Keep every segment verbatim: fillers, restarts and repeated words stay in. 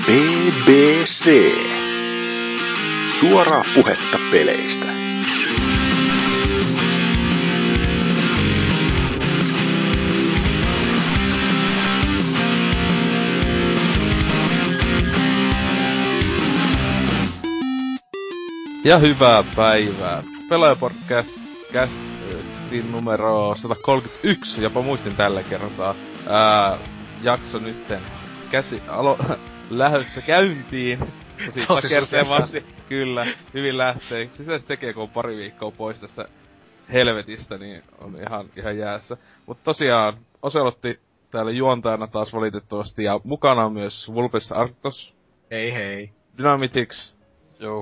B B C. Suoraa puhetta peleistä. Ja hyvää päivää. Pelaajapodcast castin numero sata kolmekymmentäyksi, jopa muistin tällä kertaa. Ää, jakso nytten käsi alo lähdössä käyntiin. Tosi takertevasti, kyllä, hyvin lähtee. Sitä se tekee, kun on pari viikkoa pois tästä helvetistä, niin on ihan, ihan jäässä. Mut tosiaan, Oselotti täällä juontajana taas valitettavasti, ja mukana on myös Vulpes Arctos. Hei hei. Dynamitix. Joo.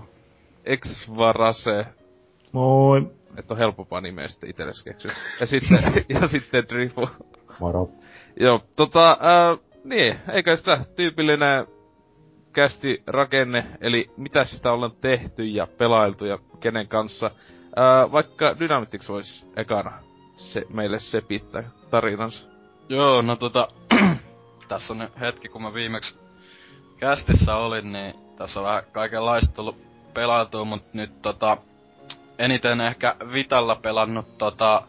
Exvarase. Moi. Et on helpompaa nimeä sitten itelles keksy. Ja sitten, ja sitten Drifu. Moro. Joo, tota, äh, niin, eikä sitä tyypillinen kästi rakenne, eli mitä sitä ollaan tehty ja pelailtu ja kenen kanssa. Äh, vaikka Dynamitix vois ekana se, meille sepittää tarinansa. Joo, no tota, tässä on hetki kun mä viimeksi kästissä olin, niin tässä on vähän kaikenlaista tullut pelautua, mut nyt tota, eniten ehkä Vitalla pelannut tota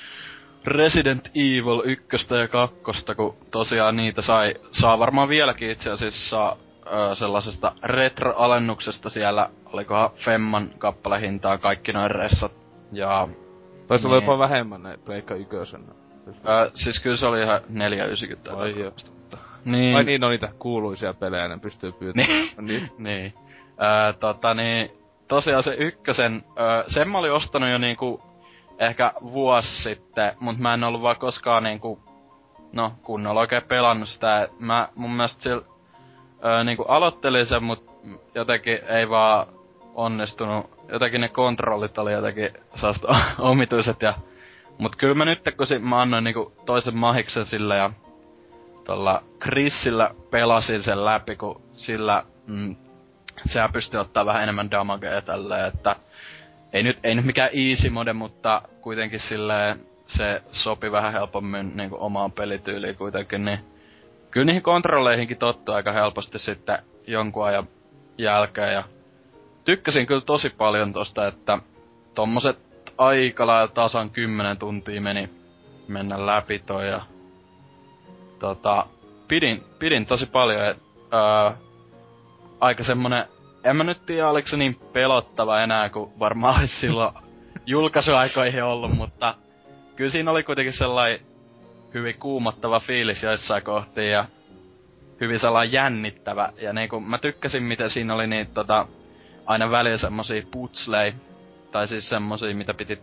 Resident Evil yksi ja kaksi, kun tosiaan niitä sai, saa varmaan vieläkin itse asiassa ö, sellaisesta retro-alennuksesta siellä, olikohan Femman kappalehintaa kaikki noin ressat, ja... Taisi olla jopa vähemmän ne Pleikka ykösen. Ö, siis kyllä se oli ihan neljä yhdeksänkymmentä. Ai joo. Niin. Ai niin, on niitä kuuluisia pelejä, ne pystyy pyytämään. Niin. niin. niin. Ö, tota niin, tosiaan se ykkösen, ö, sen mä olin ostanut jo niinku ehkä vuosi sitten, mut mä en ollut vaan koskaan niinku, no kunnolla oikein pelannut sitä. Mä mun mielestä sillä ö, niinku aloittelin sen, mut jotenkin ei vaan onnistunut. Jotenkin ne kontrollit oli jotenkin sellaista omituiset ja... Mut kyllä mä nyt kun si- mä annoin niinku toisen mahiksen sille ja tolla Chrisillä pelasin sen läpi, kun sillä mm, sehän pystyy ottaa vähän enemmän damagea tälleen, että ei nyt, ei nyt mikään easy mode, mutta kuitenkin silleen se sopi vähän helpommin niinku omaan pelityyliin kuitenkin, niin kyllä niihin kontrolleihinkin tottuu aika helposti sitten jonkun ajan jälkeen ja tykkäsin kyllä tosi paljon tosta, että tommoset aika lailla tasan kymmenen tuntia meni mennä läpi toi ja tota, pidin, pidin tosi paljon, et, öö, aika semmonen, en mä nyt tiedä oliko se niin pelottava enää, kuin varmaan olisi silloin julkaisuaikoihin ollut, mutta kyllä siinä oli kuitenkin sellainen hyvin kuumottava fiilis joissain kohtiin ja hyvin sellainen jännittävä. Ja niinku mä tykkäsin miten siinä oli niitä tota, aina välillä semmosia putsleja, tai siis semmosia mitä piti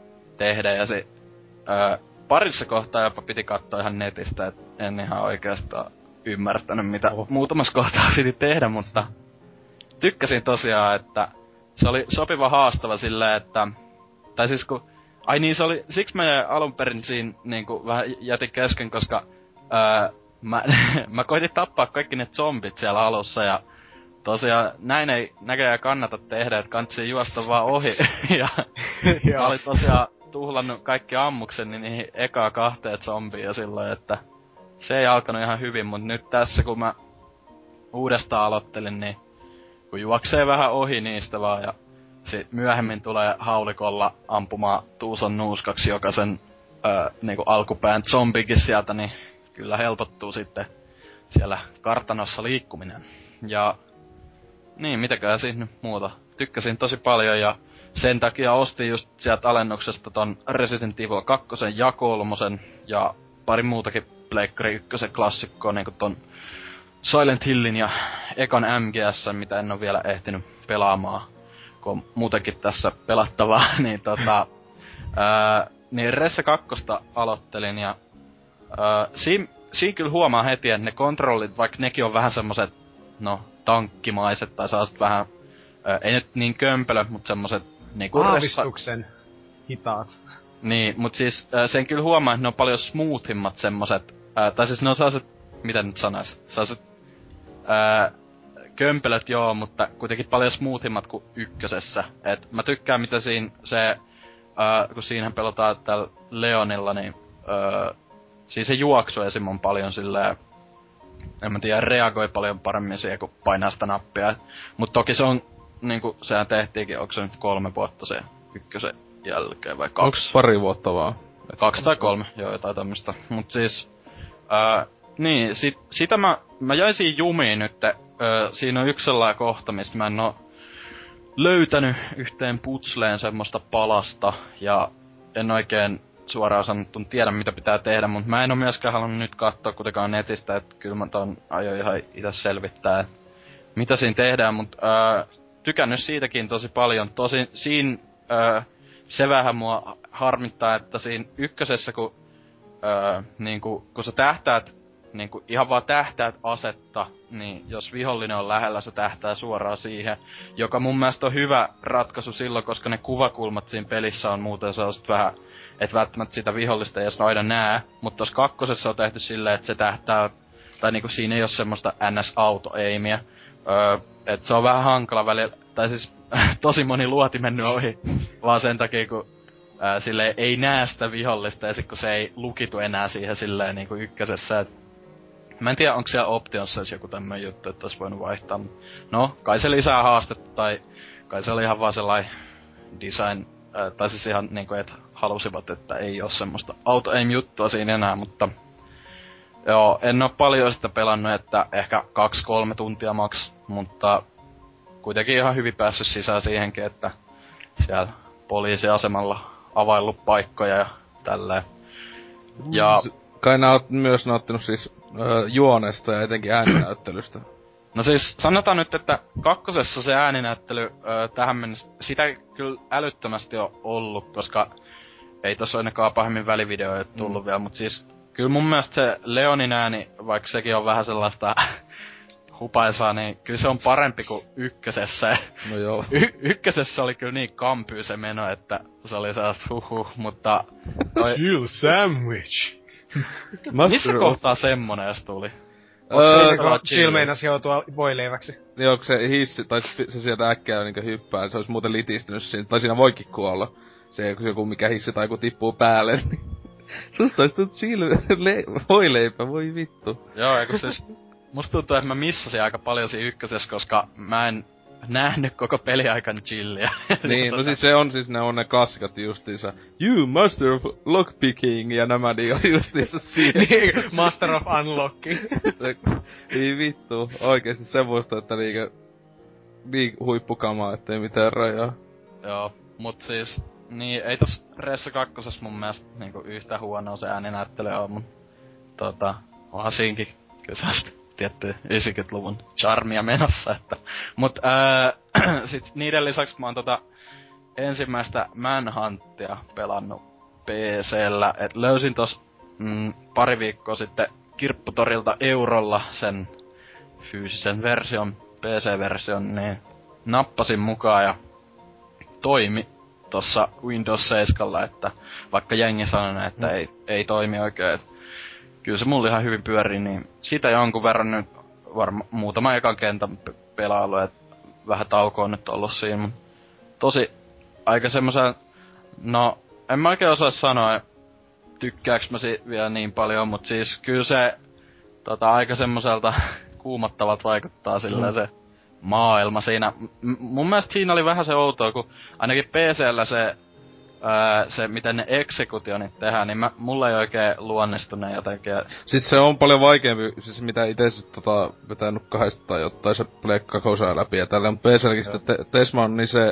tehdä ja se öö, parissa kohtaa jopa piti katsoa ihan netistä, et en ihan oikeastaan ymmärtänyt mitä oh. muutamassa kohtaa piti tehdä, mutta tykkäsin tosiaan, että se oli sopiva haastava silleen, että... Tai siis kun... Ai niin, se oli... Siksi mä alun perin siinä niinku vähän jätin kesken, koska... Öö, mä, mä koitin tappaa kaikki ne zombit siellä alussa ja... Tosiaan näin ei näköjään kannata tehdä, että kantsii juosta vaan ohi. ja mä olin tosiaan tuhlannut kaikki ammuksen niin niihin ekaa kahteen zombiin ja silloin, että... Se ei alkanut ihan hyvin, mut nyt tässä kun mä uudestaan aloittelin, niin... Kun juoksee vähän ohi niistä vaan ja sit myöhemmin tulee haulikolla ampumaan Tuuson nuuskaksi jokaisen öö, niinku alkupään zombikin sieltä, niin kyllä helpottuu sitten siellä kartanossa liikkuminen. Ja niin, mitäköhän siinä nyt muuta. Tykkäsin tosi paljon ja sen takia ostin just sieltä alennuksesta ton Resident Evil kaksi ja kolmosen ja pari muutakin Pleikkari ykkösen klassikkoa niinku ton Silent Hillin ja ekan M G S, mitä en oo vielä ehtinyt pelaamaan, kun on muutenkin tässä pelattavaa, niin tota... Ää, niin Resse kakkosta aloittelin ja... Ää, siin, siin kyllä huomaa heti, että ne kontrollit, vaikka nekin on vähän semmoset, no, tankkimaiset tai sellaiset vähän... Ää, ei nyt niin kömpelö, mut semmoset niinku aavistuksen ressa... hitaat. Niin, mut siis ää, sen kyllä huomaa, että ne on paljon smoothimmat semmoset... Ää, tai siis ne on sellaiset... Miten nyt sanois? Sellaiset... Ää, kömpelöt joo, mutta kuitenkin paljon smoothimmat kuin ykkösessä. Et mä tykkään mitä siinä se, ää, kun siinä pelataan tällä Leonilla, niin ää, siis se juoksu esim on paljon silleen en mä tiedä, reagoi paljon paremmin siihen, kun painaa sitä nappia. Mut toki se on, niinku, sehän tehtiinkin, onko se nyt kolme vuotta se ykkösen jälkeen vai kaksi? Onks pari vuotta vaan? Kaksi tai kolme, joo, jotain tämmöstä. Mut siis, ää, niin, sit, sitä mä, mä jäin siinä jumiin nyt. Ää, siinä on yksi sellainen kohta, mistä mä en oo löytänyt yhteen putsleen semmoista palasta, ja en oikein suoraan sanottuna tiedä, mitä pitää tehdä, mutta mä en oo myöskään halunnut nyt katsoa kuitenkaan netistä, että kyllä mä ton aion ihan itse selvittää, mitä siinä tehdään, mutta ää, tykännyt siitäkin tosi paljon. Tosin siinä ää, se vähän mua harmittaa, että siinä ykkösessä, kun, ää, niinku, kun sä tähtäät, niinku, ihan vaan tähtäät asetta, niin jos vihollinen on lähellä, se tähtää suoraan siihen, joka mun mielestä on hyvä ratkaisu silloin, koska ne kuvakulmat siinä pelissä on muuten sellaiset vähän, et välttämättä sitä vihollista ei edes aina näe, mutta tossa kakkosessa on tehty silleen, että se tähtää, tai niinku siinä ei oo semmoista N S-auto-aimia, öö, et se on vähän hankala välillä, tai siis tosi moni luoti mennyt ohi, vaan sen takia kun ää, silleen ei näe sitä vihollista, ja sit kun se ei lukitu enää siihen silleen niinku ykkösessä, et mä en tiedä, onko siellä optionissa joku tämmönen juttu, että ois voinut vaihtaa, mut no, kai se lisää haastetta, tai kai se oli ihan vaan sellainen design, ää, tai siis ihan niinku, että halusivat, että ei oo semmoista auto-aim-juttua siinä enää, mutta joo, en oo paljon sitä pelannut, että ehkä kaksi kolme tuntia maks, mutta kuitenkin ihan hyvin päässyt sisään siihenkin, että siellä poliisiasemalla availlut paikkoja ja tälleen. Ja kai nää oot myös nauttinut siis öö, juonesta ja etenkin ääninäyttelystä. No siis sanotaan nyt, että kakkosessa se ääninäyttely öö, tähän mennessä, sitä ei kyllä älyttömästi on ollut, koska ei tossa ainakaan pahemmin välivideoja tullut mm. vielä, mut siis kyllä mun mielestä se Leonin ääni, vaikka sekin on vähän sellaista hupaisaa, niin kyllä se on parempi kuin ykkösessä. No joo. Y- ykkösessä oli kyllä niin kampyy se meno, että se oli sellaista huhuh, mutta toi Jill sandwich. missä kohtaa semmonen edes tuli? Öö, Jill meinasi joutua voileiväksi. Niin onko se hissi, tai se sieltä äkkiä niinkö hyppää, se olisi muuten litistynyt siinä, tai siinä voikin kuolla. Se joku mikä hissi tai joku tippuu päälle, niin susta ois tullut Jill le- voileipä, voi vittu. Joo, eiku siis musta tuntuu, että mä missasin aika paljon siinä ykkösessä, koska mä en nähnyt koko peliaikan Jilliä. Niin, no siis se on siis ne on ne klassikat justiinsa. You master of lockpicking ja nämä niin on justiinsa siinä. Niin, master of unlocking. Ei vittu, oikeesti se muista, että niinkö niin huippukamaa, ettei mitään rajaa. Joo, mut siis niin ei tossa Ressa kakkosessa mun mielestä niinku yhtä huonoa se ääninäyttely on, mut tota, onhan siinkin kyllä sellaista tiettyä yhdeksänkymmentäluvun charmia menossa, että mut ää, sit niiden lisäksi mä oon tota ensimmäistä Manhuntia pelannut P C:llä, et löysin tos mm, pari viikkoa sitten Kirpputorilta eurolla sen fyysisen version, P C-version, niin nappasin mukaan ja toimi tossa Windows seitsemän, että vaikka jengi sanoi, että mm. ei, ei toimi oikein, et kyllä se mulla ihan hyvin pyörii, niin sitä jonkun verran nyt varma muutama ekan kentän pe- pelailu, et vähän taukoa on nyt ollut siinä, mut tosi aika semmosen, no en mä oikein osaa sanoa, tykkääks mä si- vielä niin paljon, mut siis kyllä se tota aika semmoselta kuumottavalta vaikuttaa silleen mm. se maailma siinä. M- mun mielestä siinä oli vähän se outoa, kun ainakin P C:llä se Öö, se, miten ne exekutionit tehdään, niin mä, mulla ei oikein luonnistunut jotenkin. Siis se on paljon vaikeampi, siis mitä ite sit tota vetänyt kahdesta tai jotain se pleikka kosaa läpi ja tälleen, mut P C:lläkin sitten te- Tesman, niin se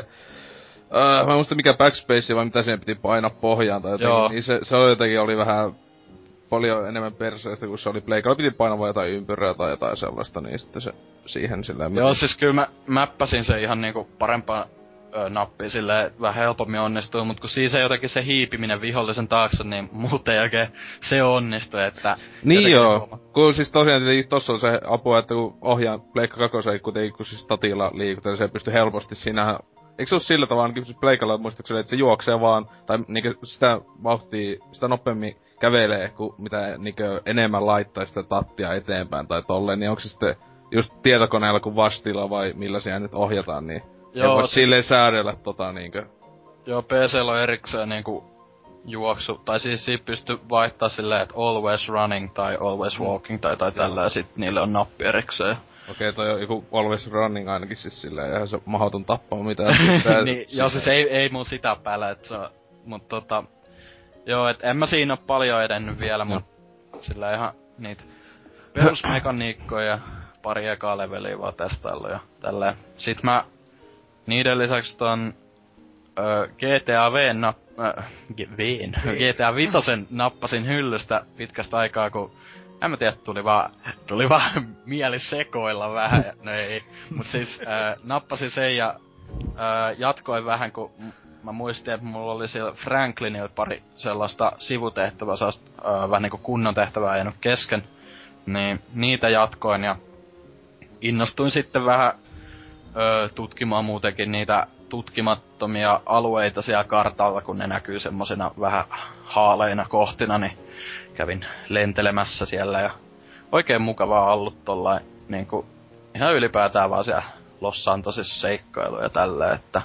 öö, mä en muista mikä backspace vai mitä siihen piti painaa pohjaan tai jotenkin, Joo. niin se, se oli jotenkin oli vähän paljon enemmän perseestä, kun se oli pleikalla piti painaa vaan jotain ympyrää tai jotain sellaista, niin sitten se siihen silleen... Joo, meni. Siis kyllä mä mäppäsin se ihan niinku parempaan nappi silleen vähän helpommin onnistuu, mut kun siis ei jotenkin se hiipiminen vihollisen taakse, niin muuten ei oikein se onnistu, että... Niin joo, huoma. Kun siis tosiaan tossa on se apu, että kun ohjaan Pleikka kakkosen kuitenkin, kun siis statilla liikutaan, niin se pystyy helposti siinä... Eikö se oo sillä tavalla, ainakin siis Pleikalla muistaakseni, että se juoksee vaan, tai niinkö sitä vauhtia, sitä nopeammin kävelee, kun mitä niinkö enemmän laittaa sitä tattia eteenpäin tai tolleen, niin onko se sitten just tietokoneella kuin vastilla vai millä siellä nyt ohjataan, niin... Joo, ja vois siis silleen säädellä tota niinkö... Joo, P C:llä on erikseen niinku juoksu, tai siis siitä pystyy vaihtaa silleen, että always running tai always walking tai tai tällä, ja sit niille on nappi erikseen. Okei, toi on joku always running ainakin siis silleen, eihän se mahdoton tappaa mitään. Niin, joo siis ei, ei mun sitä päällä, et se on, mut tota, joo, et en mä siinä oo paljon edennyt vielä, mut sillä ihan niitä perusmekaniikkoja ja pari ekaa leveliä vaan testaillut ja tälleen. Sit mä niiden lisäksi ton ö, G T A V:n nap... Äh, V:n? G T A Vitosen nappasin hyllystä pitkästä aikaa, kun en mä tiedä, tuli vaan, tuli vaan mieli sekoilla vähän, ja, no ei, mut siis äh, nappasin sen ja äh, jatkoin vähän, kun mä muistin, että mulla oli siellä Franklinilla pari sellaista sivutehtävää, sellaista äh, vähän niinku kunnon tehtävää jäänyt kesken, niin niitä jatkoin ja innostuin sitten vähän ö, tutkimaan muutenkin niitä tutkimattomia alueita siellä kartalla, kun ne näkyy semmosena vähän haaleina kohtina, niin kävin lentelemässä siellä ja oikein mukavaa ollut tollain niinku ihan ylipäätään vaan siellä Los Santosissa seikkailu ja tälleen, että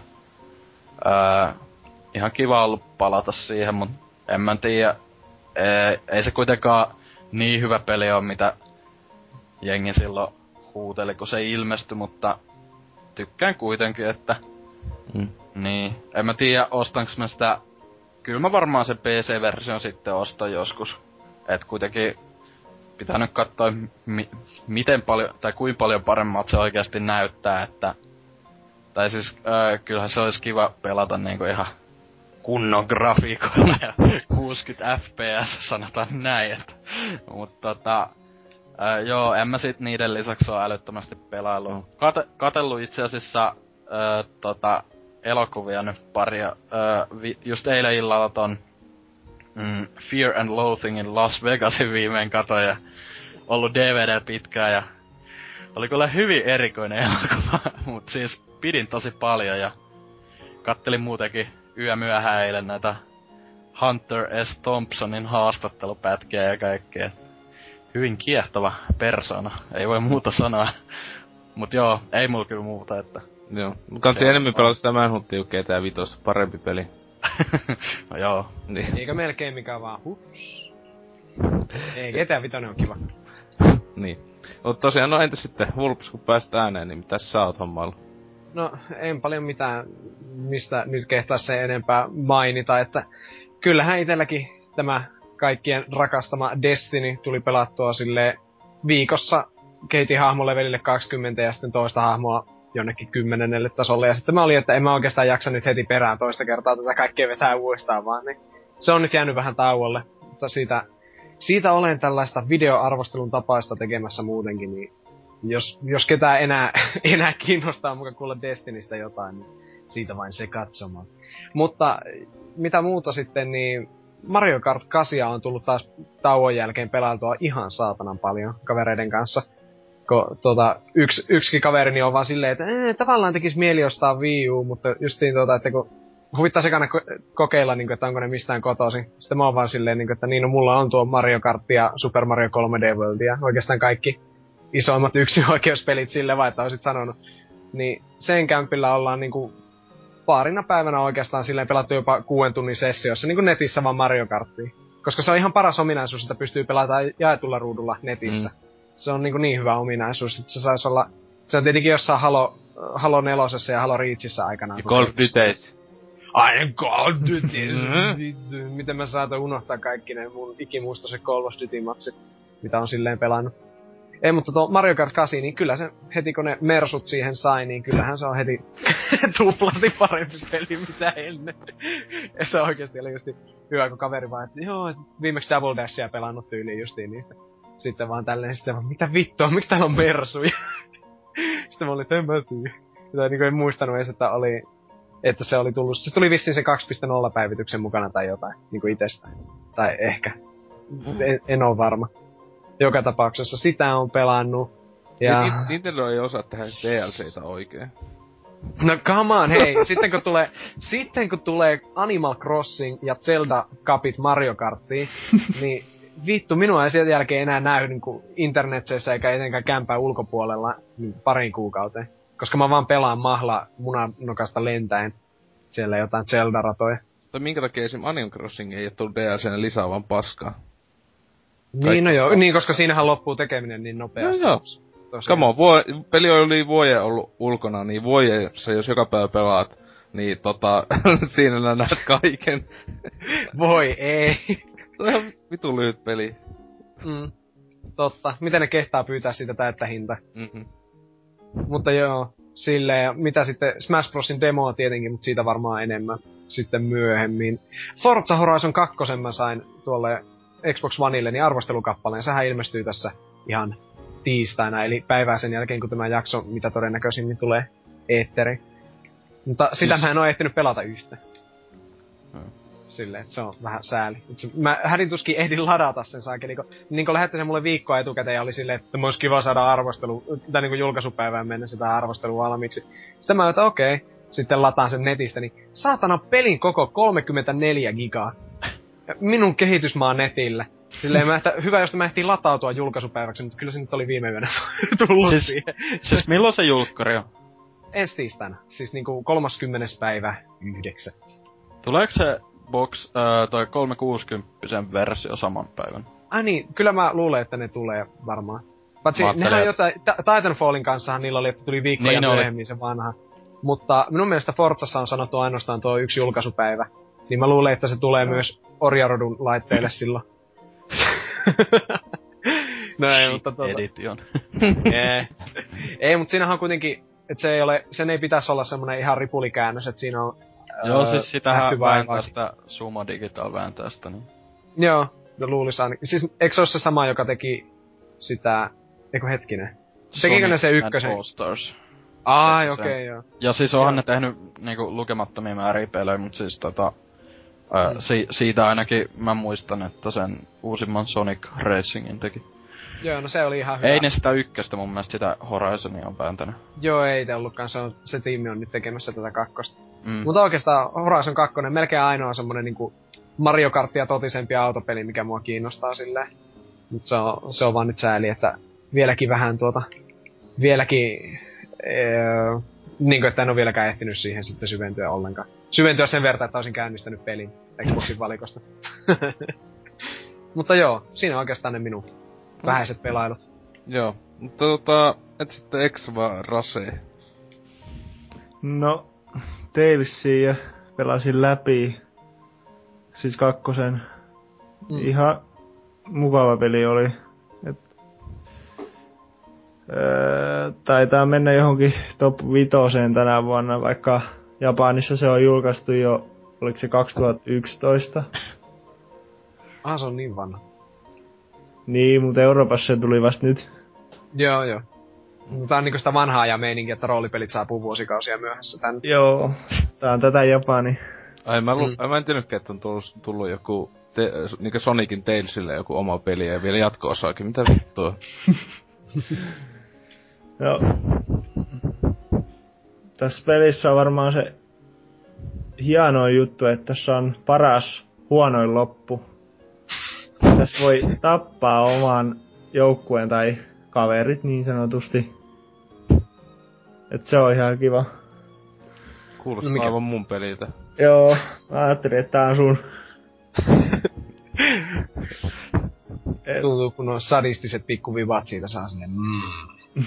öö, ihan kiva ollut palata siihen, mut en mä tiedä, ei, ei se kuitenkaan niin hyvä peli on, mitä jengi silloin huuteli, kun se ilmestyi, mutta tykkään kuitenkin, että mm. niin, en mä tiedä, ostanko mä sitä, kyllä mä varmaan se P C-version sitten ostan joskus, et kuitenkin pitää nyt katsoa, mi- miten paljon, tai kuinka paljon paremmalta se oikeasti näyttää, että, tai siis, äh, kyllähän se olisi kiva pelata niinku ihan kunnon grafiikoilla ja kuusikymmentä F P S, sanotaan näin, että, mut tota, Öö, joo, en mä sit niiden lisäksi oo älyttömästi pelaillut. Kate, katellut itse asiassa öö, tota, elokuvia nyt paria. Öö, vi, just eilen illalla ton mm, Fear and Loathing in Las Vegasin viimein katoin ja ollut D V D pitkään ja oli kyllä hyvin erikoinen elokuva, mut siis pidin tosi paljon ja kattelin muutenkin yömyöhään eilen näitä Hunter S. Thompsonin haastattelupätkiä ja kaikkea. Hyvin kiehtova persona, ei voi muuta sanoa. Mut joo, ei mulla kyllä muuta, että... Joo, kansi enemmän pelata sitä Manhuntia kuin G T A viisi, parempi peli. No joo. Niin. Eikä melkein mikään vaan hups. Ei, G T A viisi on kiva. Niin. Mut tosiaan, no entäs sitten Vulpes, kun pääsit ääneen, niin mitäs sä oot hommalla? No, en paljon mitään, mistä nyt kehtais se enempää mainita, että... Kyllähän itelläkin tämä... kaikkien rakastama Destiny tuli pelattua silleen viikossa, keitin hahmolevelille kaksikymmentä ja sitten toista hahmoa jonnekin kymmenennelle tasolle. Ja sitten mä olin, että en mä oikeastaan jaksa nyt heti perään toista kertaa tätä kaikkea vetää uudestaan vaan. Niin se on nyt jäänyt vähän tauolle, mutta siitä, siitä olen tällaista videoarvostelun tapaista tekemässä muutenkin, niin jos, jos ketään enää, enää kiinnostaa mukaan kuulla Destinystä jotain, niin siitä vain se katsomaan. Mutta mitä muuta sitten, niin Mario Kart kahdeksan on tullut taas tauon jälkeen pelailtua ihan saatanan paljon kavereiden kanssa. Kun tuota, yksi, yksikin kaverini on vaan silleen, että ee, tavallaan tekis mieli ostaa Wii U, mutta justiin tuota, että kun huvittaa sekana ko- kokeilla, niin kuin, että onko ne mistään kotoisin. Sitten mä oon vaan silleen, niin kuin, että niin, no mulla on tuo Mario Kart ja Super Mario kolme D World ja oikeastaan kaikki isoimmat yksioikeuspelit sille vaan, että olisit sanonut. Niin sen kämpillä ollaan niinku parina päivänä oikeastaan silleen pelattu jopa kuuden tunnin sessiossa, niinku netissä vaan Mario Karttia. Koska se on ihan paras ominaisuus, että pystyy pelaamaan jaetulla ruudulla netissä. Mm. Se on niinku niin hyvä ominaisuus, että se sais olla... Se on tietenkin jossain Halo, Halo nelosessa ja Halo Reachissä aikanaan. Ja Call of Duty. Ai, Call of Duty! Miten mä saatan unohtaa kaikki ne mun ikimuistoiset Call of Duty-matsit, mitä on silleen pelannut. Ei, mutta tuo Mario Kart kahdeksan, niin kyllä se heti kun ne mersut siihen sai, niin kyllähän se on heti tuplasti parempi peli mitä ennen. Ja se oikeesti oli justi hyvä, kun kaveri vaan, että joo, et viimeksi Double Dashia pelannut tyyliin justiin niistä. Sitten vaan tälleen, sitten vaan, mitä vittua, miksi täällä on mersuja? Sitten mä olin, että en mä tiedä. Tai niin en muistanut edes, että oli, että se oli tullut, se tuli vissiin se kaksi piste nolla päivityksen mukana tai jotain, niinku itestään. Tai ehkä. En, en oo varma. Joka tapauksessa sitä on pelannut. Ja... ja Nintendo ei osaa tehdä D L C:tä oikein. No come on, hei. sitten kun tulee, sitten kun tulee Animal Crossing ja Zelda Cupit Mario Karttiin, niin vittu, minua ei sieltä jälkeen enää näy niinku internetseissä eikä etenkään kämpää ulkopuolella niin pariin kuukauteen. Koska mä vaan pelaan mahla munanokasta lentäen siellä jotain Zelda-ratoja. Tai minkä takia esim. Animal Crossing ei oo tullut D L C:nä lisää vaan paskaa? Niin, no joo, niin koska siinähän loppuu tekeminen niin nopeasti. No joo. Come on, vuo, peli on yli vuoden ollut ulkona, niin vuodessa, jos joka päivä pelaat, niin tota, siinä nää näet kaiken. Voi ei. Se on ihan vitun lyhyt peli. Mm. Totta. Miten ne kehtaa pyytää siitä täyttä hinta? Mm-hmm. Mutta joo, silleen, mitä sitten, Smash Brosin demoa tietenkin, mutta siitä varmaan enemmän sitten myöhemmin. Forza Horizon kaksi mä sain tuolle Xbox Oneille, niin arvostelukappaleen. Sehän ilmestyy tässä ihan tiistaina, eli päivää sen jälkeen, kun tämä jakso, mitä todennäköisimmin tulee eetteri. Mutta sitä siis... mä en oo ehtinyt pelata yhtä. Hmm. Silleen, että se on vähän sääli. Mä hädin tuskin ehdin ladata sen saakeli, niin, niin kun lähetti sen mulle viikkoa etukäteen ja oli silleen, että olisi kiva saada arvostelu, tai niin julkaisupäivään mennessä sitä arvostelua valmiiksi. Sitten mä että okei, okay. Sitten lataan sen netistä, niin saatana pelin koko kolmekymmentäneljä gigaa. Minun kehitysmaan netillä. Silleen mä, että hyvä, jos mä ehtiin latautua julkaisupäiväksi, mutta kyllä se nyt oli viime yönä tullut siis, siihen. Siis milloin se julkkari on? Ensi tiistaina. Siis niinku kolmaskymmenes päivä yhdeksän. Tuleeko se box, äh, toi kolmesataakuusikymmentä versio saman päivän? Ai niin, kyllä mä luulen, että ne tulee varmaan. Patsi, nehän on jotain, Titanfallin kanssahan niillä oli, että tuli viikkoja niin myöhemmin se vanha. Mutta minun mielestä Forzassa on sanottu ainoastaan tuo yksi julkaisupäivä. Niin mä luulen, että se tulee no. myös Orjarodun laitteille silloin. No ei, mutta tuota... Edition. ei, ei, mutta siinähän on kuitenkin, että se ei ole, sen ei pitäisi olla semmonen ihan ripulikäännös, että siinä on... Joo, öö, siis sitähän vääntää sitä Sumo Digital vääntää sitä, niin... Joo, luulis ainakin. Siis eikö se ole se sama, joka teki sitä... Eiku hetkinen. Tekikö ne se ykkösen? All Stars. Ai, okei, okay, joo. Ja siis onhan ne tehnyt niinku lukemattomia määriä pelejä, mut siis tota... Mm. Si- siitä ainakin mä muistan, että sen uusimman Sonic Racingin teki. Joo, no se oli ihan hyvä. Ei ne sitä ykköstä, mun mielestä sitä Horizonia on vääntänyt. Joo, ei te ollutkaan, se, on, se tiimi on nyt tekemässä tätä kakkosta. Mm. Mutta oikeastaan Horizon kaksi melkein ainoa semmonen niinku Mario Karttia totisempi autopeli, mikä mua kiinnostaa silleen. Mut se on, se on vaan nyt sääli, että vieläkin vähän tuota, vieläkin, ee, niinku että en oo vieläkään ehtinyt siihen sitten syventyä ollenkaan. Syventyä sen verran, että olisin käynnistänyt pelin Xboxin valikosta. Mutta joo, siinä on oikeastaan ne minun vähäiset pelailut. Joo, mutta tota, et sitten Exva Rase. No, Talesia pelasin läpi. Siis kakkosen. Mm. Ihan mukava peli oli. Et, öö, taitaa mennä johonkin top vitoseen tänä vuonna, vaikka Japanissa se on julkaistu jo, oliko se kaksituhattayksitoista? Ah, se on niin vanha. Niin, mutta Euroopassa se tuli vasta nyt. Joo, joo. Tää on niinku sitä vanhaa ja meininkiä, että roolipelit saapuu vuosikausia myöhässä tän. Joo, tää on tätä Japani. Ai mä, lu- mm. mä en tiennytkään, että on tullut, tullut joku, te- niinku Sonicin Talesille joku oma peli ja vielä jatko-osaakin. Mitä vittua? Joo. Tässä pelissä on varmaan se hieno juttu, että tässä on paras huonoin loppu. Tässä voi tappaa oman joukkueen tai kaverit niin sanotusti. Et se on ihan kiva. Kuulostaa no aivan mun peliltä. Joo, mä ajattelin, että tää on sun. Et... Tuntuu, kun on sadistiset pikkuvivat siitä saa sinne mm.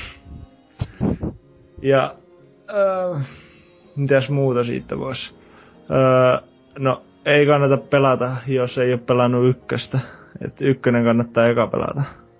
Ja... Öö, mitäs muuta siitä vois? Öö, no, ei kannata pelata, jos ei oo pelannut ykköstä. Et ykkönen kannattaa eka pelata.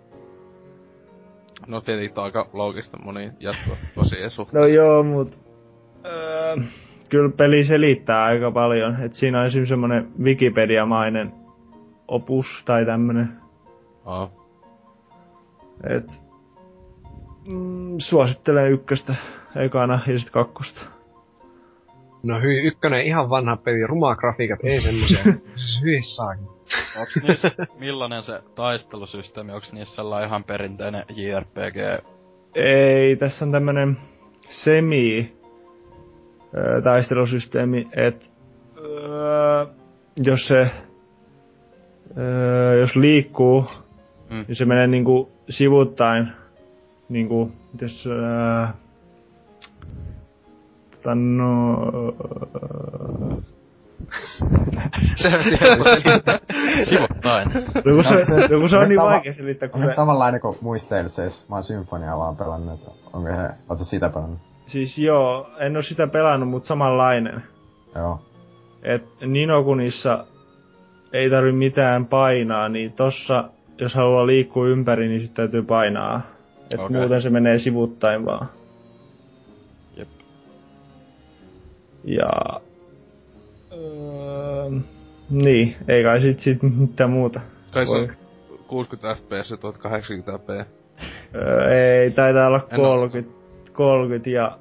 No tietenkin on aika loogista moniin jatko-osien suhteen. No joo, mut... Öö, kyllä peli selittää aika paljon. Et siinä on esimerkiksi semmonen Wikipedia-mainen opus tai tämmönen. Oh. Et... Mm, suosittelen ykköstä ekana ja sit kakkosta. No hyi, ykkönen ihan vanha peli, rumaa grafiikat, ei semmosia. Siis hyi saakin. Onks niissä, millainen se taistelusysteemi, onks niissä sellainen ihan perinteinen J R P G? Ei, tässä on tämmönen semi ö, taistelusysteemi, et ö, jos se ö, jos liikkuu, mm. niin se menee niinku sivuttain niinku, jos ää, tota no, Se on helppo selittää. Sivuttain. No kun se, no kun se on niin sama- vaikea selittää, kun On se... se samanlainen kuin muisteellisessa. Mä oon Symfoniaa vaan pelannut, että onko se... Ootko sitä pelannut? Siis joo, en oo sitä pelannut, mut samanlainen. Joo. Et Ninokunissa ei tarvi mitään painaa, niin tossa, jos haluaa liikkua ympäri, niin sit täytyy painaa. Et Okei. muuten se menee sivuttain vaan. Jep. Ja... Öö, niin, ei kai sit, sit mitään muuta. Kai se Voi. on kuusikymmentä F P S ja tuhatkahdeksankymmentä p. Öö, ei, taitaa olla En kolmekymmentä, kolmekymmentä ja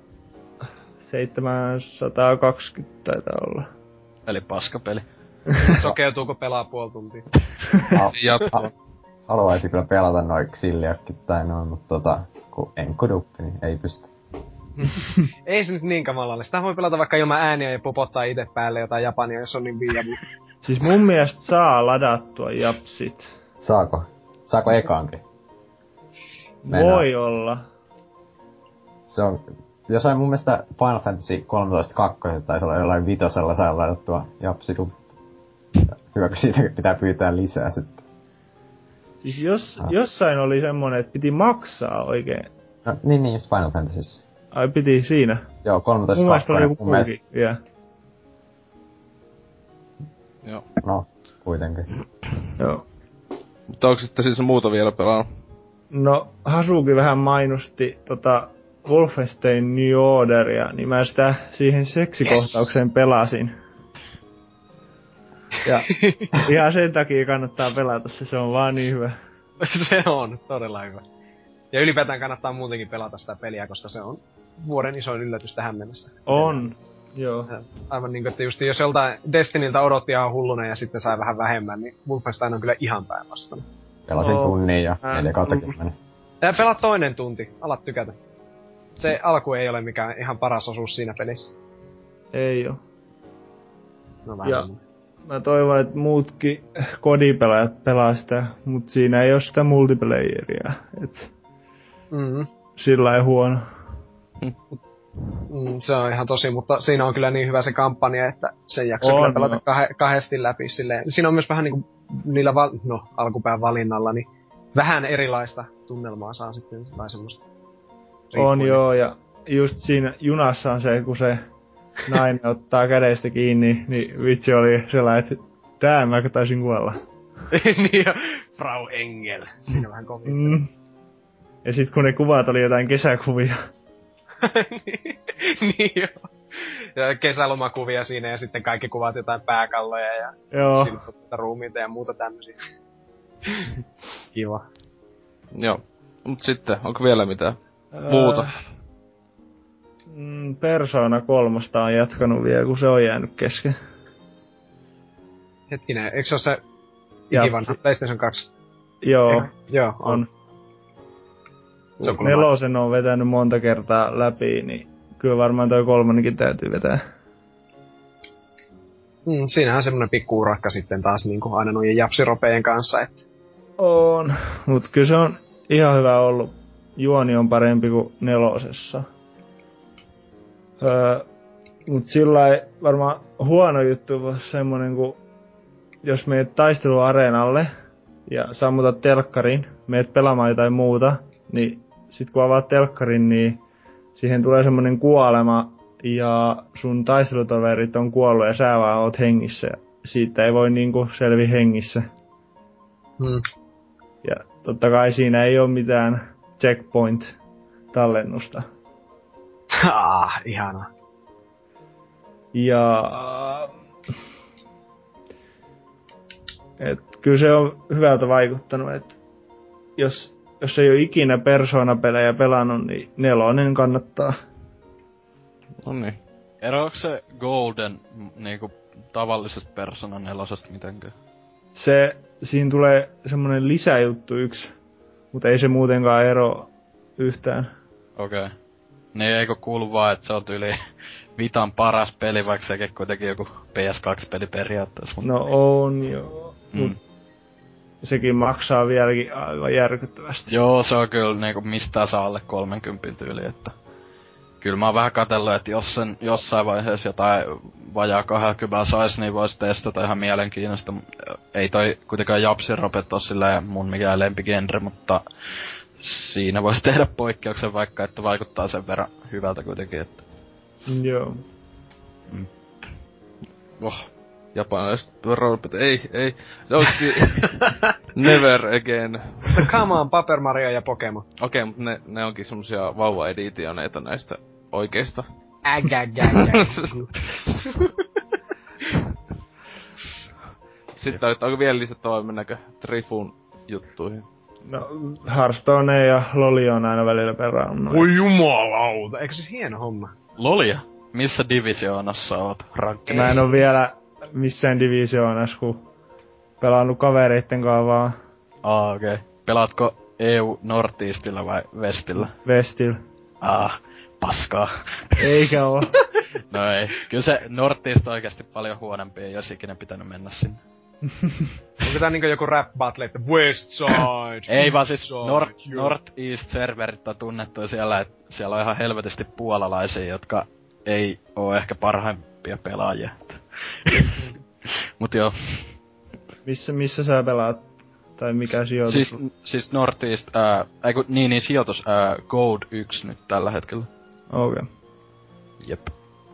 seitsemänsataakaksikymmentä taitaa olla. Eli paskapeli. Sokeutuuko pelaa puoli tuntia? Al- Jatkoa. ha- Haluaisin kyllä pelata noin Xilliakki tai noin, mutta tota... Kun en koduppi, niin ei pysty. Ei se nyt niin kamalalle. Sitä voi pelata vaikka ilman ääniä ja popottaa itse päälle jotain japania, jos on niin viiavu. Siis mun mielestä saa ladattua japsit. Saako? Saako ekaankin? Mennään. Voi olla. Se on... Jossain mun mielestä Final Fantasy kolmetoista kakkosesta taisi olla jollain vitosella saa ladattua japsidu. Hyvä, kun siitä pitää pyytää lisää sitten. Siis jos, Ah. jossain oli semmonen, että piti maksaa oikein. No, niin, niin, just Final Fantasy. Ai piti siinä. Joo, kolmetoista Mun mielestä oli kakkonen. joku Mun mielestä, muukin. Yeah. Joo. no, kuitenkin. Joo. Mutta onko sitten siis muuta vielä pelannut? No, Hasuki vähän mainosti tota Wolfenstein New Orderia, niin mä sitä siihen seksikohtaukseen yes. pelasin. Ja ihan sen takia kannattaa pelata se, se on vaan niin hyvä. Se on todella hyvä. Ja ylipäätään kannattaa muutenkin pelata sitä peliä, koska se on vuoden isoin yllätys tähän mennessä. On, joo. Aivan niinku, että just jos joltain Destiniltä odotti ihan hulluna ja sitten sai vähän vähemmän, niin Wolfenstein on kyllä ihan päinvastainen. Pelasin Oo. tunnin ja Mä- neljä kautta kymmenen. Ja pelaa toinen tunti, alat tykätä. Se alku ei ole mikään ihan paras osuus siinä pelissä. Ei oo. No vähän. Ja- semmonen. Mä toivon, että muutkin kodipelaajat pelaa sitä, mut siinä ei oo sitä multiplayeria. Et Mm. sillä ei huono. Mm, se on ihan tosi, mutta siinä on kyllä niin hyvä se kampanja, että sen jaksaa On, kyllä pelata joo. kahe, kahdesti läpi silleen. Siinä on myös vähän niinku niillä val- no, alkupään valinnalla, niin vähän erilaista tunnelmaa saa sitten tai semmoista. On riippuen. joo, ja just siinä junassa on se, kun se nainen ottaa kädestä kiinni, niin vitsi oli sellainen, että tää mä taisin kuolla. niin ja Frau Engel. Siinä vähän kovin. Mm. Ja sit kun ne kuvat oli jotain kesäkuvia. niin joo. Ja kesälomakuvia siinä ja sitten kaikki kuvat jotain pääkalloja ja Joo. silppuja ruumiita ja muuta tämmösiä. Kiva. Joo. Mut sitten, onko vielä mitään muuta? Äh, mm, Persona kolmosta on jatkanut vielä, kun se on jäänyt kesken. Hetkinen, eikö se oo se Ja ikivanha si- PlayStation kaksi? Joo, Eikä? Joo, on. on. Se on kuulemma- Nelosen on vetänyt monta kertaa läpi, niin kyllä varmaan toi kolmonenkin täytyy vetää. Mm, siinähän on semmonen pikku urakka sitten taas niinku aina noiden japsiropejen kanssa, että On, mut kyllä se on ihan hyvä ollut. Juoni on parempi kuin nelosessa. Öö, mut sillä ei varmaan huono juttu on semmonen, kun jos meet taisteluareenalle ja sammutat telkkarin, meet pelaamaan jotain muuta, niin sit kun avaat telkkarin, niin siihen tulee semmonen kuolema ja sun taistelutoverit on kuollut ja sä vaan oot hengissä. Siitä ei voi niinku selvi hengissä. mm. Ja totta kai siinä ei oo mitään checkpoint-tallennusta. ah, ihanaa. Ja... Et kyllä se on hyvältä vaikuttanut, että jos, jos ei oo ikinä Persona-pelejä pelannut, niin nelonen kannattaa. No niin. Eroako se Golden m- niinku tavallisesta Persona nelosesta mitenkään? Se, siinä tulee semmonen lisäjuttu yksi, mutta ei se muutenkaan ero yhtään. Okei. Okay. Niin eikö kuulu vaan, että se on yli Vitan paras peli, vaikka sekin kuitenkin joku P S kaksi-peli periaatteessa. Mut... No on joo, Mm. mut sekin maksaa vieläkin aivan järkyttävästi. Joo, se on kyllä niinku mistään saa alle kolmenkympin tyyli, että... Kyllä mä oon vähän katsellut, että jos sen jossain vaiheessa jotain vajaa kaksikymmentä sais, niin vois testata ihan mielenkiinnosta. Ei toi kuitenkaan Japsin ropet oo silleen mun mikään lempigenre, mutta siinä vois tehdä poikkeuksen vaikka, että vaikuttaa sen verran hyvältä kuitenkin, että... Joo. Mm. Oh, japanilaiset rolepet, ei, ei. Se olisikin never again. Come on, Paper Mario ja Pokemon. Okei, okay, mutta ne, ne onkin semmosia vauva-editioneita näistä oikeista. Ägägägä. Sitten että onko vielä lisättävää, mennäänkö Trifun juttuihin? No, Hearthstone ja Loli on aina välillä pelannut. Voi jumalauta, eikö siis hieno homma? Lolia? Missä divisioonassa oot rankkina? Mä en oo vielä missään divisioonassa, kun pelannut kavereitten kanssa vaan Aa, okei. Okay. Pelaatko E U Northeastillä vai Westillä? Westillä. Ah, paskaa. Eikä oo. No ei. Kyllä se Northeast on oikeesti paljon huonompi, ei jos ikinä pitänyt mennä sinne. Onko tää niinku joku rap battle, että West Side? Ei vaan siis North, Northeast serverit on tunnettu siellä, että siellä on ihan helvetisti puolalaisia, jotka ei oo ehkä parhaimpia pelaajia. Mut joo. Missä, missä sä pelaat? Tai mikä sijoitus? Siis, siis Northeast, ää, eiku, niin niin sijoitus, ää, Gold yksi nyt tällä hetkellä. Okei. Okay. Jep.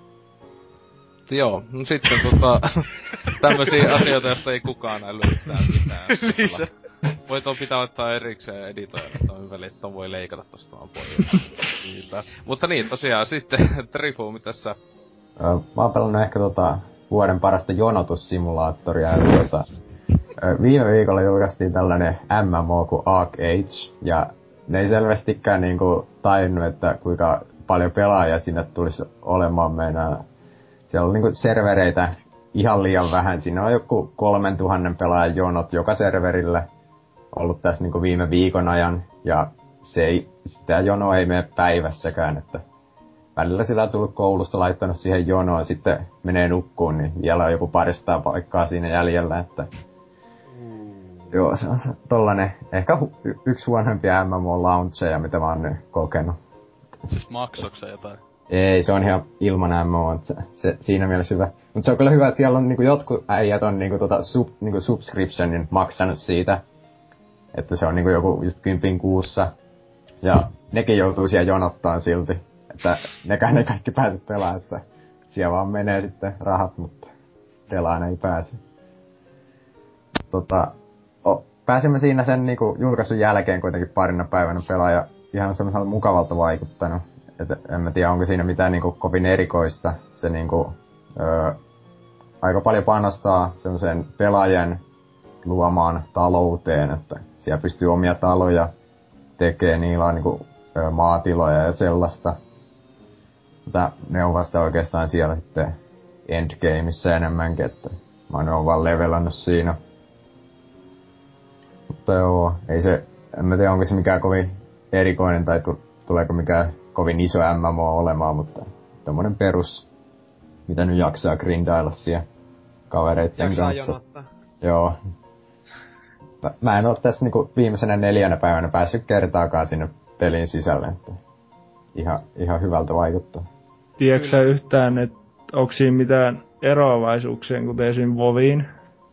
Joo, no sitten tota, tämmösiä asioita, joista ei kukaan äly yhtään mitään. Lisä. Voi tuon pitää ottaa erikseen editoida tuon väliin, että voi leikata tosta vaan pois. Mutta niin, tosiaan sitten, Trifu, mitäs sä? Öö, mä oon pelannut ehkä tota vuoden parasta jonotussimulaattoria, eli tota... Viime viikolla julkaistiin tällainen M M O kuin Arc Age, ja ne ei selvästikään niinku tajunnut, että kuinka paljon pelaajia sinne tulisi olemaan meinaa. Siellä on niinku servereitä ihan liian vähän. Siinä on joku kolmen tuhannen pelaajan jonot joka serverille ollut tässä niinku viime viikon ajan, ja se ei, sitä jonoa ei mene päivässäkään, että välillä sitä on tullut koulusta laittanut siihen jonoon, sitten menee nukkuun, niin vielä on joku paristaa paikkaa siinä jäljellä, että joo, se on tollanen, ehkä hu- y- yksi huonoimpia M M O-launcheja, mitä mä oon nyt kokenut. Siis maksoksa jotain? Ei, se on ihan ilman M M O, se, se, siinä mielessä hyvä. Mut se on kyllä hyvä, että siellä on niinku jotkut äijät on niinku tota sub, niinku subscriptionin maksanut siitä. Että se on niinku joku just kympin kuussa. Ja nekin joutuu siellä jonottaan silti. Että nekään ei kaikki pääse pelaamaan, että siellä vaan menee sitten rahat, mutta delaan ei pääse. Tota... Oh, pääsimme siinä sen niinku julkaisun jälkeen kuitenkin parina päivänä pelaa ja ihan semmoisella mukavalta vaikuttanut. Et en mä tiedä, onko siinä mitään niinku kovin erikoista. Se niinku öö, aika paljon panostaa semmoiseen pelaajan luomaan talouteen, että siellä pystyy omia taloja tekemään, niillä on niinku öö, maatiloja ja sellaista. Mutta ne on vasta oikeastaan siellä sitten endgameissa enemmänkin, että mä oon vaan levelannut siinä. Mutta joo, ei se, en mä tiedä onko se mikään kovin erikoinen tai tu, tuleeko mikään kovin iso M M O olemaan, mutta tommonen perus, mitä nyt jaksaa grindailla siellä kavereitten jaksaa kanssa. Jonottaa. Joo. Mä, mä en oo tässä niinku viimeisenä neljänä päivänä päässyt kertaakaan sinne pelin sisälle, että ihan, ihan hyvältä vaikuttaa. Tiedätkö sä yhtään, että onko siinä mitään eroavaisuuksia, kuten esim. WoWiin?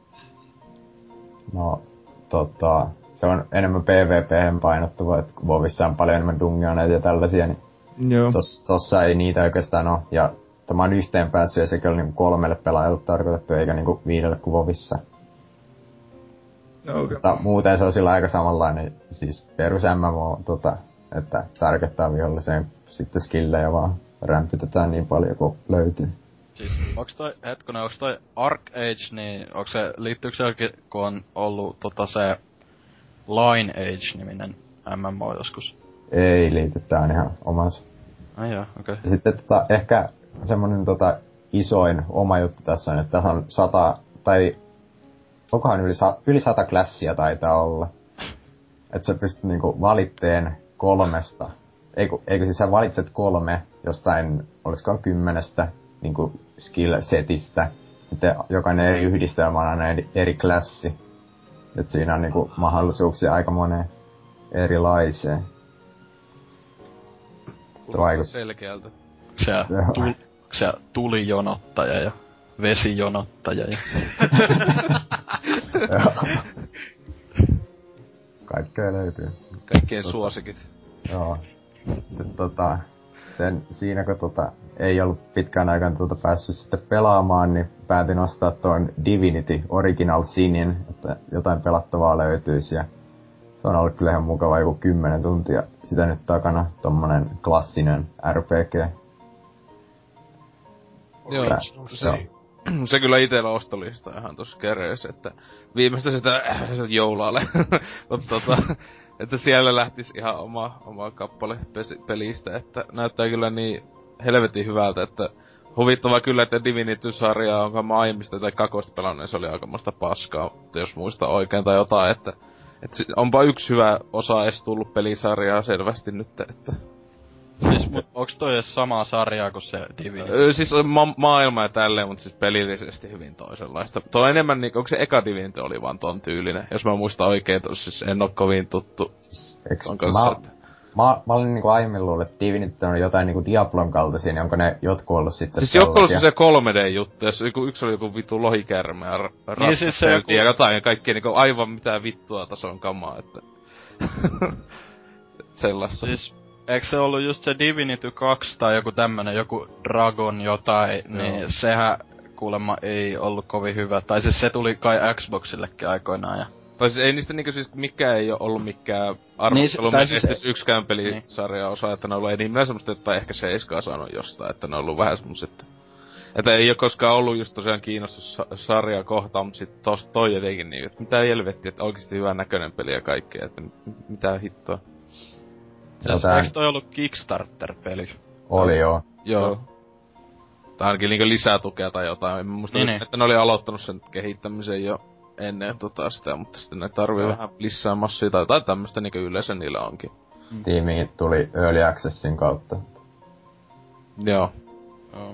No, tota, se on enemmän PvP:hen painottuva, että WoWissa on paljon enemmän dungeoneita ja tällaisia, niin Joo. tos, tossa ei niitä oikeastaan oo. Ja tämä on yhteen päässyt ja sekin oli niinku kolmelle pelaajalle tarkoitettu, eikä niinku viidelle kuin WoWissa. Okay. Mutta muuten se on sillä aika samanlainen, siis perus M M O, tota, että tarkoittaa viholliseen sitten skillejä vaan rämpytetään niin paljon kuin löytyy. Siis onks toi, hetkonen, onks toi Arc Age, niin onks se, liittyykö se jokin, kun on ollut tota se Line Age-niminen M M O joskus? Ei liity, tää on ihan omansa. Ai joo, okei. Okay. Ja sitten tota, ehkä semmonen tota, isoin oma juttu tässä on, että tässä on sata, tai onkohan yli, sa, yli sata klassia taitaa olla. Että sä pystyt niinku valitteen kolmesta. Eikö, eikö siis sä valitset kolme jostain, olisikohan kymmenestä niinku skill-setistä. Sitten jokainen eri yhdistelmä on aina eri, eri klassi. Et siinä on niinku mahdollisuuksia aika moneen erilaiseen. Kuulostaa selkeältä. Se, tul, se tulijonottaja ja vesijonottaja ja... Kaikkea löytyy. Kaikkien tota, suosikit. Joo. Sitten tota... Sen, siinä kun tota, ei ollut pitkään aikaan tota päässyt sitten pelaamaan, niin päätin ostaa tuon Divinity Original Sinin, että jotain pelattavaa löytyisi. Ja se on ollut kyllä ihan mukava joku kymmenen tuntia sitä nyt takana, tommonen klassinen R P G. Joo, se, se kyllä itellä ostolista ihan tossa kerees, että viimeistä sitä äh, joulaalle. Mutta tota, että siellä lähtis ihan oma, oma kappale pelistä, että näyttää kyllä niin helvetin hyvältä, että huvittavaa kyllä, että Divinity-sarjaa, onko mä aiemmista tai kakosta pelannut, niin se oli aikamoista paskaa, jos muista oikein tai jotain, että, että onpa yksi hyvä osa edes tullut pelisarjaa selvästi nyt, että... Siis onks toi edes samaa sarjaa kuin se Divinity? Öö, siis ma- maailma ja tälleen, mutta siis pelillisesti hyvin toisenlaista. Tuo on enemmän niinku, onko se eka Divinity oli vaan ton tyylinen? Jos mä muistan oikein, tos siis en oo kovin tuttu. Eks, on kanssa, mä, että... mä, mä olin niinku aiemmin luullut, että Divinity on jotain niinku Diablon kaltaisia, niin onko ne jotkut ollut sitten siis joku ollut se kolme D-juttu, jos joku, yksi oli joku vittu lohikärme ja ra- niin siis se joku... ja jotain, ja kaikkea niinku aivan mitään vittua tason kamaa, että... Sellaista. Siis... Eikö se ollut just se Divinity kaksi tai joku tämmönen, joku Dragon jotain, joo. Niin sehän kuulemma ei ollut kovin hyvä. Tai siis se tuli kai Xboxillekin aikoinaan ja... Tai siis ei niistä niinku siis mikään ei oo ollut mikään arvostelu niin, siis se... yksikään pelisarja niin. Osa, että ne on ollut enimmillään semmoista, että ehkä seiskaa saanut jostain, että ne on ollut vähän semmoset... Että ei oo koskaan ollut just tosiaan kiinnostus sarjaa kohtaan, mutta sit tosta toi jotenkin niinku, että mitä helvettiä, että oikeesti hyvän näköinen peli ja kaikkea, että mitä hittoa. Siis eiks toi ollut Kickstarter-peli? Oli joo. Joo. Tai ainakin niinku lisätukea tai jotain. En muista, niin, että niin. Ne oli aloittanut sen kehittämisen jo ennen tota sitä, mutta sitten ne tarvii no. vähän lisää massia tai jotain tämmöstä niinku yleensä niillä onkin. Steamiin tuli Early Accessin kautta. Joo. Joo.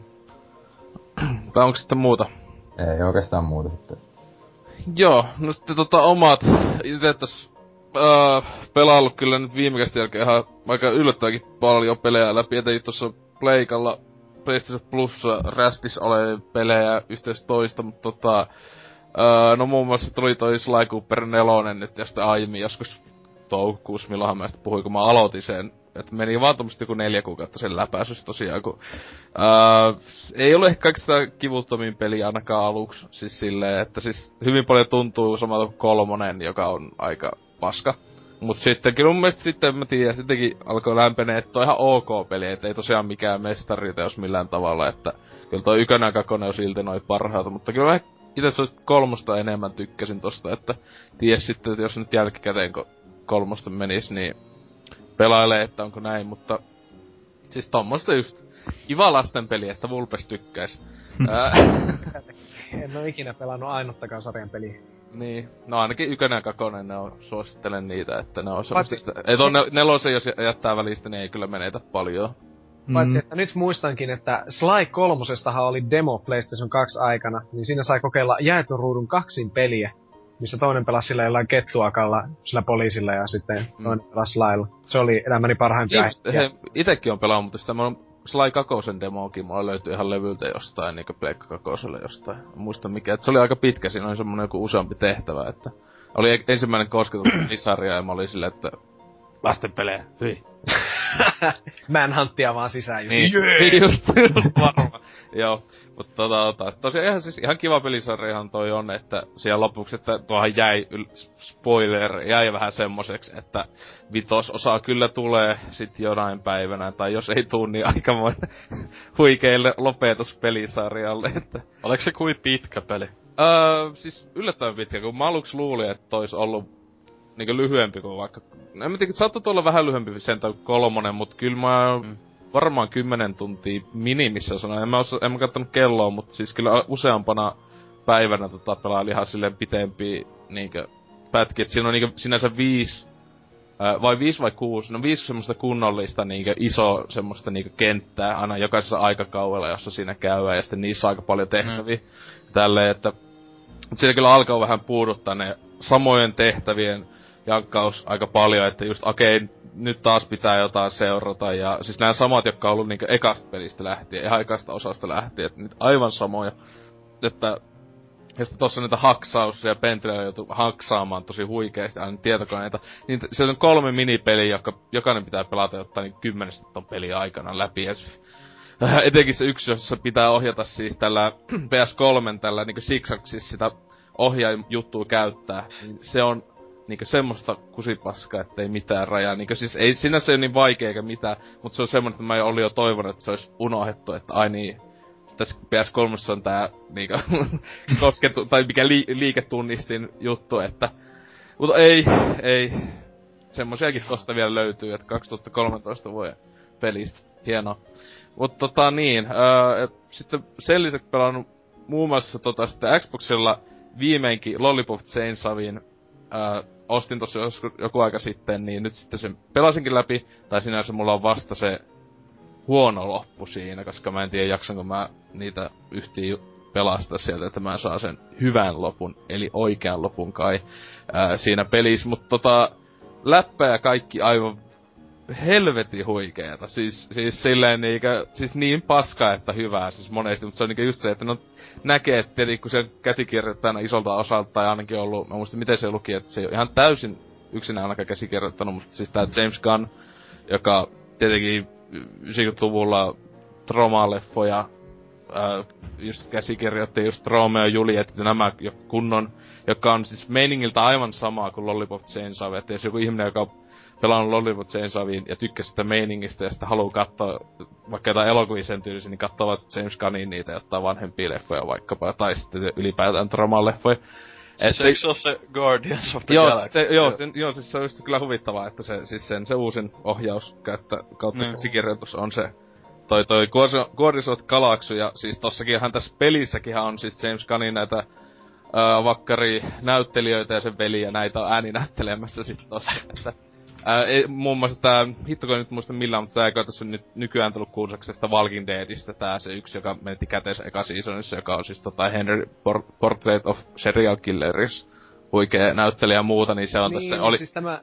Tai onko sitten muuta? Ei oikeastaan muuta sitten. Joo, no sitten tota omat, ite tässä Öö, pelaillut kyllä nyt viimekästä jälkeen ihan aika yllättäväkin paljon pelejä läpi, etenkin tuossa Pleikalla PlayStation Plussa rästis ole pelejä yhteistä toista, mutta tota... Öö, no muun muassa tuli toi Sly Cooper nelonen nyt ja sitten aiemmin joskus toukokuussa, milloinhan mä sitä puhuin, kun mä aloitin sen. Että meni vaan tommoista joku neljä kuukautta sen läpäisystä tosiaan, kun... Öö, ei ole ehkä kaikista kivuttomin peli ainakaan aluksi, siis silleen, että siis hyvin paljon tuntuu samalta kuin kolmonen, joka on aika paska. Mut sittenkin mun mielestä sitten, mä tiedän, sittenkin alkoi lämpenee, että on ihan ok peli, et ei tosiaan mikään mestariteos millään tavalla, että kyllä toi ykönä ja kakonen on silti noin parhaata, mutta kyllä mä ite kolmosta enemmän tykkäsin tosta, että ties sitten, että jos nyt jälkikäteen kun kolmosta menis, niin pelailee, että onko näin, mutta siis tommoista just kiva lastenpeli, että Vulpes tykkäis. En oo ikinä pelannut ainuttakaan sarjan peliä. Niin, no ainakin ykönä ja kakonen, ne on, suosittelen niitä, että ne on semmoista, et on ne, nelosen jos jättää välistä, niin ei kyllä menetä paljon. Paitsi, että nyt muistankin, että Sly kolmosestahan oli demo PlayStation kaksi aikana, niin siinä sai kokeilla jaetun ruudun kaksin peliä, missä toinen pelasi sillä jollain kettuakalla, sillä poliisilla ja sitten mm. toinen pelasi Slylla. Se oli elämäni parhaimpia hetkiä. Itekin on pelannut, mutta sitä mä oon Sly kakosen demokin, mulla löytyi ihan levyltä jostain, niinkö Pleikka kakoselle jostain. En muista mikä, että se oli aika pitkä, siinä oli semmonen joku useampi tehtävä, että... Oli ensimmäinen kosketus sarjaa ja mä olin silleen, että... Lastenpelejä, hyi. Manhunttia vaan sisään just. Niin, yeah! just, just varma. Joo, mutta tota, tota, tosiaan ihan, siis ihan kiva pelisarjahan toi on, että siellä lopuksi, että tuohan jäi, spoiler, jäi vähän semmoseksi, että vitososa kyllä tulee sit jonain päivänä, tai jos ei tuu, niin aikamoinen huikeille lopetus pelisarjalle, että... Oliko se kuin pitkä peli? Öö, siis yllättävän pitkä, kun mä aluksi luulin, että ois ollut niinkö lyhyempi kuin vaikka... En mä tiedä, saattoi olla vähän lyhyempi sen tai kolmonen, mut kyllä mä mm. varmaan kymmenen tuntia minimissä sanoin. En mä, osa, en mä kattonut kelloa, mutta siis kyllä useampana päivänä tota pelaili ihan silleen pitempiä niinkö pätkiä. Et siinä on niinkö sinänsä viisi, ää, vai viisi vai kuusi, no viisi semmoista kunnollista niinkö iso semmoista niinkö kenttää aina jokaisessa aikakaudella, jossa siinä käydään, ja sitten niissä on aika paljon tehtäviä. Mm. Tälleen, että siinä kyllä alkaa vähän puuduttaa ne samojen tehtävien jankkaus aika paljon, että just okei, okay, nyt taas pitää jotain seurata, ja siis nämä samat, jotka on ollut niinku ekasta pelistä lähtien, ihan ekasta osasta lähtien, että nyt aivan samoja, että ja sitten tossa niitä haksaus ja Pentilä joutuu haksaamaan tosi huikeesti aina tietokoneita, niin siellä on kolme minipeliä, jotka jokainen pitää pelata jotta niin kymmenestä ton pelin aikana läpi, ja etenkin se yksi, jossa pitää ohjata siis tällä P S kolme tällä niinku Six-Axis sitä ohjaajuttua käyttää, niin se on niinku semmoista kusipaskaa, ettei mitään rajaa. Niinku siis ei sinänsä ole niin vaikea eikä mitään, mutta se on semmoinen, että mä olin jo toivonut, että se olisi unohdettu, että ai niin, tässä P S kolme on tää niinku kosketu, tai mikä li, liiketunnistin juttu, että mutta ei, ei. Semmosiakin tosta vielä löytyy, että kaksituhattakolmetoista vuoden pelistä. Hienoa. Mut tota niin, öö, sitten sen lisäksi pelannut muun muassa tota sitten Xboxilla viimeinkin Lollipop Chainsawin öö, ostin tossa joku aika sitten, niin nyt sitten sen pelasinkin läpi, tai sinänsä mulla on vasta se huono loppu siinä, koska mä en tiedä jaksanko mä niitä yhtiä pelastaa sieltä, että mä saan sen hyvän lopun, eli oikean lopun kai ää, siinä pelissä, mutta tota, läppä ja kaikki aivan helvetin huikeeta, siis, siis silleen niinkö, siis niin paskaa, että hyvää siis monesti, mutta se on niinkö just se, että no näkee, että tietenkin kun se käsikirjoittajana isolta osalta, tai ainakin ollut, mä muistin miten se luki, että se ei ole ihan täysin yksinään ainakaan käsikirjoittanut, mutta siis tää James Gunn, joka tietenkin yhdeksänkymmentäluvulla Troma-leffoja ää, just käsikirjoitti just Romeo ja Juliet ja nämä kunnon, joka on siis meiningiltä aivan samaa kuin Lollipop Chainsaw, että jos joku ihminen, joka on pelannut Lollipop Chainsawin ja tykkäsi sitä meiningistä ja sitten haluu katsoa vaikka jotain elokuvia sen tyylisiä, niin katsoo vasta James Gunnin niitä ja ottaa vanhempia leffoja vaikkapa, tai sitten ylipäätään Troma-leffoja. Siis eikö se oo se Guardians of the joo, Galaxy? Se, joo, se, joo, siis se on just kyllä huvittavaa, että se, siis sen, se uusin ohjaus käyttä, kautta niin. käsikirjoitus on se toi toi Guardians of the Galaxy, ja siis tossakinhan tässä pelissäkinhän on siis James Gunnin näitä äh, vakkari näyttelijöitä ja sen veli ja näitä on ääninäyttelemässä sit tossa, että Ää, ei, muun muassa tää, hittokoin nyt muista millään, mutta tää eikö tässä on nyt nykyään tullut kuulsaksi tästä Walking Deadistä, tää se yksi, joka menetti käteensä eka seasonissa, joka on siis tota Henry Por- Portrait of Serial Killeris, huikee näyttelijä ja muuta, niin se on niin, tässä, oli... siis tämä...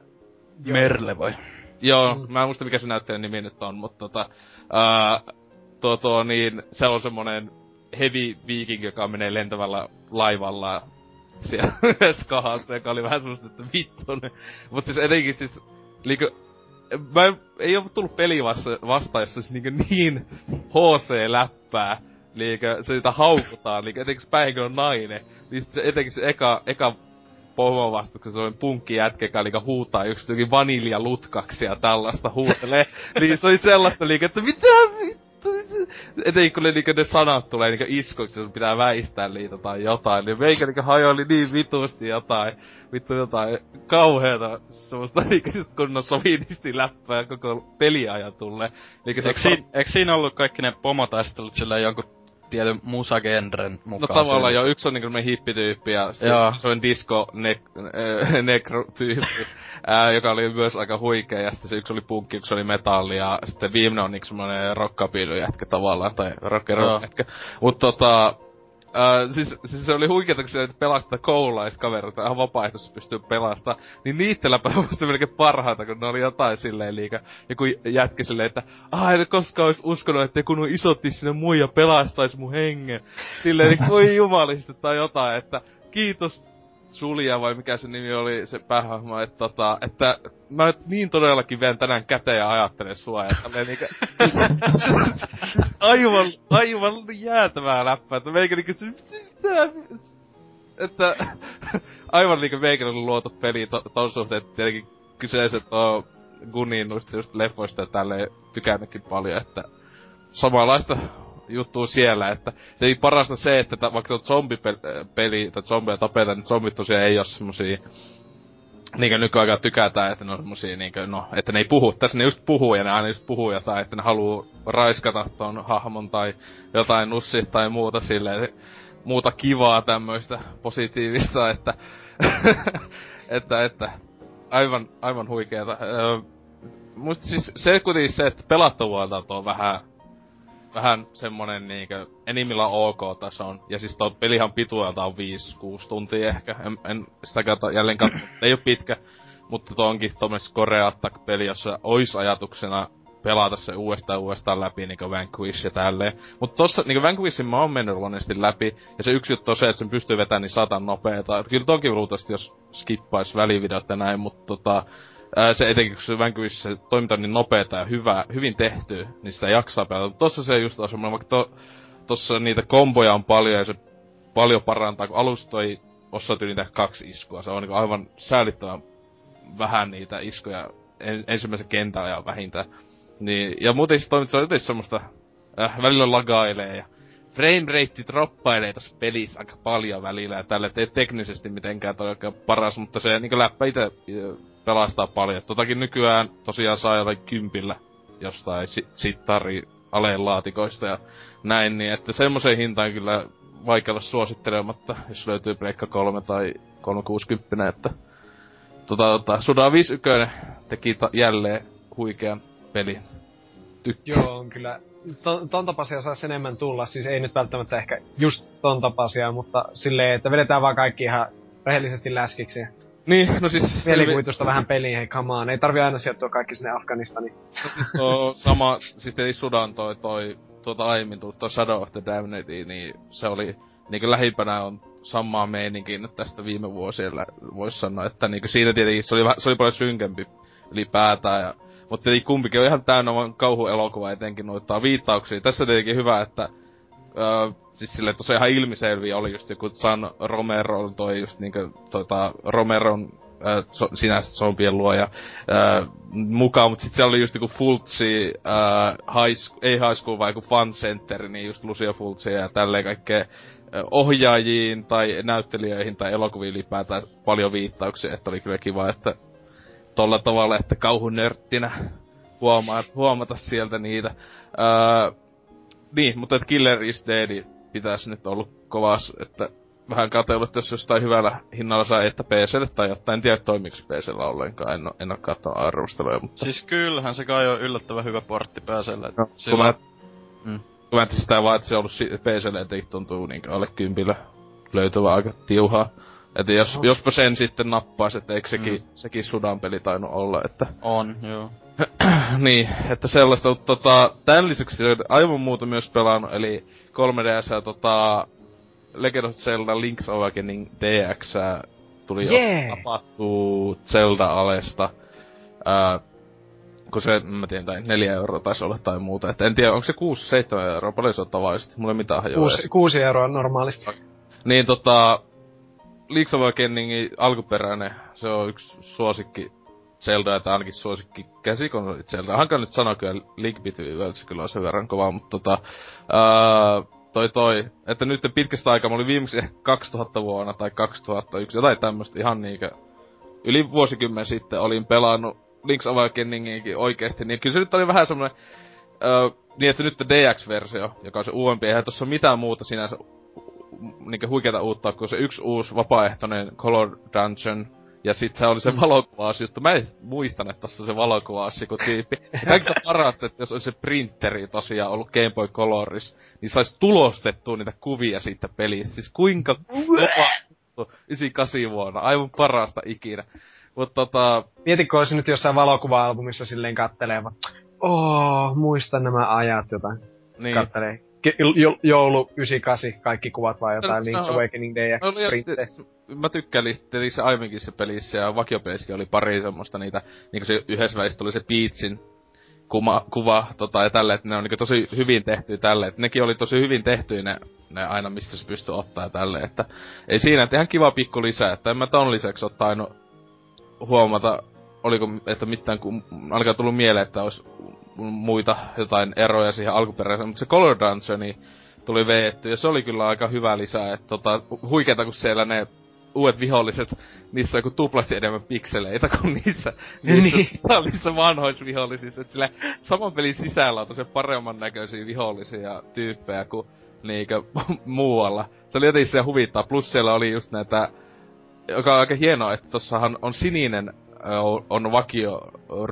Merle vai? Joo, mm. mä en muista mikä se näyttelijän nimi nyt on, mutta tota, ää, tuo, tuo niin, se on semmonen heavy viking, joka menee lentävällä laivalla siellä skahassa, joka oli vähän semmoista, että vittu ne. Mut siis etenkin siis, liikö, mä en, ei oo tullut peli vasta, vasta jossa siis niin, niin H C-läppää, liikö, se niitä haukutaan, liikö, etenkin se päähenkilö on nainen, niin se etenkin se eka, eka pomo vasta, kun se on punkki jätkä, joka liikä huutaa yksi jokin vaniljalutkaksi ja tällaista huutelee, niin se oli sellaista liikö, että mitä vittu, etenkin kun ne, niin ne sanat tulee niin iskoiksi, jos pitää väistää niitä tai jotain, niin meikä niin hajoili niin vitusti jotain, vittu jotain kauheeta semmoista niin kunnon sovinisti läppää koko peliajan tulee. Niin eikö, siin, eikö siinä ollut kaikki ne pomotaistelut silleen jonkun tietyn musagenren mukaan? No tavallaan joo, yksi on niinku semmonen hippityyppi ja sitten se on disco ne- äh, necro-tyyppi, äh, joka oli myös aika huikea, ja sitten se yksi oli punkki, yksi oli metalli, ja sitten viimeinen on niinku semmonen rockabilly-jätkä tavallaan, tai rock'n'roll-jätkä. Mut tota, Uh, siis, siis se oli huikeeta, kun se pelastaa koululaiskavereita, ihan vapaaehtoisesti pystyy pelastamaan. Niin niitten läpä on musta melkein parhaita, kun ne oli jotain silleen liikaa. Joku jätki silleen, että aah, en koskaan ois uskonut, että joku isotti sinne muija pelastais mun hengen. Silleen, niin voi jumalista tai jotain, että kiitos Julia vai mikä se nimi oli, se päähahmo, että tota, että mä niin todellakin vien tänään käteen ja ajattelen sua, ja tälleen niinkö... aivan, aivan jäätävää läppää, että meikä niinkö... Että... aivan niinkö meikä oli luotu peli to, ton suhteen, että tietenkin kyseiset on Gunnin noista just leffoista ja tälleen tykännytkin paljon, että... samanlaista juttuu siellä, että ei parasta se, että ta, vaikka tuo zombipeli tai zombeja tapetaan, niin zombit tosiaan ei oo semmosia niinkö nykyaikaan tykätään, että ne on semmosia niinkö, no, että ne ei puhu, tässä ne just puhuu ja ne aina just puhuu jotain, että ne haluu raiskata ton hahmon tai jotain nussi tai muuta silleen, muuta kivaa tämmöistä positiivista, että että, että aivan, aivan huikeeta. Öö, muista siis se kuitenkin se, että pelattavuudelta on vähän vähän semmonen niinkö enimmillään ok-tason. Ja siis tuo pelihan pituelta on viisi kuusi tuntia ehkä. En, en sitä kato, jälleen katso, ei oo pitkä. mutta tuo onkin tommoinen Korea Attack-peli, jossa ois ajatuksena pelata se uudestaan uudestaan läpi, niinku Vanquish ja tälleen. Mut tossa, niinku Vanquishin mä oon mennyt luonnollisesti läpi, ja se yksi juttu on se, että sen pystyy vetämään niin satan nopeeta. Et kyllä toki luultavasti, jos skippais välivideot ja näin, mutta tota, ää, se etenkin, kun se Vanquish, se toiminta on niin nopeeta ja hyvä, hyvin tehty, niin sitä jaksaa pelata. Mut tossa se just on semmoinen, vaikka to, tossa niitä komboja on paljon, ja se paljon parantaa, kun alussa toi osaa tyyliin tehdä kaksi iskua. Se on niinku aivan säälittävän vähän niitä iskuja en, ensimmäisen kentällä ja vähintään. Niin, ja muuten se toimit, se on jotenkin semmoista, äh, välillä lagailee ja frame rate droppailee tossa pelissä aika paljon välillä ja tälle, ei teknisesti mitenkään toi oikein paras, mutta se niinku läppä ite pelastaa paljon. Totakin nykyään tosiaan saa jollain kympillä jostain si- sittari aleen laatikoista ja näin, niin että semmoiseen hintaan kyllä vaikea olla suosittelematta, jos löytyy Pleikka kolme tai kolmesataakuusikymmentä, että tota, tota, Suda viisikymmentäyksi teki ta- jälleen huikean pelin. Tykkää. Joo, on kyllä. Ton, ton tapaisia saisi enemmän tulla, siis ei nyt välttämättä ehkä just ton tapaisia, mutta silleen, että vedetään vaan kaikki ihan rehellisesti läskiksi. Niin, no siis... Mielikuvitusta vähän peliin, hei come on. Ei tarvi aina sijoittua kaikki sinne Afganistaniin. No siis tuo sama, siis tietysti Sudan toi, toi tuota aiemmin tullut toi Shadow of the Damned, niin se oli niinku lähimpänä on samaa meininkin nyt tästä viime vuosilla, vois sanoa, että niinku siinä tietenkin se oli, se oli paljon synkempi ylipäätään, ja, mutta tietenkin kumpikin on ihan täynnä vaan kauhuelokuva etenkin noita viittauksia. Tässä tietenkin hyvä, että öö, siis silleen tosiaan ihan ilmiselviä oli just joku San Romero, toi just niinku tota Romeron äh, so, sinänsä zombien luoja äh, mukaan, mut sit siellä oli just joku Fultsi, äh, high school, ei high school vaan joku Fun Center, niin just Lucia Fultsia ja tälleen kaikkea äh, ohjaajiin tai näyttelijöihin tai elokuviin ylipäätään paljon viittauksia, että oli kyllä kiva, että tolla tavalla, että kauhunörttinä huomaa, huomata sieltä niitä. Äh, niin, mutta et Killer is Dead pitäis nyt ollut kovas, että vähän katsellut, jos jostain hyvällä hinnalla saa, että P C:lle tai jotain. En tiedä, toimiks P C:llä ollenkaan. En oo, en oo katsonut arvosteluja, mutta... Siis kyllähän se kai on yllättävän hyvä portti P C:lle. No, sillä... kun mä... Mm. Kun mä sitä vaan, että se on ollut P C:lle, että tuntuu niinkö alle kympillä löytyvä aika tiuhaa. Että jos, no. jospa sen sitten nappais, että eikö sekin, mm. sekin Sudan peli tainnut olla, että... On, joo. niin, että sellaista, mutta tota... Tän lisäksi aivan muuta myös pelannut, eli kolme D S ja tota... Legend of Zelda Link's Awakening D X tuli yeah. jos tapahtuu Zelda-alesta. Ää, kun se, mä tiedän, tai neljä euroa taisi olla tai muuta. Et en tiedä, onko se kuusi seitsemän euroa, paljon se on tavallisesti. Mulla ei mitään hajoa kuusi, kuusi euroa normaalisti. Niin tota... Link's Awakeningin alkuperäinen, se on yksi suosikki Zelda, tai ainakin suosikki käsikonelit Zelda. Hanka nyt sanoa kyllä Link Between Worlds kyllä on sen verran kovaa, mutta tota... Ää, toi toi, että nyt pitkästä aikaa, mä olin viimeksi ehkä kaksituhatta vuonna tai kaksituhattayksi, jotain tämmöstä ihan niinkö... Yli vuosikymmen sitten olin pelannut Link's Awakeninginkin oikeesti, niin kyllä se nyt oli vähän semmonen... Öö, niin, että nyt D X-versio, joka on se uudempi, eihän tossa mitään muuta sinänsä niinkö huikeeta uutta, kun se yksi uusi vapaaehtoinen Color Dungeon, ja sit se oli se valokuvausjuttu. Mä en muistan, että tossa on se valokuvaus joku tyyppi. Kaikista parasta, että jos olisi se printeri tosiaan ollut Game Boy Colorissa, niin sais tulostettua niitä kuvia siitä pelistä. Siis kuinka kova yhdeksänkymmentäkahdeksan vuonna. Aivan parasta ikinä. Mut tota... Mietitkö olisi nyt jossain valokuva-albumissa silleen kattelee vaan, ooo, muistan nämä ajat jotain. Niin. Kattelee. Jo- joulu yhdeksänkymmentäkahdeksan, kaikki kuvat vaan jotain no, Link's no, Awakening D X no, printteistä. Mä tykkäilin sitten se aiemminkin se pelissä ja vakiopelissäkin oli pari semmoista niitä, niinku se yhdessä välissä tuli se Peachin kuva, kuva tota, ja tälleen, että ne on niinku tosi hyvin tehtyä tälleen, että nekin oli tosi hyvin tehtyä ne, ne aina mistä se pystyi ottaa ja tälleen, että ei siinä, että ihan kiva pikku lisää, että en mä ton lisäksi oo tainnut huomata, oliko, että mitään, kun ainakaan tullut mieleen, että olisi muita jotain eroja siihen alkuperäiseen, mutta se Color Dungeoni tuli veetty, ja se oli kyllä aika hyvä lisää, että tota, huikeeta kun siellä ne uudet viholliset, niissä on joku tuplasti enemmän pikseleitä kuin niissä, niissä, niin. niissä vanhoissa vihollisissa, että sillä saman pelin sisällä on tosiaan paremman näköisiä vihollisia tyyppejä kuin niinkö muualla. Se oli jotenkin se huvittaa, plus siellä oli just näitä, joka on aika hienoa, että tossahan on sininen on vakio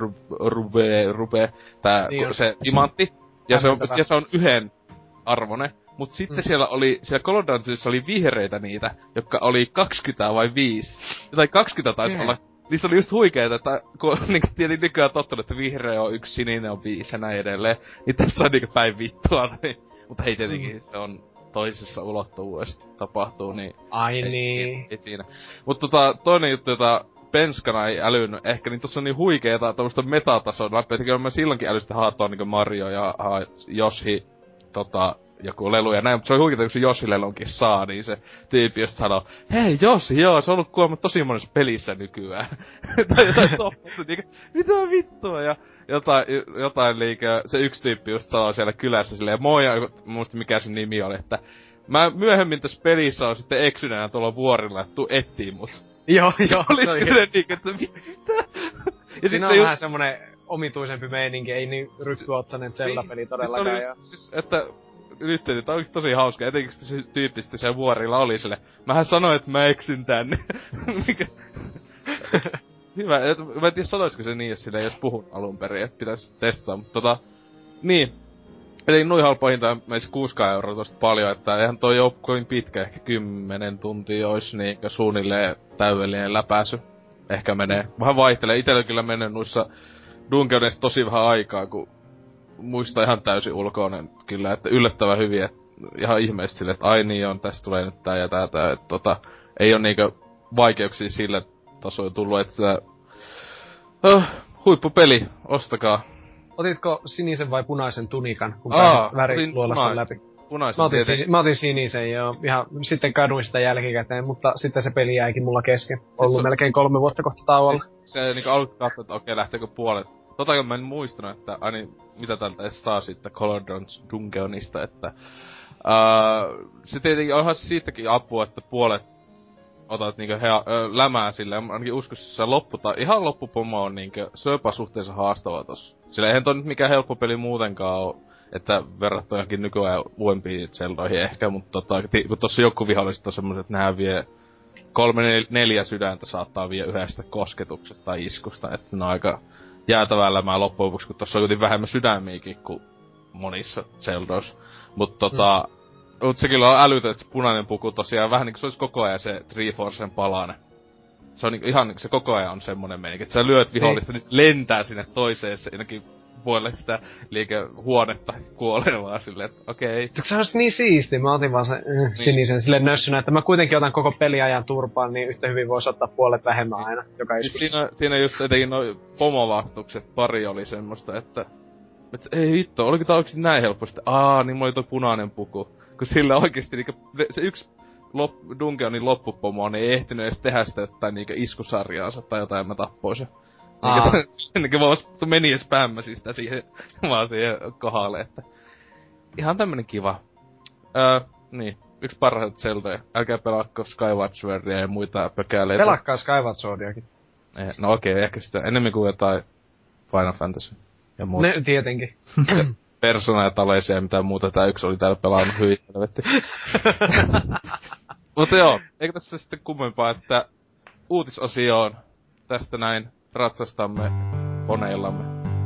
rube, rube tää niin se timantti, ja se, on, ja se on yhden arvone. Mut sitten mm. siellä oli, siellä Color Dungeonissa oli vihreitä niitä, jotka oli kaksikymmentä vai viisi. Tai kaksikymmentä taisi yeah. olla niissä oli just huikeeta, että kun niinku tietenkin nykyään tottunut, että vihreä on yksi, sininen on viisi ja näin edelleen. Niin tässä on niinku päin vittua, niin. Mutta hei tietenkin mm. se on toisessa ulottuvuudessa tapahtuu, niin... Ai ei, niin. Ei siinä. Mutta tota, toinen juttu, jota penskana ei älynyt ehkä, niin tossa on niin huikeeta tommoista metatason läpi, että kyllä mä silloinkin älystä haatoa niinku Mario ja ha, Yoshi, tota, joku lelu ja näin, mutta se on huikeeta, kun se Yoshi-lelunkin saa, niin se tyyppi just sanoo, hei Yoshi, joo, se on ollut kuulemma tosi monessa pelissä nykyään. tai jotain tommasta, niinku, mitä vittua, ja jotain, jotain liikaa, se yksi tyyppi just sanoo siellä kylässä silleen, moi, ja muista mikä sen nimi oli, että mä myöhemmin tässä pelissä on sitten eksyneenä tuolla vuorilla, että tuu etsii mut. Joo, joo. Oli silleen niinku, että mitä? Ja siinä on ju- vähän semmonen omituisempi meininki, ei niin ryppyotsainen Zelda-peli todellakaan. Siis, just, siis että nyt tää on tosi hauska, etenkin se tyyppi sitten siellä vuorilla oli sille. Mähän sanoin, että mä eksyn tänne. Mikä... Hyvä, et, mä en tiedä sanoisiko se niin, jos sille ei jos puhun alun perin, että pitäis testaa, mutta tota... Niin. Eli noin halpa hinta meis kuusikymmentä euroa tosta paljon, että eihän toi joukko kovin pitkä, ehkä kymmenen tuntia ois niinkö suunnilleen täydellinen läpäisy. Ehkä menee. Vähän vaihtelee. Itellä kyllä menee noissa Dungeoneissa tosi vähän aikaa, kun muista ihan täysin ulkoinen kyllä, että yllättävän hyvin, että ihan ihmeesti silleen, että ai niin on, tästä tulee nyt tää ja tää tää, että tota, ei oo niinkö vaikeuksia sille tasoilla tullut, että oh, huippupeli, ostakaa. Otitko sinisen vai punaisen tunikan, kun Aa, pääsit väriluolasta läpi? Punaisen mä otin, si- mä otin sinisen, joo. Ihan sitten kaduin sitä jälkikäteen, mutta sitten se peli jäikin mulla kesken. Ollut siis melkein kolme vuotta kohta tauolla. Siis se niinku aluksi katsoi, että okei, lähteekö puolet. Tota mä en muistanut, että aini, mitä tältä edes saa sitten Colourdons Dungeonista, että... Uh, se tietenkin onhan siitäkin apua, että puolet otat niinku hea, ö, lämää silleen, ainakin uskoisin se loppu, tai ihan loppupomo on niinku, se on jopa suhteessa haastava tossa. Sillä eihän toi nyt mikään helppo peli muutenkaan oo, että verrattuna johonkin nykyajan uudempiin Zeldoihin ehkä, mutta tota, kun tossa joku viholliset on semmoset, että nää vie kolme nel, neljä sydäntä saattaa vie yhdestä kosketuksesta tai iskusta, että ne on aika jäätävää lämää loppujen lopuksi, kun tossa on kuitenkin vähemmän sydämiäkin kuin monissa Zeldoissa. Mut tota, mm. mut se kyllä on älytön, että se punainen puku tosiaan vähän niinku se olisi koko ajan se Triforcen palane. Se on niinku ihan niinku se koko ajan on semmonen meininki, että sä lyöt vihollista, niin, niin lentää sinne toiseen jonnekin puolelle sitä liikehuonetta kuolevaa silleen, että okei. Okay. Se olisi niin siisti, mä otin vaan sen niin. sinisen silleen nössynä, että mä kuitenkin otan koko peliajan turpaan, niin yhtä hyvin voisi ottaa puolet vähemmän aina, joka siis siinä, siinä just etenkin noi pomovastukset pari oli semmoista, että et ei hitto, oliko tää oikeesti näin helposti? Aa, niin mulla oli toi punainen puku. Kun sillä oikeesti niinku, se yksi lop, Dungeonin loppupomo, niin ei ehtinyt edes tehdä sitä jotain niinku iskusarjaansa tai jotain, mä tappoin se. Ennenkin vaan meni ja spämmäsi sitä siihen, vaan siihen kohdalle, että... Ihan tämmönen kiva. Öö, niin. Yksi parhaat Zeldoja. Älkää pelaakko Skyward Swordia ja muita pökäleitä. Pelakkaa Skyward Swordiakin. No okei, okay, ehkä sitä enemmän kuin jotain Final Fantasy ja muuta. Ne, tietenkin. Persona ja Talesia ja mitään muuta. Tää yksi oli täällä pelaannut hyvin, helvetti. Mutta joo, eikö tässä sitten kummempaa, että uutisosioon tästä näin ratsastamme poneillamme.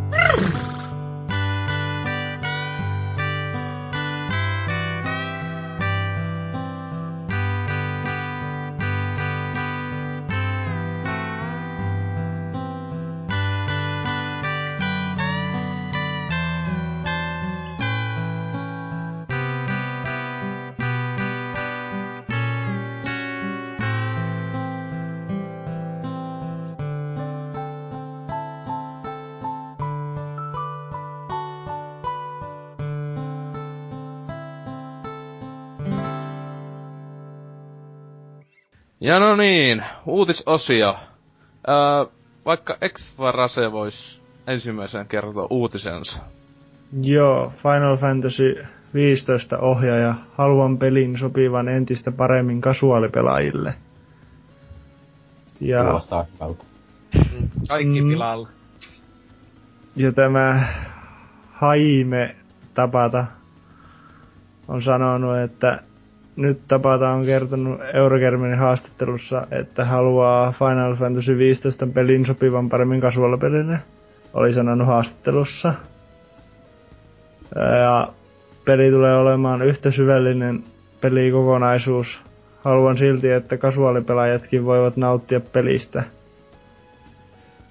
Ja no niin, uutisosio. Öö, vaikka X-Varase vois ensimmäisenä kertoa uutisensa. Joo, Final Fantasy viisitoista ohjaaja haluan pelin sopivan entistä paremmin kasuaalipelaajille. Ja... Kuulostaa hyvältä. Kaikki mm. pilalla. Ja tämä Haime Tapata on sanonut, että nyt Tapata on kertonut Eurogamerin haastattelussa, että haluaa Final Fantasy viisitoista pelin sopivan paremmin casual-pelinä. Oli sanonut haastattelussa. Ja peli tulee olemaan yhtä syvällinen pelikokonaisuus. Haluan silti, että casual-pelaajatkin voivat nauttia pelistä.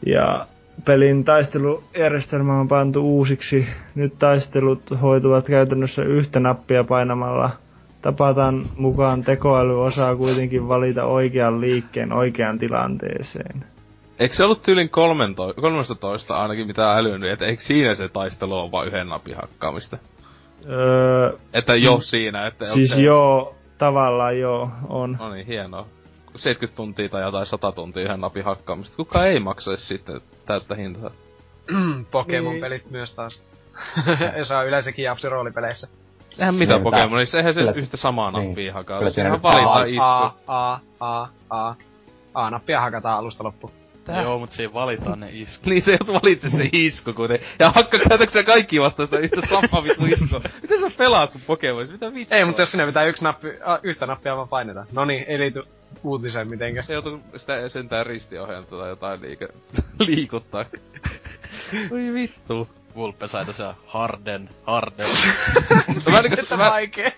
Ja pelin taistelujärjestelmä on pantu uusiksi. Nyt taistelut hoituvat käytännössä yhtä nappia painamalla. Tapatan mukaan tekoäly osaa kuitenkin valita oikean liikkeen oikeaan tilanteeseen. Eikö se ollut tyylin kolmetoista ainakin mitä älynyt, että eikö siinä se taistelu on vaan yhden napin hakkaamista? Öö, että jo siinä, että... Siis se... joo, tavallaan joo, on. No niin, hienoa. seitsemänkymmentä tuntia tai jotain sata tuntia yhden napin hakkaamista. Kuka ei maksaisi sitten täyttä hintaa? Pokemon-pelit myös taas. Se on yleensäkin japsi roolipeleissä. Eihän mitä niin, Pokemonissa, eihän se yhtä samaa nappia niin. Hakaa. Sehän valitaan isku. A, A, A, A. A-nappia hakataan alusta loppuun. Tää? Joo, mut siinä valitaan ne isku. Niin se valitse se isku kuitenkin. Ja hakka käytäksä kaikki vastaan sitä yhtä samaa vittu iskua. Miten sä pelaat sun Pokemonissa? Mitä vittua? Ei, mutta jos sinne pitää yksi nappi, a, yhtä nappia vaan painetaan. Noniin, ei liity uutiseen mitenkään. Se joutuu sitä sentään ristiohjelta tai jotain liike, liikuttaa. Oi vittu. Vulpe sai tässä harden, harden. No mä niinku mä... vaikee.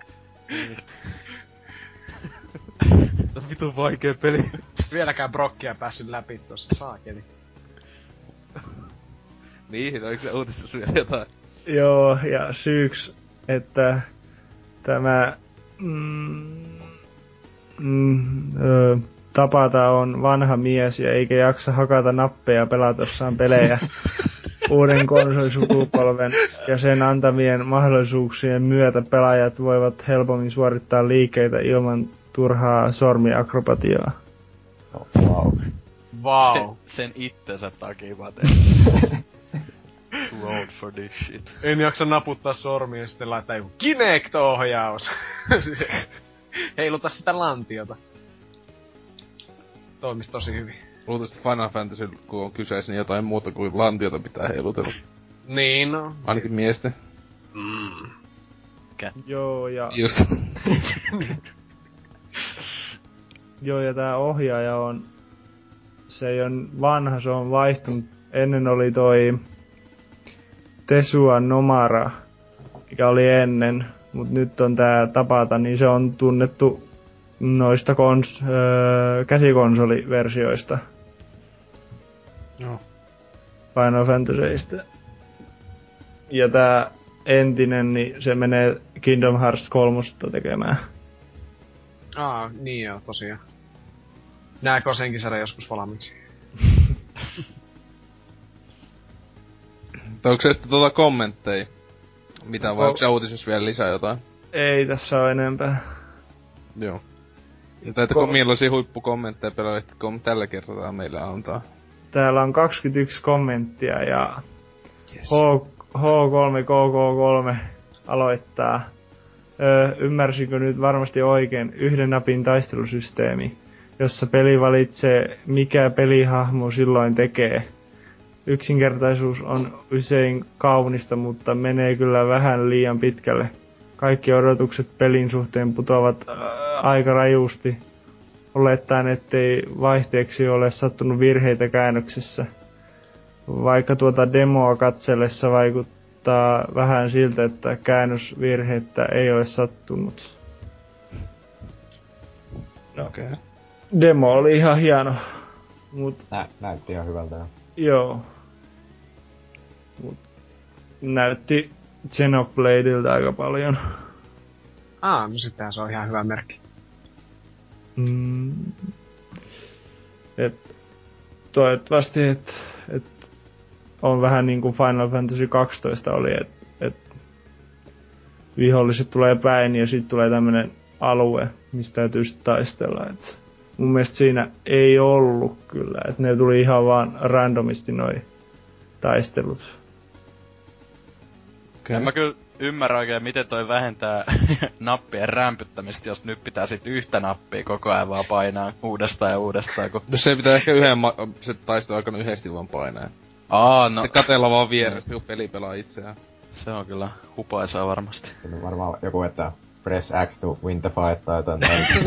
Tää on vitun vaikee peli. Vieläkään Brockia päässyt läpi tossa, saakeli. Niin, oliko se uutisessa vielä jotain? Joo, ja syyks, että tämä... Mm, mm, ö, Tapata on vanha mies ja eikä jaksa hakata nappeja pelatessaan pelejä. Uuden konsolisukupolven ja sen antamien mahdollisuuksien myötä pelaajat voivat helpommin suorittaa liikkeitä ilman turhaa sormiakrobatiaa. Oh, wow. Wow. Sen, sen itsensä takia vaan tehdään. Road for this shit. En jaksa naputtaa sormia ja sitten laittaa joku Kinect-ohjaus. Heiluta sitä lantiota. Toimis tosi hyvin. Luultavasti Final Fantasy, kun on kyseessä, niin jotain muuta kuin lantiota pitää heilutella. Niin no. Ainakin miesten. Mm. Kä? Joo, ja... Just. Joo, ja tää ohjaaja on... Se ei on vanha, se on vaihtunut. Ennen oli toi... Tesua Nomara, mikä oli ennen. Mut nyt on tää Tapata, niin se on tunnettu noista kons... Öö, käsikonsoliversioista. Joo. Final Fantasyista. Ja tää entinen, niin se menee Kingdom Hearts kolme tekemään. Aa, niin joo, tosiaan. Nääkö senkin saada joskus valmiiksi? Onko se sitten tuota kommentteja? Mitä vai onko se uutisessa vielä lisää jotain? Ei tässä ole enempää. Joo. Ja täytyykö Ko- millaisia huippukommentteja pelaajahtikoon tällä kertaa meillä antaa? Täällä on kaksikymmentäyksi kommenttia ja yes. H kolme K K kolme aloittaa. Öö, ymmärsinkö nyt varmasti oikein yhden napin taistelusysteemi, jossa peli valitsee mikä pelihahmo silloin tekee. Yksinkertaisuus on usein kaunista, mutta menee kyllä vähän liian pitkälle. Kaikki odotukset pelin suhteen putoavat ää, aika rajusti. Olettaen, ettei vaihteeksi ole sattunut virheitä käännöksessä. Vaikka tuota demoa katsellessa vaikuttaa vähän siltä, että käännösvirheitä ei ole sattunut. No. Okei. Okay. Demo oli ihan hieno. Mut... Nä, näytti ihan hyvältä jo. Joo. Mut näytti Xenobladeilta aika paljon. Aa, no sittenhän se on ihan hyvä merkki. Mm. Et toivottavasti, et, et on vähän niinku Final Fantasy kaksitoista oli, et, et viholliset tulee päin ja sit tulee tämmönen alue, mistä täytyy sit taistella. Et mun mielestä siinä ei ollut kyllä, et ne tuli ihan vaan randomisti noi taistelut. Okay. En mä kyllä ymmärrä oikein, miten toi vähentää nappien rämpyttämistä, jos nyt pitää sit yhtä nappia koko ajan vaan painaa uudestaan ja uudestaan. Kun... No se pitää ehkä yhden ma- se taistelu aikana yhdesti vaan painaa. Aa, no... Sitten katella vaan vierestä, kun peli pelaa itseään. Se on kyllä hupaisaa varmasti. Se on varmaan joku, että press X to win the fight tai jotain.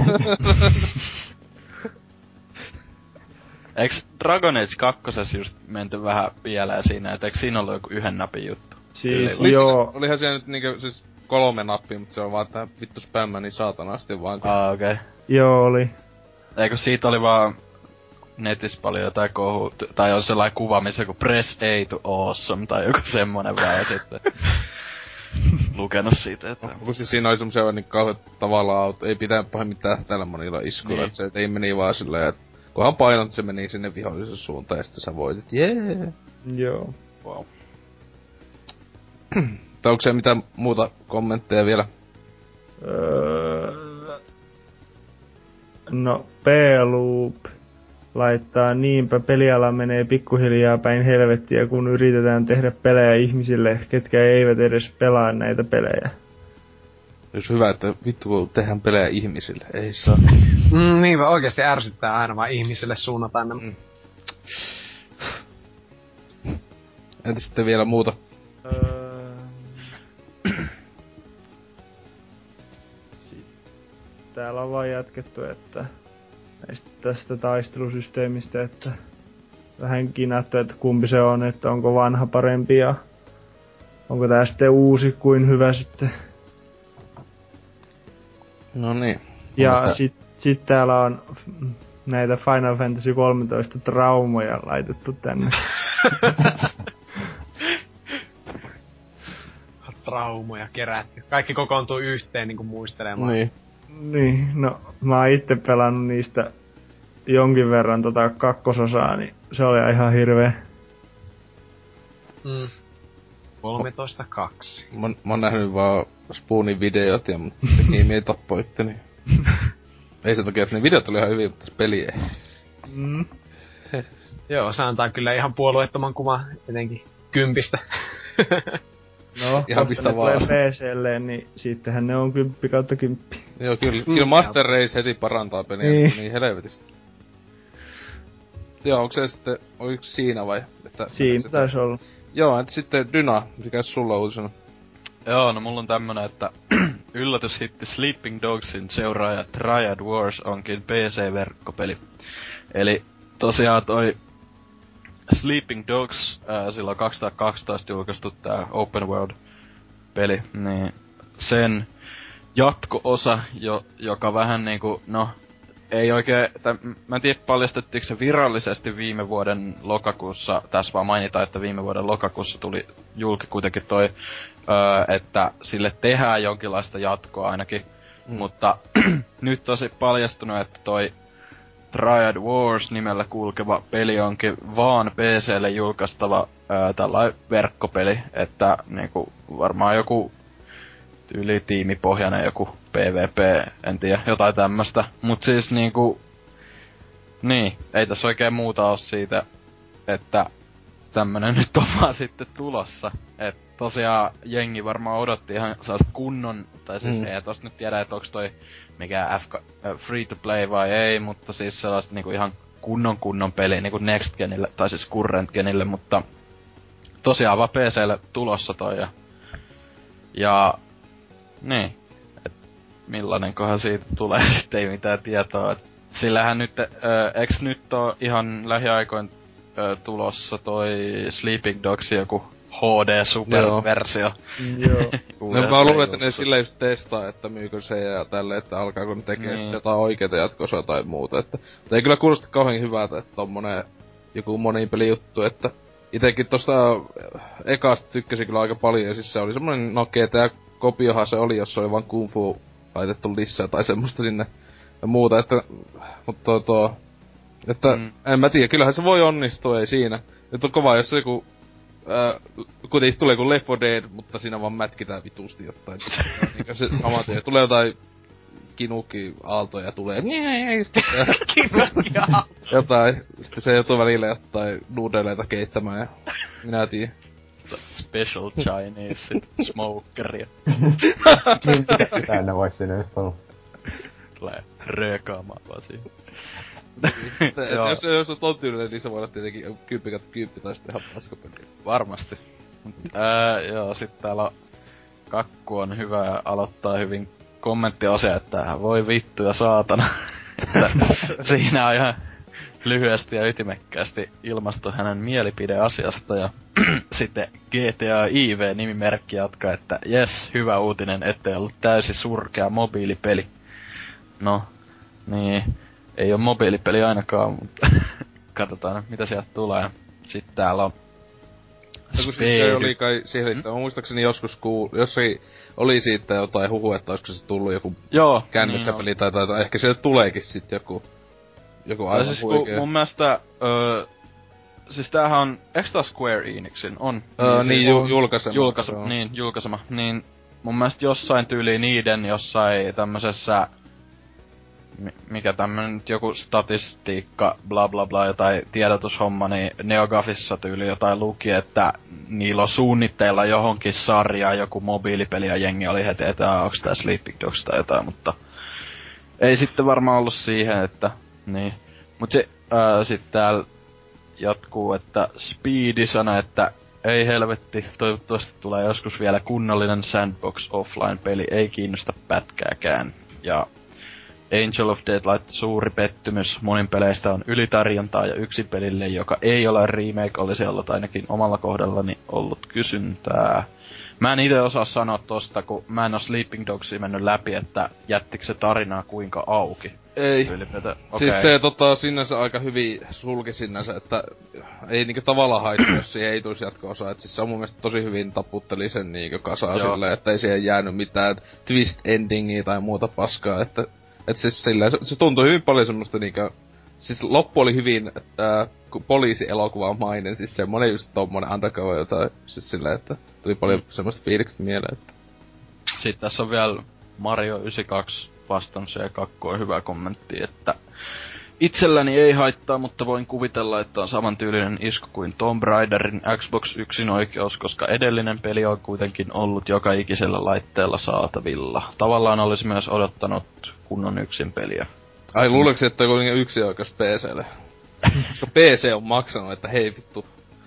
Eiks Dragon Age kaksi just menty vähän pieleen siinä, et eiks siinä ollut joku yhden napin juttu? Siis Oli, joo. Olihan siellä nyt niinku siis kolme nappia, mutta se on vaan tää vittu spämmä niin saatanasti vaan. Kun... Aa, okei. Okay. Joo, oli. Eikö siitä oli vaan netissä paljon jotain kohu, tai on sellainen kuva, missä joku press A to awesome, tai joku semmonen vaan, ja sitten lukenut siitä, että... No, kun siis siinä oli semmosia niin kauhean tavallaan auto, ei pitää pahemmin tähtäällä monilla iskuilla, niin. Että se ei meni vaan silleen, että kunhan painot, se meni sinne vihollisen suuntaan, ja sitten sä voitit, jee! Yeah. Joo. Wow. Tai onko se mitään muuta kommentteja vielä? Öö... No, P-Loop laittaa niinpä peliala menee pikkuhiljaa päin helvettiä, kun yritetään tehdä pelejä ihmisille, ketkä eivät edes pelaa näitä pelejä. Jos hyvä, että vittu kun tehdään pelejä ihmisille, ei saa. Mm, niinpä oikeesti ärsyttää aina vaan ihmisille suunnataan nämä. Mm. Entä sitten vielä muuta? Öö... Täällä on vaan jatkettu, että näistä tästä taistelusysteemistä, että vähän kinattu, että kumpi se on, että onko vanha parempi ja onko tää sitten uusi kuin hyvä sitten. No niin. Ja sitä... sit, sit täällä on näitä Final Fantasy kolmetoista traumoja laitettu tänne. Traumoja kerätty. Kaikki kokoontuu yhteen niinku muistelemaan. Niin. Niin, no mä oon itse pelannut niistä jonkin verran tota kakkososaa, niin se oli ihan hirveä. Mm. kolmetoista kaksi. Mä, mä oon nähnyt vaan Spoonin videot ja mut teki miei tappoi itteni. Ei sen takia, että ne videot oli ihan hyviä, mutta se peli ei. Mm. Joo, se antaa kyllä ihan puolueettoman kuvan etenkin kympistä. No, ihan mistä vaan. P C:lle, niin sittenhän ne on kymppi kautta kymppi. Joo, kyllä, kyllä Master Race heti parantaa peliä niin, niin helvetisti. Joo, onko se sitten, oliko siinä vai? Että siinä taisi olla. Joo, entä sitten Dyna, mikäs sulla on uutisena? Joo, no mulla on tämmönen, että yllätyshitti Sleeping Dogsin seuraaja Triad Wars onkin P C-verkkopeli. Eli tosiaan toi Sleeping Dogs, ää, silloin kaksituhattakaksitoista julkaistu tää Open World-peli, niin sen jatko-osa, jo, joka vähän niinku, no, ei oikein, täm, mä en tiedä paljastettiinko se virallisesti viime vuoden lokakuussa, tässä vaan mainitaan, että viime vuoden lokakuussa tuli julki kuitenkin toi, öö, että sille tehdään jonkinlaista jatkoa ainakin, mm. mutta nyt tosi paljastunut, että toi Triad Wars nimellä kulkeva peli onkin vaan P C:lle julkaistava öö, tällainen verkkopeli, että niinku varmaan joku tyyli tiimipohjainen joku PvP, en tiedä, jotain tämmöstä. Mut siis niinku, niin, ei tässä oikein muuta oo siitä, että tämmönen nyt on vaan sitten tulossa. Et tosiaan jengi varmaan odotti ihan sellaista kunnon, tai siis mm. ei tosta nyt tiedä, että onks toi mikä F- äh, free to play vai ei, mutta siis sellaista niinku ihan kunnon kunnon peli niinku next genille, tai siis current genille, mutta tosiaan vaan P C:lle tulossa toi ja, ja niin, et millainenkohan siitä tulee sitten ei mitään tietoa, et sillähän nyt, äh, eks nyt oo ihan lähiaikoin äh, tulossa toi Sleeping Dogs joku H D-superversio. Joo. No mä luulen, että ne sillä just testaa, että myykö se ja tälle, että alkaako ne tekee niin. Sitten jotain oikeeta jatkosoa tai muuta, että... Mutta ei kyllä kuulosta kauhean hyvältä, että tommonen joku monipelijuttu, että... Itekin tosta ekasta tykkäsin kyllä aika paljon, ja siis se oli semmonen, no G T A-kopiohan se oli, jossa oli vaan Kung Fu laitettu lisää tai semmoista sinne ja muuta, että... Mutta tuo, tuo että mm. en mä tiedä, kyllähän se voi onnistua, ei siinä. Nyt on kova, jos se joku... Äh, kuitenkin tulee joku Left four Dead, mutta siinä vaan mätkitään vitusti jotain. Niinkö se sama tee. Tulee jotain Kinuki-aaltoja tulee. Kinuki-aaltoja. Jotain. Sitten se joutuu välillä jotain nuudeleita keittämään ja minä tiedän. Special Chinese smokeria. Niin mitä ne vois sinne just olla. Tulee röökaamaan vaan siihen. jos, jos on ton tyylinen, niin se voi olla tietenkin kymppi kautta kymppi tai sitten ihan paskapeli. Varmasti. Ää, joo, sit täällä on kakku on hyvä aloittaa hyvin kommenttiosia, että voi vittu ja saatana. Siinä on ihan lyhyesti ja ytimekkäästi ilmastu hänen mielipide asiasta ja sitten G T A I V-nimimerkki jatkaa, että jes, hyvä uutinen, ettei ollut täysin surkea mobiilipeli. No, niin, ei oo mobiilipeli ainakaan, mutta katsotaan mitä sieltä tulee. Sitten täällä on No kun siis se oli kai siihen liittyen, mm? muistaakseni joskus kuul... Jossain oli siitä jotain huhua, että olisiko se tullut joku Joo, kännykkäpeli niin tai, tai, tai ehkä sieltä tuleekin sit joku... Joku aivan siis huikea. mun mielestä... Öö, siis tämähän on... Eiks tää Square Enixin? On. Öö, niin, ju- julkaisema. Julkaisema, niin, julkaisema. Niin mun mielestä jossain tyyli niiden jossain tämmösessä... Mikä tämmönen nyt joku statistiikka, bla bla bla, jotain tiedotushomma, niin NeoGAFissa tyyli jotain luki, että niillä on suunnitteilla johonkin sarjaan joku mobiilipeli ja jengi oli heti, että onks tää Sleeping Dogs tai jotain, mutta ei sitten varmaan ollut siihen, että niin. Mut se, ää, sit täällä jatkuu, että Speedy sanoi, että ei helvetti, toivottavasti tulee joskus vielä kunnollinen Sandbox Offline-peli, ei kiinnosta pätkääkään. Ja Angel of Deadlight suuri pettymys, monin peleistä on ylitarjontaa ja yksin pelille, joka ei ole remake, olisi ollut ainakin omalla kohdallani ollut kysyntää. Mä en ite osaa sanoa tosta, kun mä en oo Sleeping Dogsia mennyt läpi, että jättikö se tarinaa kuinka auki. Ei. Okay. Siis se tota sinänsä aika hyvin sulki sinänsä, että ei niinku tavallaan haittaa, jos siihen ei tulisi jatko-osaa. Et siis se on mun mielestä tosi hyvin taputteli sen niinku kasaan silleen, että ei siihen jäänyt mitään twist endingiä tai muuta paskaa, että et siis silleen, se, se tuntui hyvin paljon semmoista niinkö... Siis loppu oli hyvin, äh, poliisi-elokuvamainen, siis semmonen just tommonen undercover jotain, siis silleen, että tuli paljon mm. semmoista fiilikset mieleen, että... Sitten tässä on vielä Mario yhdeksänkymmentäkaksi vastannut se kakku on hyvä kommentti, että itselläni ei haittaa, mutta voin kuvitella, että on samantyylinen isku kuin Tomb Raiderin Xbox yksin oikeus, koska edellinen peli on kuitenkin ollut joka ikisellä laitteella saatavilla. Tavallaan olisi myös odottanut kunnon yksin peliä. Ai luuleeko, että on kuitenkin yksin oikeus P C:lle? Koska P C on maksanut, että hei vittu.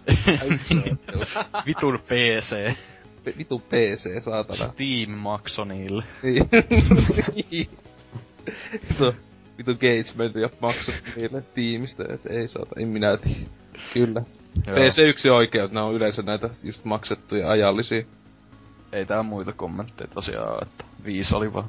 Vitun P C. Vitu P C, saatana. Steam makso niille. Niin. Vitu, vitu Gagement ja maksu niille Steamista, et ei saata, en minä tiedä. Kyllä. Joo. P C yksi oikeut, ne on yleensä näitä just maksettuja ajallisia. Ei tää muita kommentteja tosiaan, että viisi oli vaan.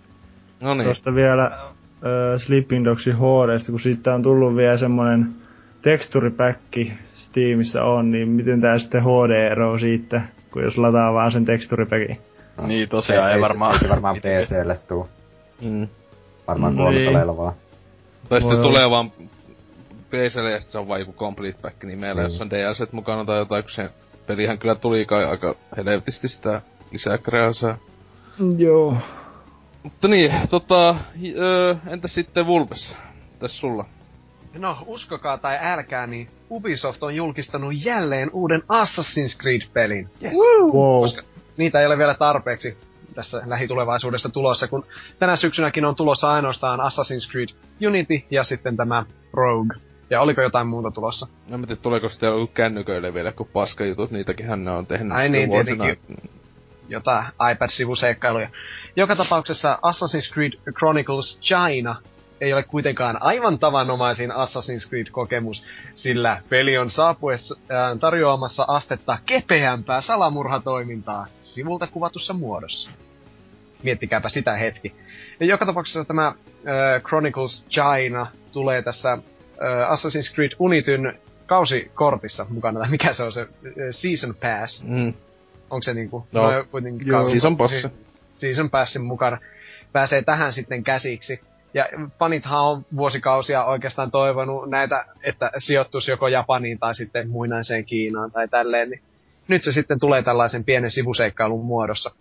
No niin. Tuosta vielä äh, Sleeping Dogsin H D:stä, kun siitä on tullut vielä semmonen teksturipäkki Steamissa on, niin miten tää sitten H D eroaa siitä, kun jos lataa vaan sen teksturipäkin? No, niin tosiaan ei, ei varmaan... Ei se varmaan P C:lle tuu. Mm. Varmaan no, konsoleilla vaan. Tai sitten tulee vaan P C:lle ja sit se on vaan joku complete pack, niin meillä mm. jos on D L C:t mukana tai jotain, kun se pelihän kyllä tuli kai aika helvetisti sitä lisää kreasaa. Joo. Mutta niin, tota, öö, entäs sitten Vulpes? Täs sulla? No, uskokaa tai älkää, niin Ubisoft on julkistanut jälleen uuden Assassin's Creed-pelin. Yes. Wow. Koska niitä ei ole vielä tarpeeksi tässä lähitulevaisuudessa tulossa, kun tänä syksynäkin on tulossa ainoastaan Assassin's Creed Unity ja sitten tämä Rogue. Ja oliko jotain muuta tulossa? No mä tiedä, tuleeko sitten joku kännyköille vielä, kun paskajutut, niitäkin ne on tehnyt. Ai niin, tietenkin. Jotain iPad-sivuseikkailuja. Joka tapauksessa Assassin's Creed Chronicles China ei ole kuitenkaan aivan tavanomaisin Assassin's Creed-kokemus, sillä peli on saapuessa äh, tarjoamassa astetta kepeämpää salamurhatoimintaa sivulta kuvatussa muodossa. Miettikääpä sitä hetki. Ja joka tapauksessa tämä äh, Chronicles China tulee tässä äh, Assassin's Creed Unityn kausikortissa mukana, tai mikä se on se äh, Season Pass. Mm. Onko se niinku... No, no kuitenkin kausi... Season Pass. Season Passin mukana. Pääsee tähän sitten käsiksi. Ja fanithan on vuosikausia oikeastaan toivonut näitä, että sijoittuisi joko Japaniin tai sitten muinaiseen Kiinaan tai tälleen. Niin nyt se sitten tulee tällaisen pienen sivuseikkailun muodossa.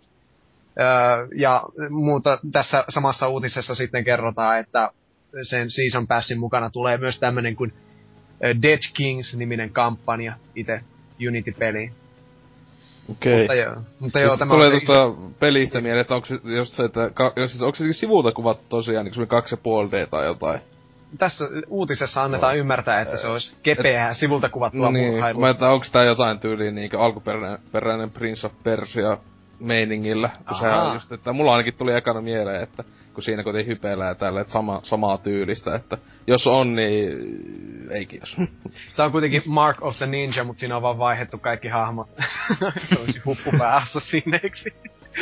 Öö, ja muuta tässä samassa uutisessa sitten kerrotaan, että sen Season Passin mukana tulee myös tämmönen kuin Dead Kings-niminen kampanja itse Unity-peliin. Okei. Mutta joo, mutta joo, tämä tulee on tuosta iso... pelistä mieleen, että onko se, jos se, että, ka, jos se, onko se sivulta kuvattu tosiaan, niin kaksi pilkku viisi D tai jotain? Tässä uutisessa annetaan no. ymmärtää, että se olisi kepeää, et, sivulta kuvattua no niin, murhailua. Mä että onko tää jotain tyyliä niinkö alkuperäinen Prince of Persia meiningillä, kun se on just, että mulla ainakin tuli ekana mieleen, että kun siinä kotiin hypeillään tällä, että sama, samaa tyylistä, että jos on, niin ei kiitos. Tää on kuitenkin Mark of the Ninja, mut siinä on vaan vaihdettu kaikki hahmot. Se olisi huppupäässä sinneksi.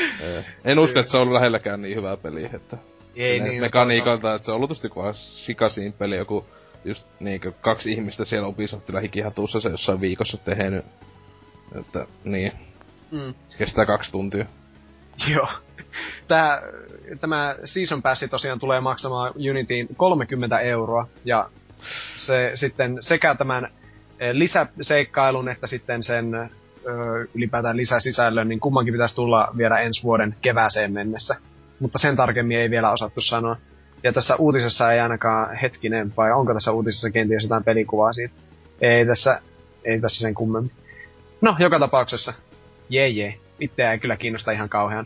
En usko, että se on ollut lähelläkään niin hyvää peliä, että... Ei niin. Mekaniikalta, että se on luultavasti vaan sikasiin peli, joku just niinkö kaksi ihmistä siellä Ubisoftilla hikihatussa se jossain viikossa tehnyt. Että niin. Mm. Se kestää kaksi tuntia. Joo. Tää, tämä Season Pass tosiaan tulee maksamaan Unityin kolmekymmentä euroa, ja se sitten sekä tämän lisäseikkailun että sitten sen ö, ylipäätään lisäsisällön, niin kummankin pitäisi tulla vielä ensi vuoden kevääseen mennessä. Mutta sen tarkemmin ei vielä osattu sanoa. Ja tässä uutisessa ei ainakaan hetkinen, vai onko tässä uutisessa kenties jotain pelikuvaa siitä? Ei tässä, ei tässä sen kummemmin. No, joka tapauksessa. Jee jee. Itseä ei kyllä kiinnosta ihan kauhean.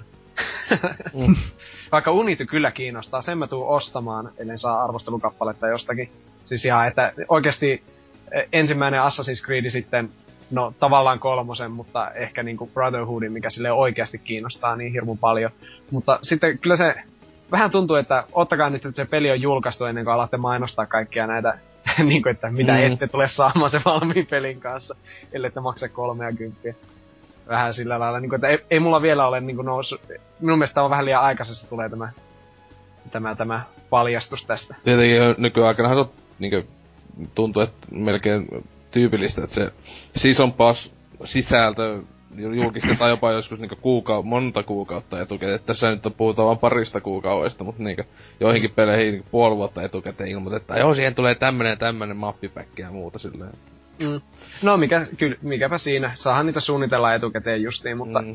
Mm. Vaikka Unity kyllä kiinnostaa, sen mä tuun ostamaan, ellen saa arvostelukappaletta jostakin. Siis ihan, että oikeesti ensimmäinen Assassin's Creed sitten, no tavallaan kolmosen, mutta ehkä niinku Brotherhoodin, mikä sille oikeasti kiinnostaa niin hirmu paljon. Mutta sitten kyllä se vähän tuntuu, että ottakaa nyt, että se peli on julkaistu ennen kuin alatte mainostaa kaikkia näitä, niinku että mitä mm. ette tule saamaan sen valmiin pelin kanssa, ellei te maksa kolmea kymppiä. Vähän sillä lailla, niinku, että ei, ei mulla vielä ole niinku noussut, minun mielestä on vähän liian aikaisessa tulee tämä, tämä, tämä paljastus tästä. Tietenkin nykyaikanahan on niinku tuntuu, että melkein tyypillistä, että se Season Pass sisältö julkistetaan jopa joskus niinku kuukau- monta kuukautta etukäteen. Tässä nyt on puhutaan vaan parista kuukaudesta, mutta niinku joihinkin peleihin niinku puoli vuotta etukäteen ilmoitetaan, joo, siihen tulee tämmönen ja tämmönen mappipäkki ja muuta silleen. Mm. No mikä, kyllä, mikäpä siinä. Saahan niitä suunnitella etukäteen justiin, mutta... Mm.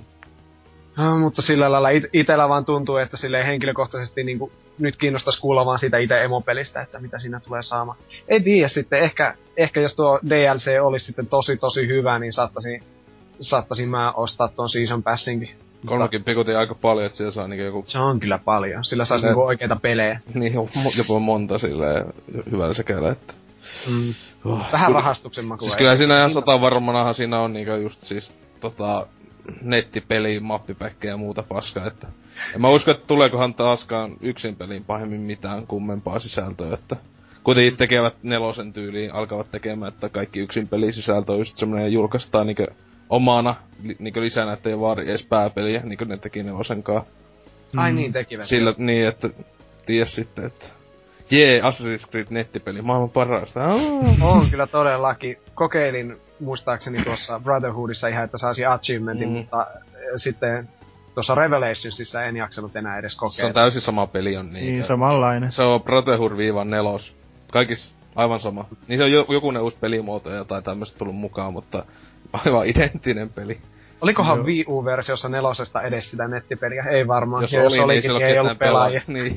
Uh, mutta sillä lailla it- itellä vaan tuntuu, että silleen henkilökohtaisesti niinku, nyt kiinnostais kuulla vaan siitä itse emopelistä, että mitä siinä tulee saamaan. Ei tiedä sitten, ehkä, ehkä jos tuo D L C olisi sitten tosi tosi hyvä, niin saattaisin, saattaisin mä ostaa tuon Season Passinkin. Kolmekin pikutin aika paljon, että siellä saa niinku joku... Se on kyllä paljon, sillä saisi niinku oikeita pelejä. Niin, jopa monta silleen hyvällä sekällä, että... Mm. Oh, vähän rahastuksen makua. Siis kyllä siinä ihan sata varmanahan siinä on niinku just siis tota... nettipeli, mappipäkkejä ja muuta paskaa, että... En mä usko, että tuleekohan taaskaan yksin peliin pahemmin mitään kummempaa sisältöä, että... Kuitenkin tekevät nelosen tyyliin, alkavat tekemään, että kaikki yksin pelisisältö on just semmonen julkaistaan niinkö omana li, niinkö lisänä, että ei vaadi edes pääpeliä, niinkö ne teki nelosenkaan. Ai niin, tekivät. Sillä niin, että... Ties sitten, että... Jee, Assassin's Creed nettipeli, maailman parasta. Oh. On kyllä todellakin. Kokeilin muistaakseni tuossa Brotherhoodissa ihan, että saisi achievementin, mm. mutta sitten tuossa Revelationsissa en jaksanut enää edes kokeilla. Se on täysin sama peli on niin. Niin, samanlainen. Se on Brotherhood-nelos. Kaikis aivan sama. Niin se on jokunen uusi pelimuoto ja jotain tämmöstä tullut mukaan, mutta aivan identtinen peli. Olikohan Wii U-versiossa nelosesta edes sitä nettipeliä? Ei varmaan. Jos, jos oli, olikin, niin ei ollut pelaajia. Niin.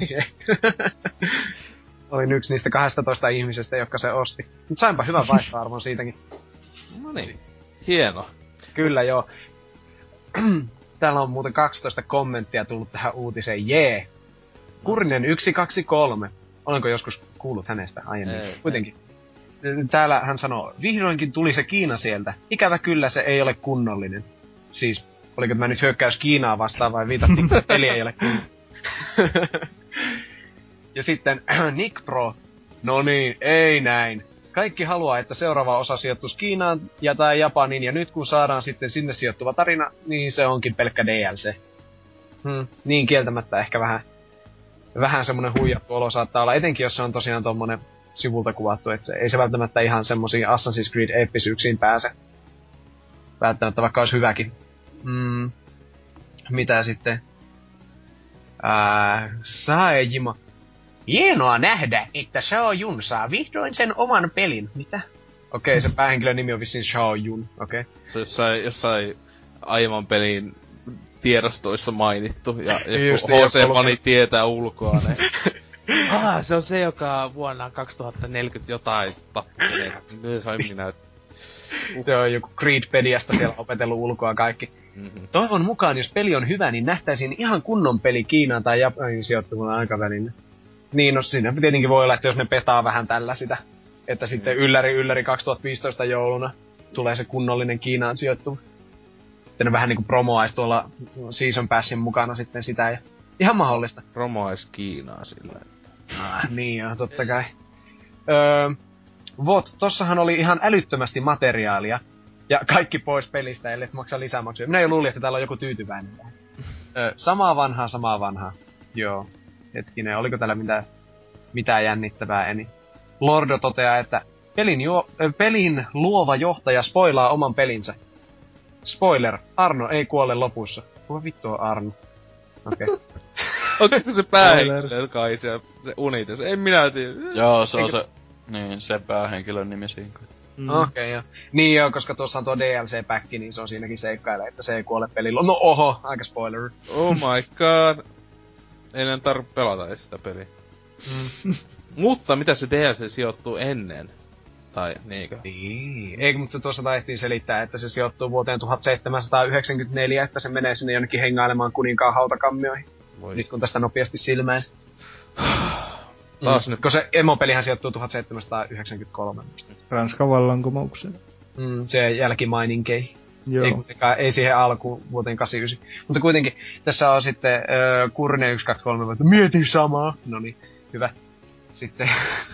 Olin yksi niistä kahdestatoista ihmisestä, jotka se osti. Mut sainpa hyvän vaihtoarvon siitäkin. No niin. Hieno. Kyllä joo. Täällä on muuten kaksitoista kommenttia tullut tähän uutiseen. Jee! Kurinen yksi kaksi kolme. Olenko joskus kuullut hänestä aiemmin? Ei, kuitenkin. Ei. Täällä hän sanoo, vihdoinkin tuli se Kiina sieltä. Ikävä kyllä se ei ole kunnollinen. Siis, oliko tämä nyt hyökkäys Kiinaa vastaan vai viitattiin, että peli ei ole kunnollinen? Ja sitten Nick Pro. No niin, ei näin. Kaikki haluaa, että seuraava osa sijoittuisi Kiinaan ja tai Japaniin, ja nyt kun saadaan sitten sinne sijoittuva tarina, niin se onkin pelkkä D L C. Hmm, niin kieltämättä ehkä vähän, vähän semmonen huijattu olo saattaa olla, etenkin jos se on tosiaan tommonen sivulta kuvattu, että se, ei se välttämättä ihan semmosiin Assassin's Creed-eeppisyyksiin pääse. Välttämättä vaikka olisi hyväkin. Mm, mitä sitten? Ää, Saejima. Hienoa nähdä, että Shao Yun saa vihdoin sen oman pelin. Mitä? Okei, okay, se päähenkilön nimi on vissiin Shao Yun, okei. Okay. Se jossain, jossain aiemman pelin tiedostoissa mainittu, ja joku H C-fani tietää ulkoa ne. Ah, se on se, joka vuonna kaksituhattaneljäkymmentä jotain tappeleita. Sain minä. Uh. Se on joku Creedpediasta siellä opetellut ulkoa kaikki. Mm-hmm. Toivon mukaan, jos peli on hyvä, niin nähtäisiin ihan kunnon peli Kiinaan tai Japanin sijoittuvana aikavälin. Niin, no siinä tietenkin voi olla, että jos ne petaa vähän tällä sitä, että mm. sitten ylläri ylläri kaksituhattaviisitoista jouluna tulee se kunnollinen Kiinaan sijoittuva. Sitten ne vähän niinku promoais tuolla Season Passin mukana sitten sitä ja ihan mahdollista. Promoais Kiinaa sillä, että... Ah, niin joo, totta kai. Öö, Vot, tossahan oli ihan älyttömästi materiaalia ja kaikki pois pelistä, ellei maksaa lisämaksuja. Minä jo luulin, että täällä on joku tyytyväinen tähän. Öö, samaa vanhaa, samaa vanhaa. Joo. Hetkinen, oliko täällä mitään, mitään jännittävää eni? Lordo toteaa, että pelin, juo, äh, pelin luova johtaja spoilaa oman pelinsä. Spoiler, Arno ei kuole lopussa. Kuka vittu on Arno? Okei. Okay. Onko se se päähenkilö kai se, se Unites? En minä tiedä. Joo, se on Eikö... se, niin, se päähenkilön nimi siinä. Mm. Okei, okay, joo. Niin joo, koska tuossa on tuo D L C-päkki, niin se on siinäkin seikkailee, että se ei kuole pelillä. No oho, aika spoiler. Oh my god. Ei enää tarvitse pelata edes sitä peliä. Mm. Mutta mitä se D L C sijoittuu ennen? Tai niinkö? Niin. Eikö, mutta tuossa taidettiin selittää, että se sijoittuu vuoteen tuhatseitsemänsataayhdeksänkymmentäneljä, että se menee sinne jonnekin hengailemaan kuninkaan hautakammioihin. Voi. Nyt kun tästä nopeasti silmään. Taas mm. nyt. Kun se emopelihän sijoittuu tuhatseitsemänsataayhdeksänkymmentäkolme. Ranskan vallankumouksen. Mm, se jälkimaininkei. Joo. Ei, ei siihen alkuun vuoteen kahdeksankymmentäyhdeksän. Mutta kuitenkin, tässä on sitten äh, Kurne yksi kaksi kolme, että mieti samaa. Noniin, hyvä. Sitten...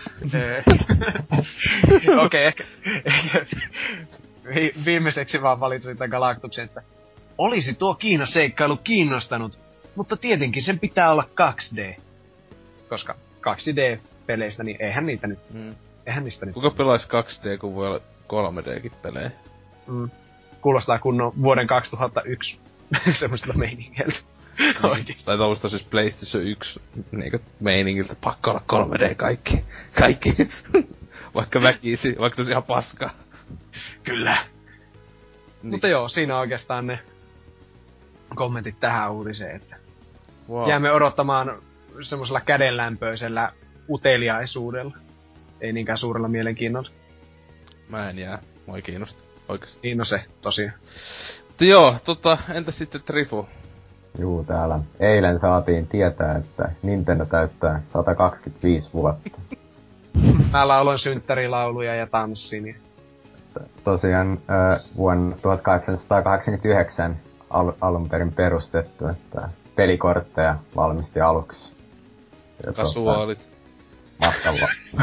Okei, okay, ehkä... ehkä vi, viimeiseksi vaan valitsin tämän Galactuksen, että... Olisi tuo Kiina-seikkailu kiinnostanut, mutta tietenkin sen pitää olla kaksi D. Koska kaksi D-peleistä, niin eihän niitä nyt... Mm. Eihän niistä nyt... Kuka pelaisi kaksi D, kun voi olla kolme D-kin pelejä? Mm. Kuulostaa kunnon vuoden kaksituhattayksi semmoista meiningiltä. Oikeesti. Tai tuollaista siis PlayStation yksi niinku meiningiltä, pakko olla kolme D kaikki. Kaikki. Vaikka väkisi, vaikka se olisi ihan paskaa. Kyllä. Niin. Mutta joo, siinä on oikeastaan ne kommentit tähän uutiseen, että wow. Jäämme odottamaan semmosella kädenlämpöisellä uteliaisuudella. Ei niinkään suurella mielenkiinnolla. Mä en jää. Mua ei kiinnosta. Oikeesti. Niin no se, tosiaan. Mutta joo, tota, entäs sitten Trifu? Juu, täällä eilen saatiin tietää, että Nintendo täyttää sata kaksikymmentäviisi vuotta. Mä lauloin synttärilauluja ja tanssin. Tosiaan äh, vuonna tuhatkahdeksansataakahdeksankymmentäyhdeksän al- alun perin perustettu, että pelikortteja valmisti aluksi. Ja Kasuaalit. Tota, matkan, va-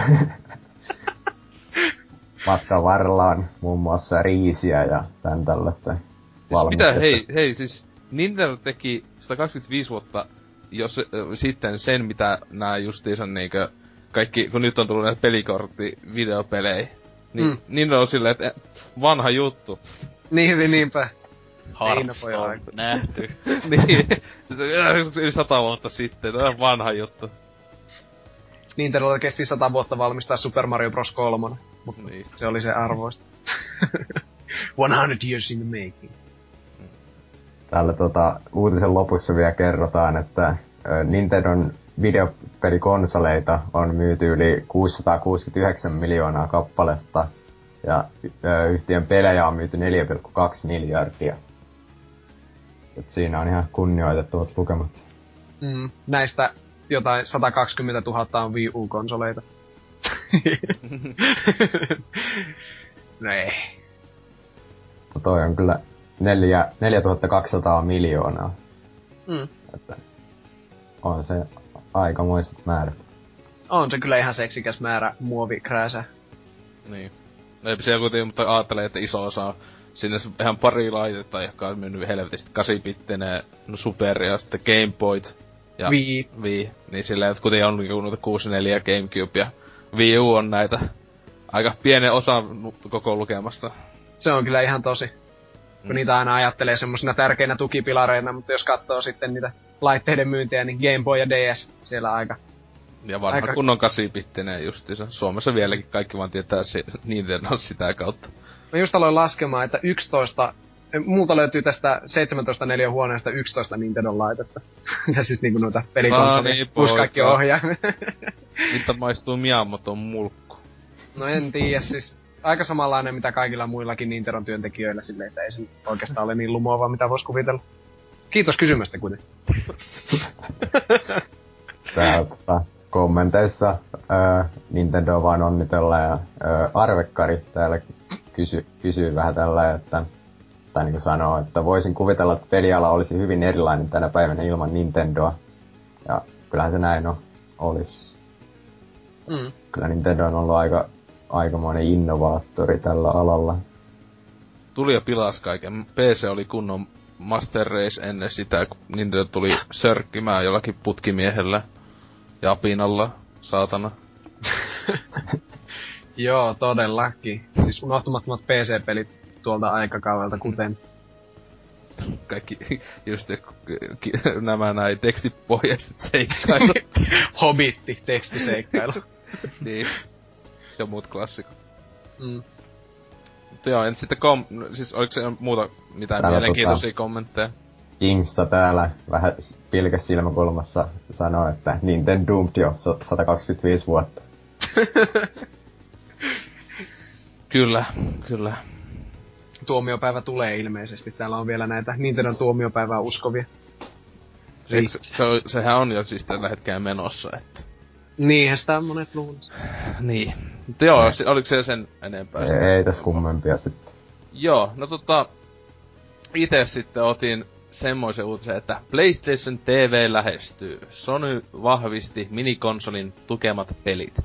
matkan varrella on muun muassa riisiä ja tän tällaista valmistettu. Mitä, hei, hei siis Nintendo teki sata kaksikymmentäviisi vuotta jos, äh, sitten sen, mitä nää justiinsa niinkö kaikki, kun nyt on tullut näitä pelikortti-videopelejä, niin mm. Nintendo on silleen, että vanha juttu. Niin, niinpä. Hearthstone nähty. Niin, se yli sata vuotta sitten, tämä on vanha juttu. Nintendo kesti sata vuotta valmistaa Super Mario Bros. kolme, mutta niin. Se oli se arvoista. one hundred years in the making. Täällä tota, uutisen lopussa vielä kerrotaan, että ä, Nintendon videopelikonsoleita on myyty yli kuusisataakuusikymmentäyhdeksän miljoonaa kappaletta ja ä, yhtiön pelejä on myyty neljä pilkku kaksi miljardia. Et siinä on ihan kunnioitettavat lukemat. Mm, näistä jotain sata kaksikymmentätuhatta on Wii U-konsoleita. No ei. No toi on kyllä neljätuhattakaksisataa miljoonaa. Mm. Että on se aikamoiset määrät. On se kyllä ihan seksikäs määrä muovikrääsää. Niin. Eipä siellä kuitenkin, mutta ajattelee, että iso osa sinne ihan pari laitetta, jotka on mennyt helvetisti kahdeksan-bittinen, no Super ja sitten Game Boyt ja Wii. Wii. Niin sillä että kuitenkin on noita kuusikymmentäneljä Gamecube ja Wii U on näitä aika pienen osan koko lukemasta. Se on kyllä ihan tosi. Kun mm. niitä aina ajattelee semmosina tärkeinä tukipilareina, mutta jos katsoo sitten niitä laitteiden myyntiä, niin Game Boy ja D S siellä aika... Ja vanha aika... kunnon kahdeksan-bittinen justiinsa. Suomessa vieläkin kaikki vaan tietää si- Nintendo sitä kautta. Mä just aloin laskemaan, että yksitoista... Multa löytyy tästä seitsemäntoista neljä huoneesta yksitoista Nintendon laitetta. Ja siis niinku noita pelikonsoleja, niin, plus kaikki ohjaimet. Mistä maistuu Miyamoton mulkku? No en tiedä, siis aika samanlainen mitä kaikilla muillakin Nintendon työntekijöillä silleen, että ei se oikeastaan ole niin lumoavaa, mitä vois kuvitella. Kiitos kysymästä kuitenkin. Täällä tota, kommenteissa ää, Nintendo vaan onnitella ja ää, Arvekkari täällä kysy, kysyy vähän tällä, että tai niinku sanoo, että voisin kuvitella, että peliala olisi hyvin erilainen tänä päivänä ilman Nintendoa. Ja kyllähän se näin on, olis. Mm. Kyllä Nintendo on ollut aika, aikamoinen innovaattori tällä alalla. Tuli ja pilas kaiken. P C oli kunnon Master Race ennen sitä, kun Nintendo tuli sörkkimään jollakin putkimiehellä ja apinalla, saatana. Joo, todellakin. Siis unohtumattomat P C-pelit tuolta aikakaudelta, kuten... Kaikki just ki- nämä näin tekstipohjaiset seikkailut. Hobitti, tekstiseikkailu. Niin. Ja muut klassikot. Mm. Mutta joo, en sitten kom... Siis oliks se muuta mitään Täällä mielenkiintoisia tota... kommentteja? Kingsta täällä vähän pilkäs silmäkulmassa sanoo, että Nintendo doomed jo sata kaksikymmentäviisi vuotta. Kyllä, kyllä. Tuomiopäivä tulee ilmeisesti. Täällä on vielä näitä Nintendon tuomiopäivää uskovia. Eikö, se, on, sehän on jo siis tällä hetkellä menossa, että... Niinhän sitä on monet luulut. Niin. Mutta joo, si- oliko se sen enempää? Ei, ei tässä kummempia sitten. Joo, no tota... Ite sitten otin semmoisen uutisen, että PlayStation T V lähestyy. Sony vahvisti minikonsolin tukemat pelit.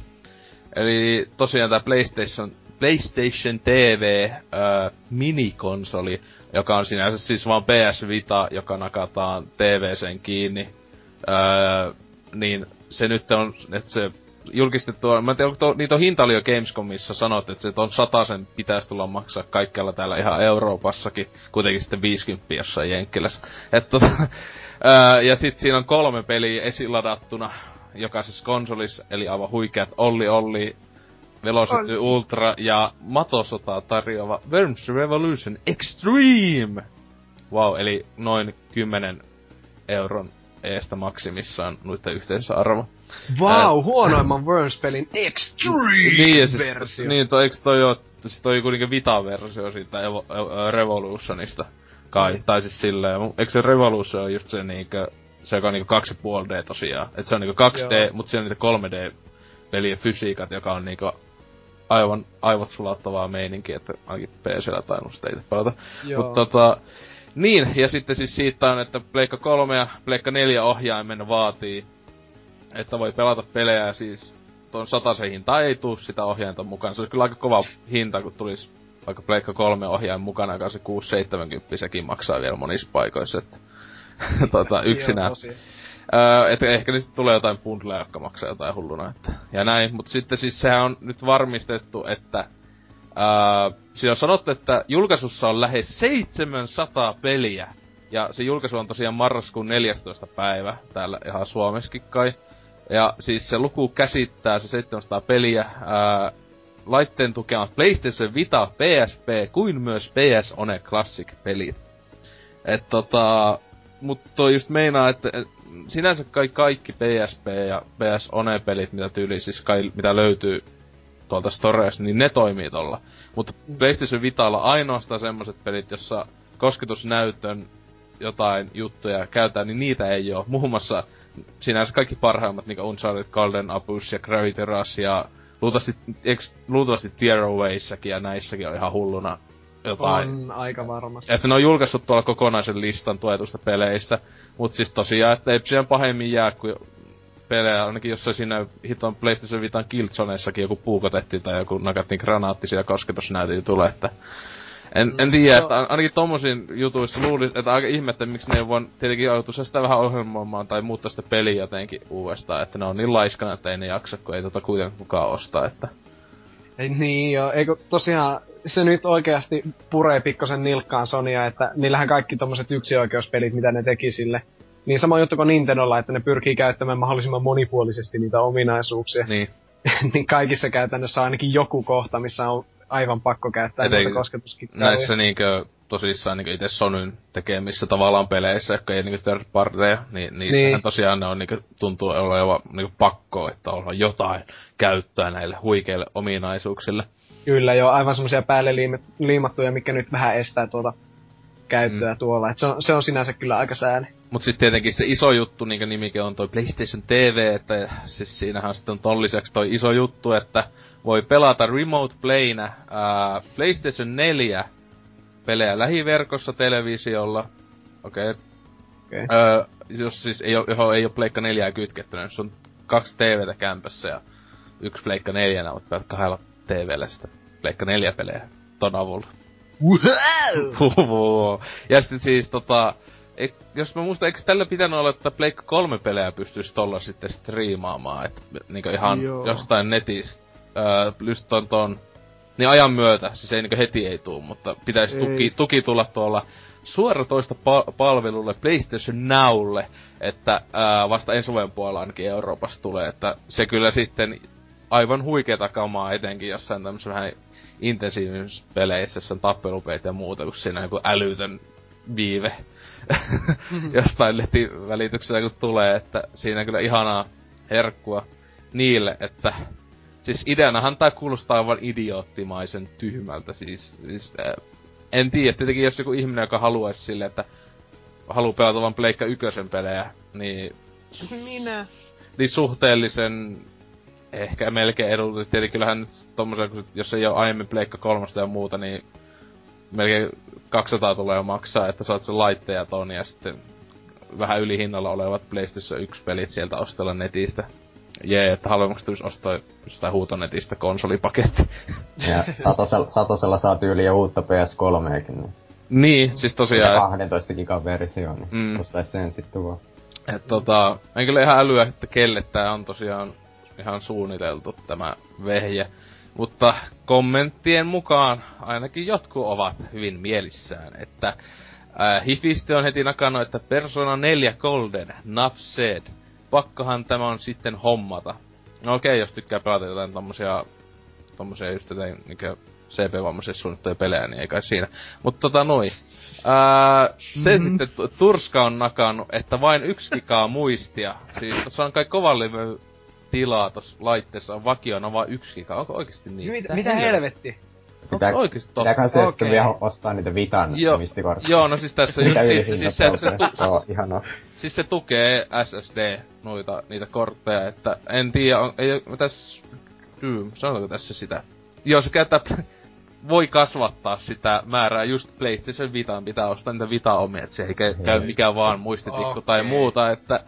Eli tosiaan tää PlayStation, PlayStation T V äh, minikonsoli, joka on sinänsä siis vaan P S Vita, joka nakataan T V-sen kiinni. Äh, niin se nyt on, että se julkistettu, mä en tiedä, onko niitä on hinta oli jo Gamescomissa sanottu, että se on satasen pitäisi tulla maksaa kaikkialla täällä ihan Euroopassakin, kuitenkin sitten viisikymmentä jossain Jenkkilässä. Et tota, ää, ja sit siinä on kolme peliä esiladattuna jokaisessa konsolissa, eli aivan huikeat Olli Olli, Velocity Ultra ja matosotaa tarjoava Worms Revolution Extreme! Wow, eli noin kymmenen euron eestä maksimissaan noitten yhteisarvo. Vau, wow, huonoimman Worms-pelin Extreme-versio. Niin, siis, niin toi, eiks toi oo, siis toi kuitenkin Vita-versio siitä Evo, Evo, Revolutionista kai, mm. tai siis silleen, eikö se Revolution on just se niinkö, se joka on niinku kaksi pilkku viisi D tosiaan, et se on niinku kaksi D, joo, mut siellä on niitä kolme D-pelien fysiikat, joka on niinku aivan aivot sulattavaa meininkiä, että ainakin P C:llä tainnut sitä ite pelata. Mut tota, niin, ja sitten siis siitä on, että Pleikka kolme ja Pleikka neljä ohjaimen vaatii, että voi pelata pelejä siis tuon satasen hinta ei tuu sitä ohjainta mukaan. Se olisi kyllä aika kova hinta, kun tulisi vaikka Pleikka kolme ohjain mukana, joka se kuusi seitsemänkymmentä sekin maksaa vielä monissa paikoissa, että tota, yksinään. Öö, että ehkä niistä tulee jotain bundleja, jotka maksaa jotain hulluna, että ja näin. Mut sitten siis sehän on nyt varmistettu, että öö, siinä on sanottu, että julkaisussa on lähes seitsemänsataa peliä. Ja se julkaisu on tosiaan marraskuun neljästoista päivä, täällä ihan Suomessakin kai. Ja siis se luku käsittää se seitsemänsataa peliä, ää, laitteen tukemat PlayStation Vita, P S P, kuin myös P S One Classic-pelit. Et tota, mut toi just meinaa, että sinänsä kai kaikki P S P ja P S One-pelit, mitä tyyli siis kai, mitä löytyy tuolta Storeesta, niin ne toimii tolla. Mutta PlayStation Vitalla ainoastaan semmoset pelit, jossa kosketusnäytön jotain juttuja käytetään, niin niitä ei oo. Muun muassa sinänsä kaikki parhaimmat, niinku Uncharted, Golden Abyss ja Gravity Rush ja luultavasti, eks, luultavasti Tearawayssäkin ja näissäkin on ihan hulluna jotain. On aika varmasti. Että ne on julkaissut tuolla kokonaisen listan tuetusta peleistä, mut siis tosiaan, että ei siihen pahemmin jää, kuin pelejä, ainakin jossain siinä hiton PlayStation Vitan Killzoneissakin joku puukotettiin tai joku nakattiin granaattisia kosketusnäytöjä tulee, että En, en tiedä, että ainakin tommosin jutuissa luulis, että aika ihme, että miksi ne ei voi tietenkin joutua sitä vähän ohjelmoimaan tai muuttaa sitä peliä jotenkin uudestaan, että ne on niin laiskana, että ei ne jaksa, kun ei tota kuitenkaan kukaan ostaa, että... Ei niin joo, eikö tosiaan se nyt oikeasti puree pikkosen nilkkaan Sonya, että niillähän kaikki tommoset yksioikeuspelit, mitä ne teki sille, niin sama juttu kuin Nintendolla, että ne pyrkii käyttämään mahdollisimman monipuolisesti niitä ominaisuuksia. Niin. Niin kaikissa käytännössä on ainakin joku kohta, missä on aivan pakko käyttää Etei, noita kosketuskikkailuja. Näissä niinkö tosissaan niinkö ite Sonyn tekemissä tavallaan peleissä, jotka ei niinkö third partyja, niin niissähän niin. Tosiaan ne on niinkö tuntuu olevan niinkö pakko, että on jotain käyttöä näille huikeille ominaisuuksille. Kyllä joo, aivan semmosia päälle liimattuja, mikä nyt vähän estää tuota käyttöä mm. tuolla. Et se, on, se on sinänsä kyllä aika sääli. Mut siis tietenkin se iso juttu, niinkö nimikin on toi PlayStation T V, että siis siinähän sitten on ton lisäksi toi iso juttu, että voi pelata Remote Playnä ää, PlayStation neljä pelejä lähiverkossa televisiolla. Okei. Okay. Okay. Öö, jos siis ei oo, johon ei oo Pleikka neljää kytkettynä, jos on kaksi T V:tä kämpässä ja yksi Pleikka neljänä, mutta pelät kahdella T V:llä sitä Pleikka neljä pelejä ton avulla. Wow! Ja sitten siis tota... Eik, jos mä muistan, eikö tällä pitänyt olla, että Pleikka kolme pelejä pystyis tolla sitten striimaamaan, että niinkö ihan Joo. jostain netistä öö, just ton ton, niin ajan myötä, siis ei niinku heti ei tuu, mutta pitäisi tuki, tuki tulla tuolla suoratoista pa- palvelulle PlayStation Nowlle, että ää, vasta ensi vuoden puolella ainakin Euroopassa tulee, että se kyllä sitten aivan huikeeta kamaa etenkin jossain tämmössä vähän intensiivisissä peleissä, jossa on tappelupeitä ja muuta, kun siinä on joku älytön viive jostain lehtivälityksellä kun tulee, että siinä on kyllä ihanaa herkkua niille, että siis ideanahan tää kuulostaa aivan idioottimaisen tyhmältä, siis, siis äh, en tiedä, tietenkin jos joku ihminen, joka haluaisi sille, että haluu pelata vaan Pleikka Ykösen pelejä, niin... Minä? Niin suhteellisen, ehkä melkein edullisesti, tietenkin kyllähän nyt tommosen, jos ei oo aiemmin Pleikka kolmosta ja muuta, niin melkein kaksisataa tulee maksaa, että saat sen laitteen ja ton ja sitten vähän yli hinnalla olevat PlayStation yksi pelit sieltä ostella netistä. Jee, että halvemmaksi tulisi ostaa jostain huutonetistä konsolipaketti. Ja satosella, satosella saa tyyliin jo uutta P S kolmeakin. Niin, niin siis tosiaan... kaksitoista gigan versio, niin mm. ostais sen sit tuo. Et tota, en kyllä ihan älyä, että kelle tää on tosiaan ihan suunniteltu tämä vehje. Mutta kommenttien mukaan ainakin jotkut ovat hyvin mielissään, että äh, Hifisti on heti nakannut, että Persona neljä Golden, nuff said. Pakkohan tämä on sitten hommata. No okei, okay, jos tykkää pelata jotain tommosia, tommosia just jotain niinkö C P-vammaisia suunnittuja pelejä, niin ei kai siinä. Mut tota noi. Ää, se mm-hmm. sitten Turska on nakannut, että vain yksi gigaa muistia. Siis tossa on kai kovan levy tilaa tossa laitteessa on vakiona vaan yksi gigaa. Onko oikeesti niin? Mitä, mitä helvetti? Onko oikeesti totta? Pitääkö se okay. sitten vielä ostaa niitä Vitan jo, muistikortteja? Joo, no siis tässä just si, siis se, se, tu, oh, ihanaa. Siis se tukee S S D noita niitä kortteja, että en tiedä, on, ei tässä, hmm, sanotaanko tässä sitä? Joo, se käyttää, voi kasvattaa sitä määrää just PlayStation Vitaan, pitää ostaa niitä Vita-omia, että se ei käy, käy mikään vaan muistitikku okay. tai muuta, että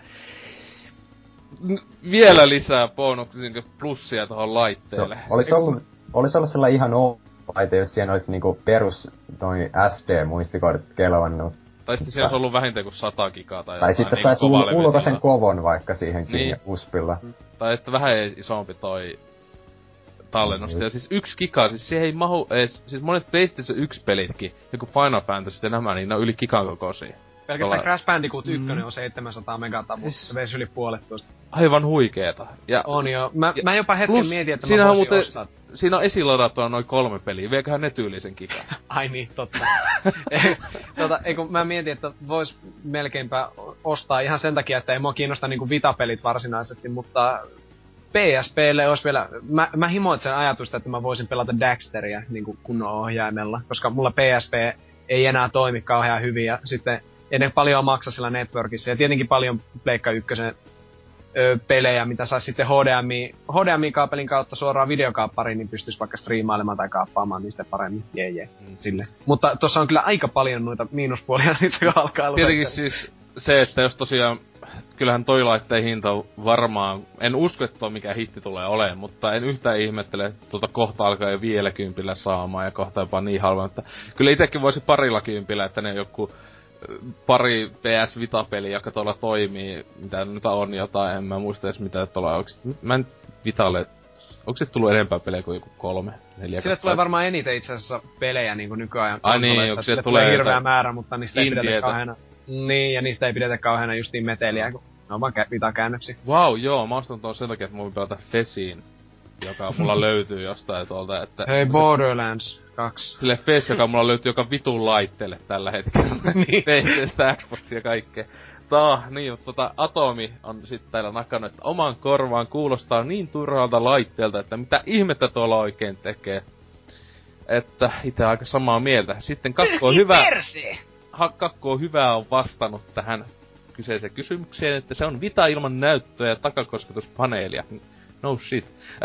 n- vielä lisää bonuksia, plussia tohon laitteelle. So, olis ollut, olis ollut sellainen ihan laite, jos siinä olisi niinku perus toi S D-muistikortit kelvannut. Tai sitten siinä olisi ollut vähintään kuin sata gigaa tai, tai sitten sais ul- ulkoisen kovon vaikka siihenkin niin. U S Billa. Tai että vähän isompi toi tallennus. Ja siis yksi giga, siis siihen ei mahu ees, siis monet PlayStation yksi pelitkin, joku Final Fantasy ja nämä, niin ne on yli gigan kokoisia. Pelkästään Tolla... Crash Bandicoot yksi mm. on seitsemänsataa megatavua, siis... se veisi yli puolet tuosta. Aivan huikeeta. Ja... On joo. Mä, mä jopa hetken plus, mietin, että mä voisin muuten, ostaa. Siinä on esiladattuna noin kolme peliä, vieköhän ne tyylisen gigan. Ai niin, totta. tota, ei kun mä mietin, että vois melkeinpä ostaa ihan sen takia, että ei mua kiinnosta niinku Vita-pelit varsinaisesti, mutta P S P:lle olisi vielä, mä, mä himoitsen ajatusta, että mä voisin pelata Daxteria niinku kunnon ohjaimella, koska mulla P S P ei enää toimi kauhean hyvin ja sitten ennen paljon maksaa sillä networkissa ja tietenkin paljon Pleikka ykkösen ö, pelejä, mitä saisi sitten H D M I, H D M I-kaapelin kautta suoraan videokaappariin, niin pystyisi vaikka striimailemaan tai kaappaamaan niistä paremmin. Jee, jee. Mm. Sille. Mutta tossa on kyllä aika paljon noita miinuspuolia, niitä kun alkaa tietenkin siis se, että jos tosiaan, kyllähän toi laitteen hinta on varmaan, en usko, että toi mikä hitti tulee olemaan, mutta en yhtään ihmettele, että tuota kohta alkaa jo vielä kympillä saamaan ja kohta jopa niin halva, että kyllä itekin voisi parilla kympillä, että ne joku pari P S Vita-peliä, joka tuolla toimii, mitä nyt on jotain, en mä muista edes mitä tuolla on. Mä en Vitalle, onko se tullut enempää pelejä kuin joku kolme, neljä? Sille tulee varmaan eniten itse asiassa pelejä niinku nykyajan. Ai niin, onko sille tulee, tulee hirveä määrä, mutta niistä ei pidetä kauheena. Niin, ja niistä ei pidetä kauheena justiin meteliä, kun ne on vaan kä- Vita-käännöksiä. Vau, wow, joo, mä ostan tuon sen takia, että mä voin pelata Fesiin, joka mulla löytyy jostain tuolta, että... Hei, Borderlands kaksi. Sille Fes, joka mulla löytyy joka vitun laitteelle tällä hetkellä. Niin. P C:stä, Xboxia ja kaikkea. Tah, niin, mutta tota, Atomi on sit täällä nakannut, että oman korvaan kuulostaa niin turhalta laitteelta, että mitä ihmettä tuolla oikein tekee. Että itse aika samaa mieltä. Sitten Kakko on hyvä... Ha, Kakko on hyvä on vastannut tähän kyseiseen kysymykseen, että se on Vita ilman näyttöä ja takakosketuspaneelia. No shit.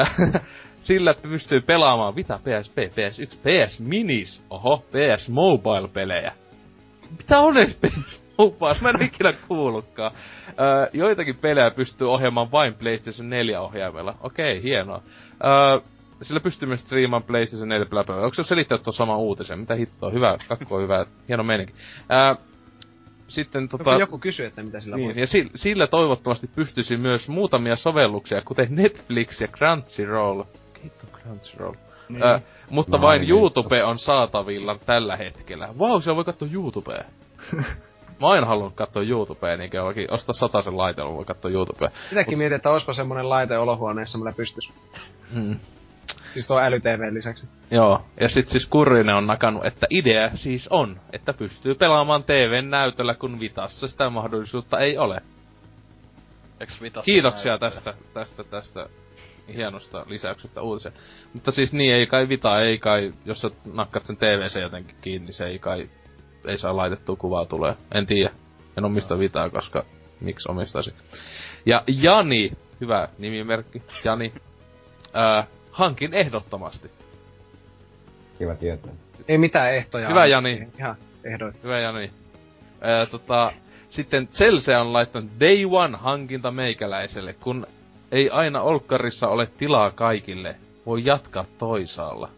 Sillä pystyy pelaamaan Vita, P S P, P S yksi, P S Minis, oho, P S Mobile-pelejä. Mitä on edes P S Mobile? Mä en ikinä kuullutkaan. Öö, joitakin pelejä pystyy ohjaamaan vain PlayStation neljä ohjaimella. Okei, hienoa. Öö, sillä pystyy myös striimaan PlayStation neljä pelejä. Onko se selittänyt tuon saman uutisen? Mitä hittoa? Hyvä, Kakko on hyvä. Hieno meininki. Öö, Sitten tota... Joku kysyy, että mitä sillä niin, voi. Ja si- sillä toivottavasti pystyisi myös muutamia sovelluksia, kuten Netflix ja Crunchyroll. Okei. Hitto Crunchyroll. Niin. Ö, mutta Mä vain olin YouTube on saatavilla tällä hetkellä. Vau, wow, siellä voi katsoa YouTubea. Mä oon aina halunnut katsoa YouTubea, niin jollakin ostaa sataisen laitella voi katsoa YouTubea. Sitäkin Mut... mietin, että oispa semmonen laite olohuoneessa, millä pystys. Mm. Siis tuo äly-T V lisäksi. Joo, ja sit siis Kurrinen on nakannut, että idea siis on, että pystyy pelaamaan T V:n näytöllä, kun Vitassa sitä mahdollisuutta ei ole. Eks Vitassa Kiitoksia näytöllä? tästä, tästä, tästä hienosta lisäyksestä uutiseen. Mutta siis niin, ei kai Vita, ei kai, jos sä nakkat sen T V:ssä jotenkin kiinni, se ei kai, ei saa laitettua kuvaa tulee. En tiedä, en omista no. Vitaa, koska miksi omistaisi. Ja Jani, hyvä nimimerkki, Jani, ää, hankin ehdottomasti. Kiva tietää. Ei mitään ehtoja. Hyvä Jani. Ihan ehdoit. Hyvä Jani. Ää, tota, sitten Chelsea on laittanut Day One hankinta meikäläiselle, kun ei aina olkkarissa ole tilaa kaikille. Voi jatkaa toisaalla.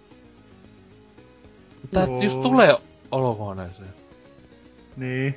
Tää Joo. just tulee olohuoneeseen. Niin.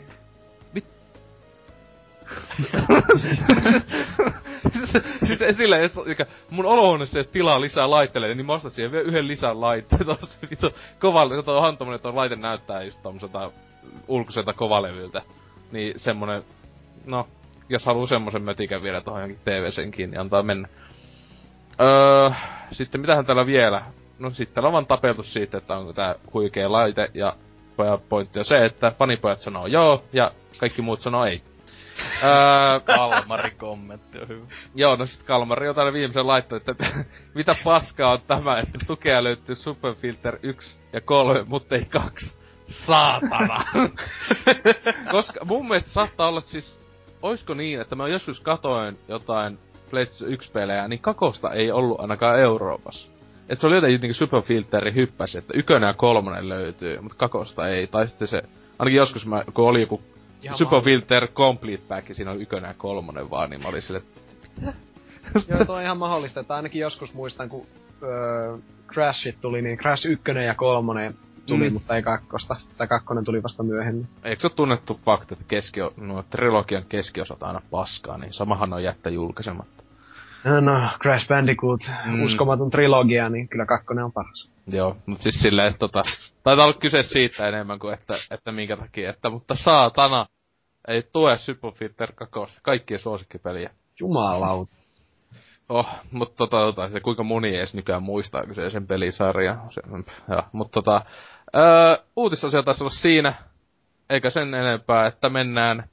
siis, siis esille, että mun olohuoneessa ei tilaa lisää laitteille, niin mä ostan siihen vielä yhden lisän laitteen. Tossa vittu kovalle, tuo on tommonen, tuo laite näyttää just tommoselta ulkoiselta kovalevyltä. Niin semmonen, no, jos haluu semmosen mötikän viedä tohon johonkin T V-sen kiinni, antaa mennä. Öö, sitten mitähän täällä vielä? No sitten täällä on vaan tapeltu siitä, että onko tää huikee laite, ja pointti on se, että fanipojat sanoo joo, ja kaikki muut sanoo ei. Öö, Kalmari kommentti on hyvä. Joo, no sit Kalmari on täällä viimeisen laittanut, että mitä paskaa on tämä, että tukea löytyy Superfilter yksi ja kolme, mutta ei kaksi. Saatana! Koska mun mielestä saattaa olla siis, oisko niin, että mä joskus katoin jotain PlayStation yksi-pelejä, niin kakosta ei ollut ainakaan Euroopassa. Et se oli jotenkin niinku Superfilteri hyppäsi, että ykönen ja kolmonen löytyy, mutta kakosta ei. Tai sitten se, ainakin joskus mä, kun oli joku ihan Superfilter Complete Pack, ja siinä oli ykönen ja kolmonen vaan, niin mä olin silleen, mitä? Joo, tuo on ihan mahdollista, että ainakin joskus muistan, kun öö, Crashit tuli, niin Crash yksi ja kolme tuli, mm. mutta ei kakkosta. Tai kakkonen tuli vasta myöhemmin. Eikö se ole tunnettu fakta, että keskio, no, trilogian keskiosat aina paskaa, niin samahan on jättä julkaisematta. No, Crash Bandicoot, mm. uskomaton trilogia, niin kyllä kakkonen on paras. Joo, mut siis silleen, että tota, taitaa olla kyse siitä enemmän kuin, että, että minkä takia, että, mutta saatana, ei tue Superfilter kakosta, kaikkien suosikkipeliä. Jumalauta. Oh, mutta tota, tota, se kuinka moni edes nykyään muistaa kyseisen pelisarja. Se, ja, mutta tota, öö, uutisosio taisi olla siinä, eikä sen enempää, että mennään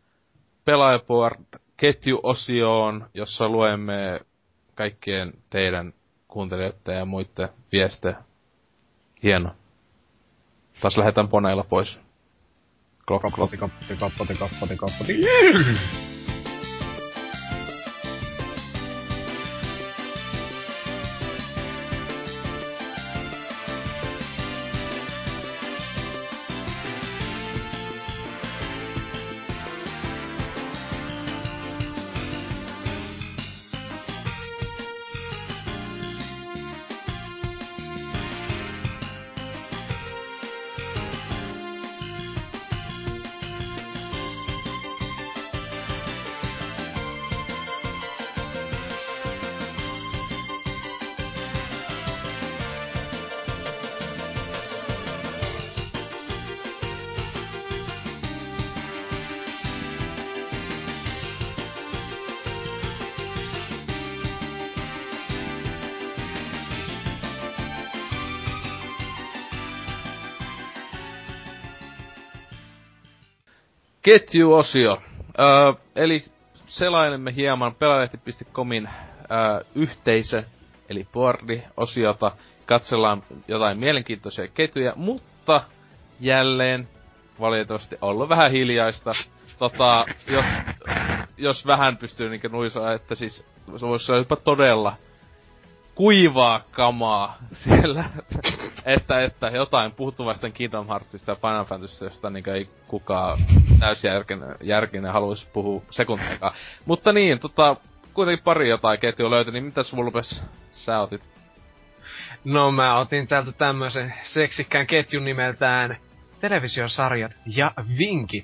Pelaajapuor-ketjuosioon, jossa luemme kaikkien teidän kuuntelijoiden ja muiden viestejä. Hieno. Taas lähdetään poneilla pois. Klok, klok. Koppoti, koppoti, koppoti, koppoti, koppoti. Ketjuosio. Öö, eli selailemme hieman Pelaalehti piste comin öö, yhteisö, eli boardi-osiota. Katsellaan jotain mielenkiintoisia ketjuja, mutta jälleen valitettavasti ollut vähän hiljaista. Tota, jos, jos vähän pystyy niinkö nuisaa, että siis se voisi olla jopa todella kuivaa kamaa siellä. että, että jotain puuttuvaisten Kingdom Heartsista ja Final Fantasysta, josta niinkö ei kukaan täysjärkinen järkinen haluaisi puhua sekuntiakaan. Mutta niin, tota, kuitenkin pari jotain ketjua löytyi, niin mitäs Vulpes sä otit? No mä otin täältä tämmösen seksikkään ketjun nimeltään Televisiosarjat ja vinkit.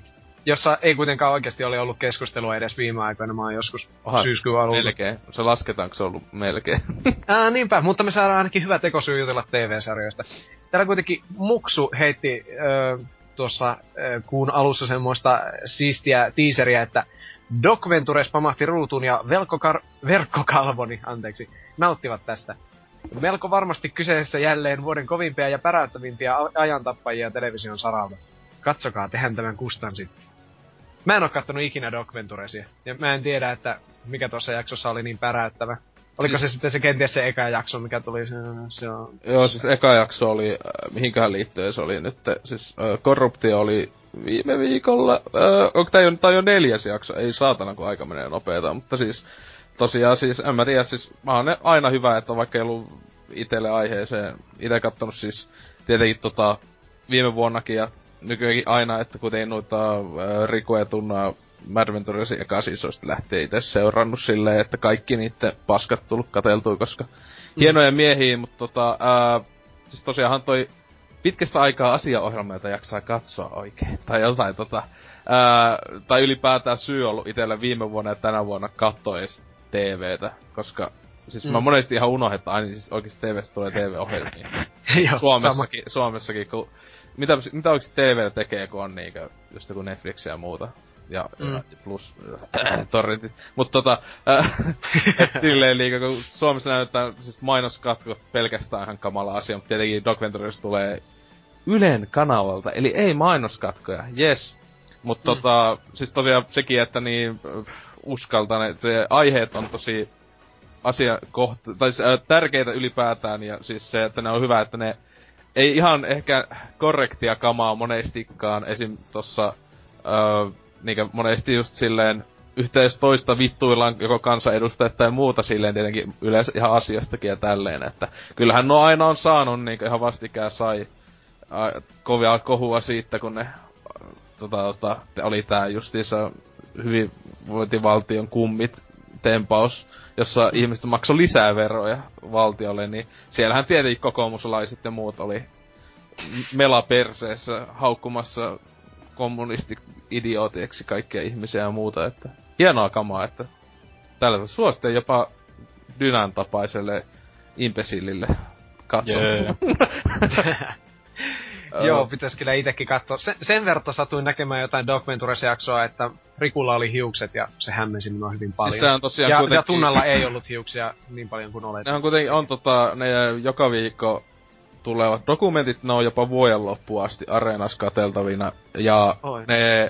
jossa ei kuitenkaan oikeasti ole ollut keskustelua edes viime aikoina. Mä oon joskus Aha, syyskuun alulla. melkein. Se lasketaanko se ollut melkein? Ää, niinpä, mutta me saadaan ainakin hyvä tekosyy jutella T V-sarjoista. Täällä kuitenkin Muksu heitti öö, tuossa öö, kuun alussa semmoista siistiä teaseria, että Doc Ventures pamahti ruutuun ja velkokar- verkkokalvoni, anteeksi, nauttivat tästä. Melko varmasti kyseessä jälleen vuoden kovimpia ja päräyttävimpiä a- ajantappajia television saralta. Katsokaa, tehän tämän kustan sitten. Mä en oo kattonut ikinä Doc Venturesia, ja mä en tiedä, että mikä tuossa jaksossa oli niin päräyttävä. Oliko siis... se sitten se kenties se eka jakso, mikä tuli se, se on... Joo, siis eka jakso oli, äh, mihinköhän liittyen se oli nyt, siis äh, korruptio oli viime viikolla, äh, onko tää jo, tää on jo neljäs jakso, ei saatana kun aika menee nopeeta, mutta siis tosiaan siis, en mä tiedä, siis mä oon aina hyvä, että vaikka ei ollut itelle aiheeseen, ite kattonut siis tietenkin tota viime vuonnakin ja nykyäänkin aina, että kun tein noita äh, Riku ja Tunna Mad Venturesin eka siisoista lähtee ite seurannut silleen, että kaikki niitten paskat tullut kateltua, koska mm. hienoja miehiä, mutta tota, ää, siis tosiaanhan toi pitkästä aikaa asiaohjelma, jota jaksaa katsoa oikein, tai jotain tota, ää, tai ylipäätään syy ollut itellä viime vuonna ja tänä vuonna katsoa edes T V:tä, koska siis mm. mä monesti ihan unohdin, että aina siis oikeesti T V:stä tulee T V-ohjelmia. Suomessakin, Suomessakin, kun mitä, mitä oikeesti T V tekee, kun on niinkö just joku Netflix ja muuta. Ja, mm. ja plus äh, torrentit. Mut tota, äh, et silleen liikaa, kun Suomessa näyttää siis mainoskatkot pelkästään ihan kamala asia, mutta tietenkin Doc Ventures tulee Ylen kanavalta, eli ei mainoskatkoja, yes. Mut mm. tota, siis tosiaan sekin, että niin uskaltaneet, aiheet on tosi asiakohta, tai siis, äh, tärkeitä ylipäätään, ja siis se, että ne on hyvä, että ne ei ihan ehkä korrektia kamaa monestikaan, esim. Tossa, äh, niinkö monesti just silleen yhteis toista vittuillaan joko kansanedustajat tai muuta silleen tietenkin yleensä ihan asiastakin ja tälleen, että kyllähän no aina on saanut niinkö ihan vastikään sai a, kovia kohua siitä, kun ne tota, tota, oli tää justiinsa hyvinvointivaltion kummit tempaus, jossa mm. ihmiset maksoi lisää veroja valtiolle, niin siellähän tietenkin kokoomuslaiset ja muut oli mela perseessä haukkumassa kommunisti-idiootiksi kaikkia ihmisiä ja muuta, että hienoa kamaa, että tällä suosittelen jopa Dynan tapaiselle impesillille katsomaan. Yeah. Joo, pitäis kyllä itekin katsoa. Sen, sen verran satuin näkemään jotain Doc Ventures-jaksoa, että Rikulla oli hiukset ja se hämmensi minua hyvin paljon. Siis sehän tosiaan ja, kuitenkin... ja Tunnalla ei ollut hiuksia niin paljon kuin oletin. Ne on kuitenkin, on tota, ne joka viikko tulevat dokumentit, ne on jopa vuoden loppuun asti Areenassa kateltavina, ja Oi. ne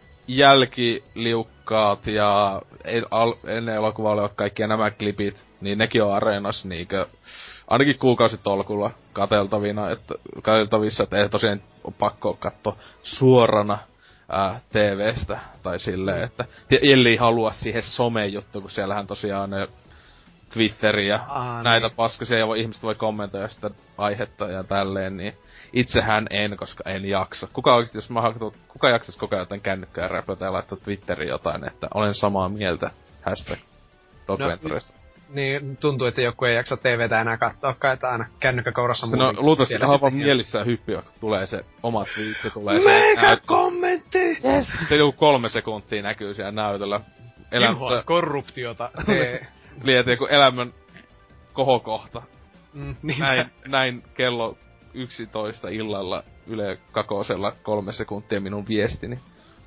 jälkiliukkaat ja al, ennen elokuvaa olevat kaikki nämä klipit, niin nekin on Areenassa niinkö ainakin kuukausitolkulla kateltavina, että kateltavissa, että ei tosiaan ole pakko katsoa suorana ää, T V:stä tai silleen, että ellei halua siihen some-juttu, kun siellähän tosiaan ne Twitteri ja Aa, näitä niin. paskasia, ja voi, ihmiset voi kommentoida sitä aihetta ja tälleen, niin itsehän en, koska en jaksa. Kuka oikeesti, jos mä hakutun, kuka jaksais koko ajan jotain kännykkää räpötä ja laittaa Twitteriin jotain, että olen samaa mieltä, hashtag Doc Ventures. No, niin, tuntuu, että joku ei jaksa T V:tä enää katsoakaan, että aina kännykkä kourassa muutenkin. No, luultavasti ihan vaan mielissään hyppyä, kun tulee se oma twiitti, tulee se... Mega kommentti! Yes! Se joku kolme sekuntia näkyy siellä näytöllä. Elämässä... korruptiota. Lieti joku elämän kohokohta. Mm, niin näin, näin kello yksitoista illalla Yle Kakosella kolme sekuntia minun viestini.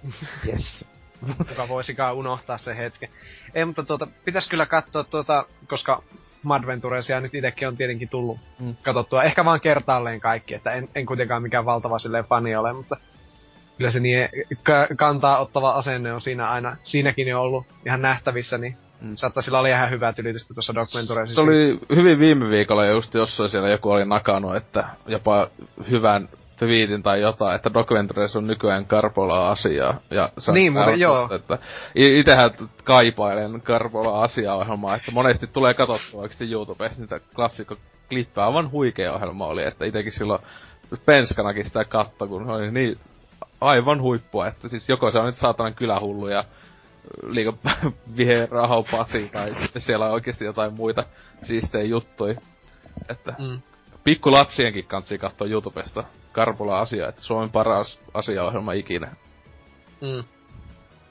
Yes. Kuka voisikaan unohtaa sen hetken. Ei, mutta tuota, pitäis kyllä katsoa tuota, koska Mad Venturesia nyt itekin on tietenkin tullut mm. katsottua. Ehkä vaan kertaalleen kaikki, että en, en kuitenkaan mikään valtava silleen fani ole, mutta kyllä se niin k- kantaa ottava asenne on siinä aina, siinäkin jo ollut ihan nähtävissä, niin mm. saattaa sillä oli ihan hyvää tylitystä tuossa Doc Venturesissa. Se oli hyvin viime viikolla just jossain siellä joku oli nakannut, että jopa hyvän twiitin tai jotain, että Doc Ventures on nykyään Karpolaa asiaa. Ja niin, mutta joo. Että itehän kaipailen Karpolaa asiaa-ohjelmaa, että monesti tulee katsottua oikeesti YouTubesta niitä klassikkoklippejä. Aivan huikea ohjelma oli, että itekin silloin penskanakin sitä katto, kun oli niin aivan huippua, että siis joko se on nyt saatanan kylähullu ja liiga viheraho Pasi, tai sitten siellä on oikeesti jotain muita siistejä juttuja. Että mm. pikku lapsienkin kansi kattoo YouTubesta Karpula asiaa, että Suomen paras asiaohjelma ikinä. Mm.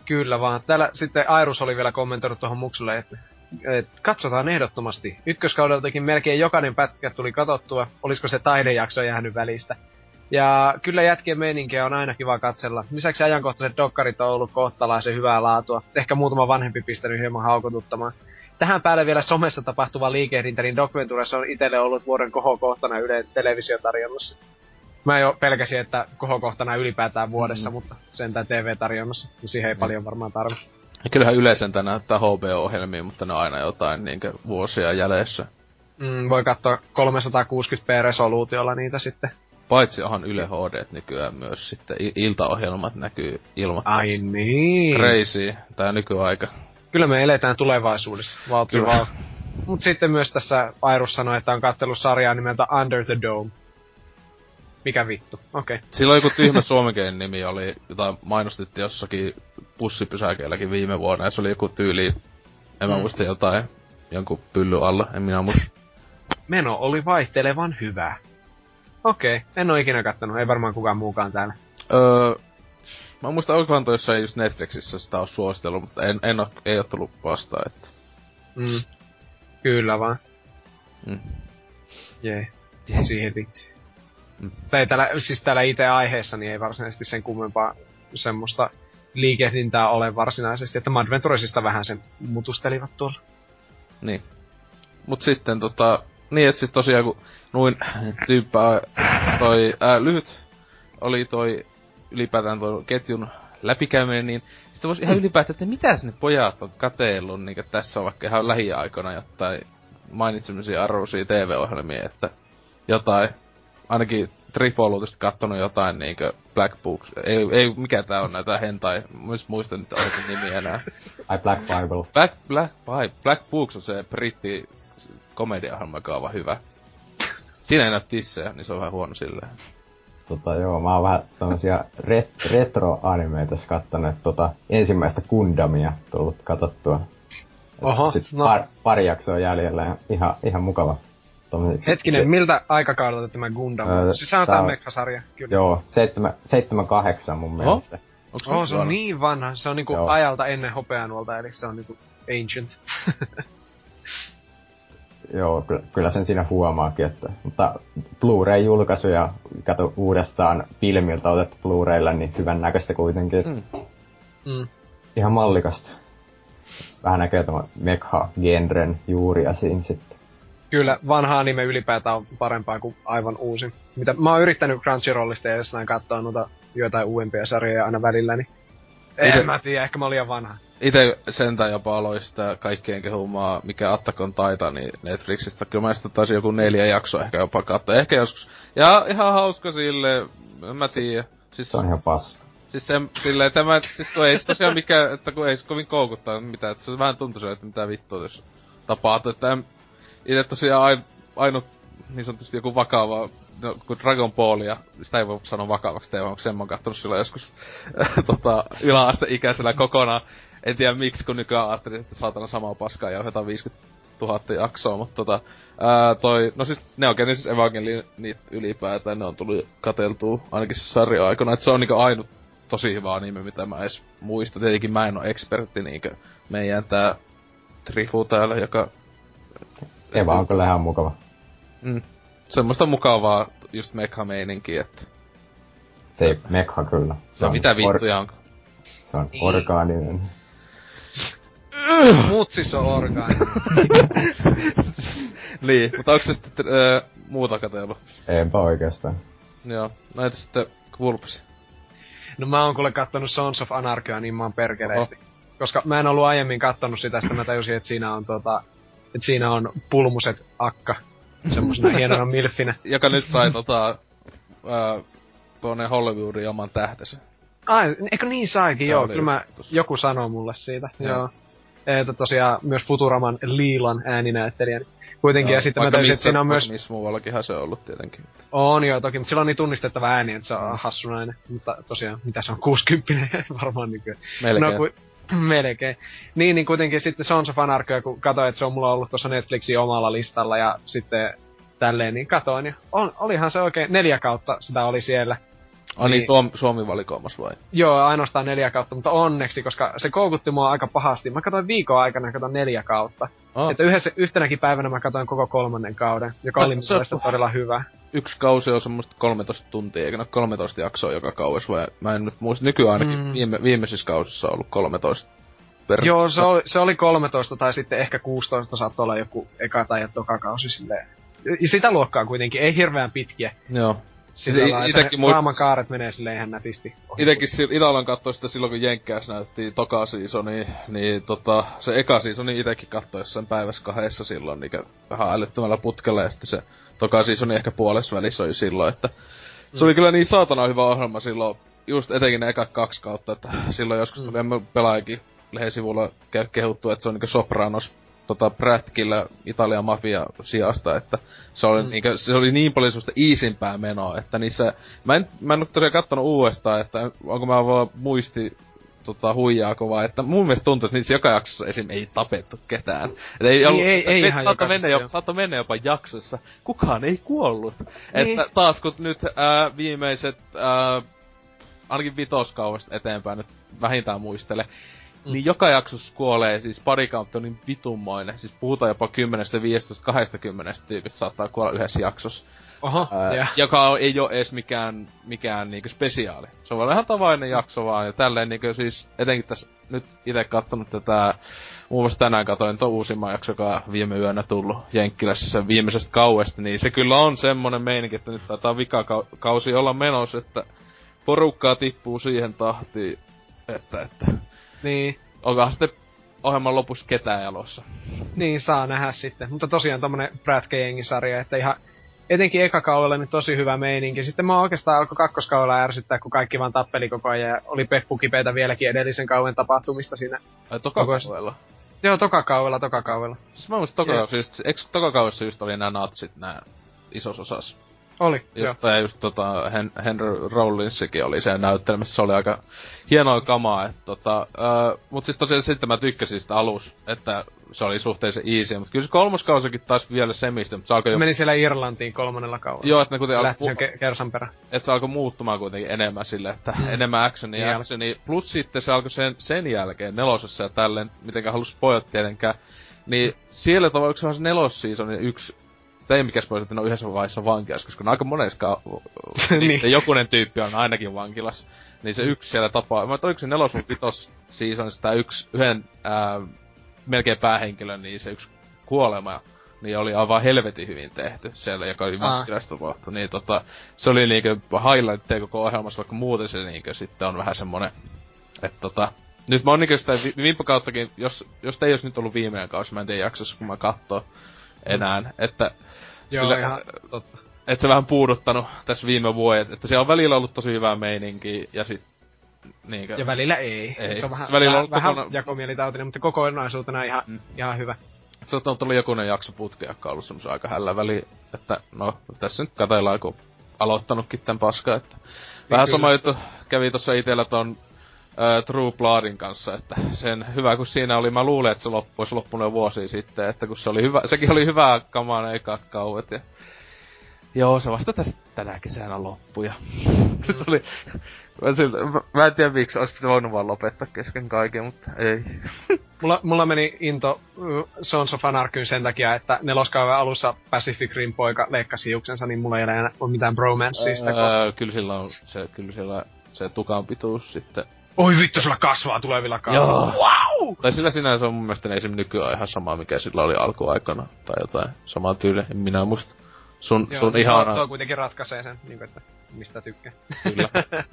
Kyllä vaan. Täällä sitten Airus oli vielä kommentoinut tuohon Muksulle, että et, katsotaan ehdottomasti. Ykköskaudeltakin melkein jokainen pätkä tuli katsottua. Olisiko se taidejakso jäänyt välistä. Ja kyllä jätkien meininkiä on aina kiva katsella. Lisäksi ajankohtaiset dokkarit on ollut kohtalaisen hyvää laatua. Ehkä muutama vanhempi pistänyt hieman haukotuttamaan. Tähän päälle vielä somessa tapahtuva liikehdintä, niin Doc Venturessa on itselle ollut vuoden kohokohtana Ylen televisiotarjonnassa. Mä jo pelkäsin, että kohokohtana ylipäätään vuodessa, mm. mutta sentään T V-tarjonnassa. Niin siihen ei mm. paljon varmaan tarvitse. Ja kyllähän yleisempää näyttää H B O-ohjelmia, mutta ne on aina jotain niinkö vuosia jäljessä. Mm, voi katsoa kolmesataakuusikymmentä p resoluutiolla niitä sitten. Paitsi onhan Yle H D nykyään myös sitten iltaohjelmat näkyy ilmoittavasti. Ai niin. Crazy, tää nykyaika. Kyllä me eletään tulevaisuudessa, valtio val. Mut sitten myös tässä Airus sanoi, että on kattellut sarjaa nimeltä Under the Dome. Mikä vittu, okei. Okay. Sillä on joku tyhmä suomenkielinen nimi, oli, jota mainostettiin jossakin bussipysäkeilläkin viime vuonna, ja se oli joku tyyli, en mä mm. muista jotain, jonkun pylly alla, en minä muista. Meno oli vaihtelevan hyvää. Okei, okay. En oo ikinä kattonut, ei varmaan kukaan muukaan täällä. Öö, mä muistan, olikohan toi jossain just Netflixissä sitä on suositellut, mutta en, en oo, ei oo tullut vastaan, että... Mm. Kyllä vaan. Mm. Jee, yeah. Siihen liittyy. Mm. Tai täällä, siis täällä itse aiheessa niin ei varsinaisesti sen kummempaa semmoista liikehdintää ole varsinaisesti, että Madventuresista vähän sen mutustelivat tuolla. Niin. Mut sitten tota, niin et siis tosiaan kun noin tyyppää toi ää, lyhyt oli toi ylipäätään toi ketjun läpikäyminen, niin sitten vois ihan mm. ylipäätään, että mitäs ne pojat on kateellut niinku tässä on vaikka ihan lähiaikoina jotain mainitsemisia arvoisia T V-ohjelmia, että jotain ainakin Trifoluutista kattonut jotain niinkö Black Books. Ei, ei mikä tää on näitä hentai. Myös muistan niitä oikein nimiä enää. Ai Black Bible. Black, Black, Black, Black Books on se britti komedia-ohjelma, joka on vaan hyvä. Siinä ei näy tissejä, niin se on vähän huono silleen. Tota joo, mä oon vähän tämmösiä ret- retro-animeita kattonut, tota ensimmäistä Gundamia tullut katsottua. Oho, sit no. par, pari jaksoa jäljellä ja ihan, ihan mukava. Hetkinen, se, miltä aikakaudelta tämä Gundam on? Siis se on tää Mekha-sarja, kyllä. Joo, seitsemän kahdeksan mun mielestä. Onks oh, se on niin vanha, se on niinku joo. Ajalta ennen hopeanuolta, eli se on niinku ancient. Joo, kyllä, kyllä sen siinä huomaakin, että... Mutta Blu-ray-julkaisu ja kato uudestaan filmiltä otettu Blu-raylla, niin hyvän näköistä kuitenkin. Mm. Mm. Ihan mallikasta. Vähän näkee tämän Mekha-genren juuria siinä sitten. Kyllä, vanha anime ylipäätään on parempaa kuin aivan uusi. Mitä, mä oon yrittänyt Crunchyrollista ja jostain katsoa noita jotain uudempia sarjoja aina välillä, niin... En mä tiedä, ehkä mä olin liian vanha. Ite sentään jopa aloin sitä kaikkien kehumaa, mikä Attack on Titan, niin Netflixistä. Kyllä mä sitä taisin joku neljä jaksoa ehkä jopa katsoa. Ehkä joskus. Ja ihan hauska silleen, en mä tiedä. Siis, se on ihan paska. Siis se, silleen tämä, siis kun ei se tosiaan mikään, että kun ei se kovin koukuttaa mitään, että se vähän tuntuu se, että mitä vittua jos tapahtuu, että en, ite tosiaan ain, ainut niin sanotusti joku vakava, no kun Dragon Ballia, sitä ei voi sanoa vakavaksi teema, onko sen mä oon kattonut silloin joskus tota, yläasteikäisellä kokonaan. En tiedä miksi, kun nykyään ajattelin, että saatana samaa paskaa ja ohjataan viisikymmentätuhatta jaksoa, mutta tota, ää, toi, no siis ne on Genesis Evangelinit ylipäätään, ne on tullut kateltua ainakin se sarja aikana, että se on niinku ainut tosi hyvä anime, mitä mä edes muistan. Tietenkin mä en oo ekspertti niinkö meidän tää Trifu täällä, joka... Eva on kyllä ihan mukava. Mm. Semmoista mukavaa just mekha-meininkiä, että... Se ei mekha kyllä. Se, se on mitä vittuja or... onko? Se on niin. Orgaaninen. Mut siis on orgaaninen. Niin, mutta onko se sitten öö, muuta katsellut? Enpä oikeastaan. Joo, no entä sitten Vulpsi? No mä oon kuule kattonut Sons of Anarchia niin mä oon perkeleesti. Oho. Koska mä en ollut aiemmin kattonut sitä, sitä mä tajusin, että siinä on tota... Että siinä on pulmuset akka. Semmosena hienona milfinä. Joka nyt sai tota... Ää, tuonne Hollywoodin oman tähtensä. Ai, eikö niin saikin, se joo. Kyllä mä, tossa. Joku sanoo mulle siitä, joo. joo. Että tosiaan myös Futuraman Liilan ääninäyttelijän. Kuitenkin, joo, ja sitten mä täysin, että siinä on myös... Missä muuallakinhan se on ollut tietenkin. On joo, toki, mutta sillä on niin tunnistettava ääni, että se on hassunainen. Mutta tosiaan, mitä se on, kuusikymppinen varmaan nykyään. Melkein. No, ku... Melkein. Niin, niin kuitenkin sitten Sons of Anarchia, kun katsoin, että se on mulla ollut tuossa Netflixin omalla listalla, ja sitten tälleen, niin katoin, ja on, olihan se oikein neljä kautta sitä oli siellä. Ah niin, Niin. Suomi, Suomi valikoimas vai? Joo, ainoastaan neljä kautta, mutta onneksi, koska se koukutti mua aika pahasti. Mä katsoin viikon aikana, katsoin neljä kautta. Oh. Että yhdessä, yhtenäkin päivänä mä katsoin koko kolmannen kauden, joka oli Se- mielestäni todella hyvä. Yksi kausi on semmoista kolmetoista tuntia, eikä ne ole kolmetoista jaksoa joka kausi, vai mä en nyt muista. Nykyään ainakin Mm. viime, viimeisissä kausissa on ollut kolmetoista. Per... Joo, se oli, se oli kolmetoista tai sitten ehkä kuusitoista saattoi olla joku eka tai toka kausi silleen. Ja sitä luokkaa kuitenkin, ei hirveän pitkiä. Joo. Sillä Ite- lailla, että itekin ne muist- raaman kaaret menee silleen ihan nätisti. ohi. Itekin si- Italan kattoi sitä silloin, kun Jenkkääs näyttiin toka seasoni, niin tota, se eka seasoni itekin kattoi jossain päivässä kahdessa silloin, niin vähän älyttömällä putkella, ja sitten se toka seasoni ehkä puolessa välissä oli silloin, että se oli kyllä niin saatana hyvä ohjelma silloin, just etenkin ne ekat kaksi kautta, että silloin joskus tuli mm. pelaajakin lehen sivulla käy kehuttu, että se on niinku Sopranos tota prätkillä Italian mafia sijasta, että se oli, mm. niinkö, se oli niin paljon semmoista iisimpää menoa, että niissä, mä en, mä en oo tosiaan kattonut uudestaan, että onko mä vaan muisti tota huijaa kovaa, että mun mielestä tuntuu, että niissä joka jaksossa esim. Ei tapettu ketään. Et ei, ollut, ei, ei et ihan saattoi mennä, jokaisessa, jopa, saattoi mennä jopa jaksossa. Kukaan ei kuollut. Niin. Että taas kun nyt ää, viimeiset, ää, ainakin vitoskaudesta eteenpäin nyt vähintään muistele, Mm. niin joka jaksossa kuolee siis pari kautta niin vitunmoinen. Siis puhutaan jopa kymmenestä, viidestä, kahdestakymmenestä tyypistä saattaa kuolla yhdessä jaksossa. Oho, Ää, yeah. joka on, ei oo ees mikään, mikään niinku spesiaali. Se on vaan ihan tavallinen jakso vaan, ja tälleen niinku siis, etenkin tässä nyt ite kattonut tätä, muun muassa tänään katoin tuon uusimman jakso, joka on viime yönä tullut Jenkkilässä sen viimeisestä kauesta, niin se kyllä on semmonen meininki, että nyt taitaa vikakausi olla menossa, että porukkaa tippuu siihen tahtiin, että, että Niin. onkohan sitten ohjelman lopussa ketään jalossa. Niin, saa nähdä sitten. Mutta tosiaan tommonen Brad Jengi-sarja, että ihan etenkin eka kaudella niin tosi hyvä meininki. Sitten mä oikeastaan alkoi kakkoskaudella ärsyttää, kun kaikki vaan tappeli koko ajan ja oli peppukipeitä vieläkin edellisen kauden tapahtumista siinä. Ai toka kaudella? Joo, toka kaudella, toka kaudella. Siis mä muistin toka kaudella, just, eikö toka kaudessa just oli nää natsit nää isos osas? Oli, just, joo. Tai just tota, Hen- Henry Rollinsikin oli sen näyttelmässä, se oli aika hienoa kamaa, että tota, uh, mut siis tosiaan sitten mä tykkäsin sitä alus, että se oli suhteellisen easy, mut kyllä se kolmoskausikin taas vielä semistä, mut se alkoi jo... Meni siellä Irlantiin kolmannella kaudella. Joo, että ne kuitenkin lähti alkoi... sen ke- kersan perään. Että se alkoi muuttumaan kuitenkin enemmän sille, että Mm. enemmän actionia ja Niin actionia, plus sitten se alkoi sen, sen jälkeen nelosessa ja tälleen, mitenkä halus pojat tietenkään, niin mm. siellä tavallaan, se on se nelosseasonin yksi, ei mikään spoiler, että ne on yhdessä vaiheessa vankilassa, koska ne aika monessa niin. Se jokunen tyyppi on ainakin vankilassa. Niin se yksi siellä tapaa, mä oliko se nelos vai vitos seasonissa tää yksi, yhden ää, melkein päähenkilön, niin se yksi kuolema, niin oli aivan helvetin hyvin tehty siellä, joka oli vankilassa tapahtu. Niin tota, se oli niinkö highlight koko ohjelmassa, vaikka muuten se niinkö sitten on vähän semmonen, että tota, nyt mä oon niinkö sitä vi- viime kauttakin, jos, jos ei olisi nyt ollut viimeinen kausi, mä en tiedä jaksossa, kun mä kattoo enää, mm. että Joo, sillä, ihan totta. Et se vähän puuduttanut tässä viime vuodet, että siellä on välillä ollut tosi hyvää meininkiä, ja sit niinkö... Ja välillä ei. ei. Se on vähän, välillä vähän, on vähän kokona... jakomielitautinen, mutta kokonaisuutena ihan, mm. ihan hyvä. Se on tullut jokunen jakso putkeen, joka on ollut semmosen aika hällä väliin, että no, tässä nyt katsellaan, kun aloittanutkin tän paskaa, että... Niin vähän kyllä. Sama juttu kävi tossa itellä ton uh, True Bloodin kanssa, että sen hyvä kun siinä oli, mä luulen, että se loppu, olisi loppunut jo vuosia sitten, että kun se oli hyvä, sekin oli hyvää kamaa ne ekat kauet ja... Joo, se vasta tästä tänä kesänä loppu ja... se oli... Mä, sillä, mä, mä en tiedä miksi, ois voinut vaan lopettaa kesken kaiken, mutta ei. mulla, mulla meni into uh, Sons of Anarchyn sen takia, että neloskauden alussa Pacific Rim poika leikkasi hiuksensa, niin mulla ei enää ole mitään bromancea sitä öö, kyllä sillä on se, kyllä sillä se tukan pituus sitten. Oi vittu, sulla kasvaa tulevilla kaudella. Joo. Wow! Tai sillä sinänsä on mun mielestä ei se nykyään ihan sama, mikä sillä oli alkuaikana. Tai jotain samaa tyyliä, en minä muista. Sun, Joo, sun tuo, ihana... tuo kuitenkin ratkaisee sen, niin kuin, että mistä tykkää. Kyllä.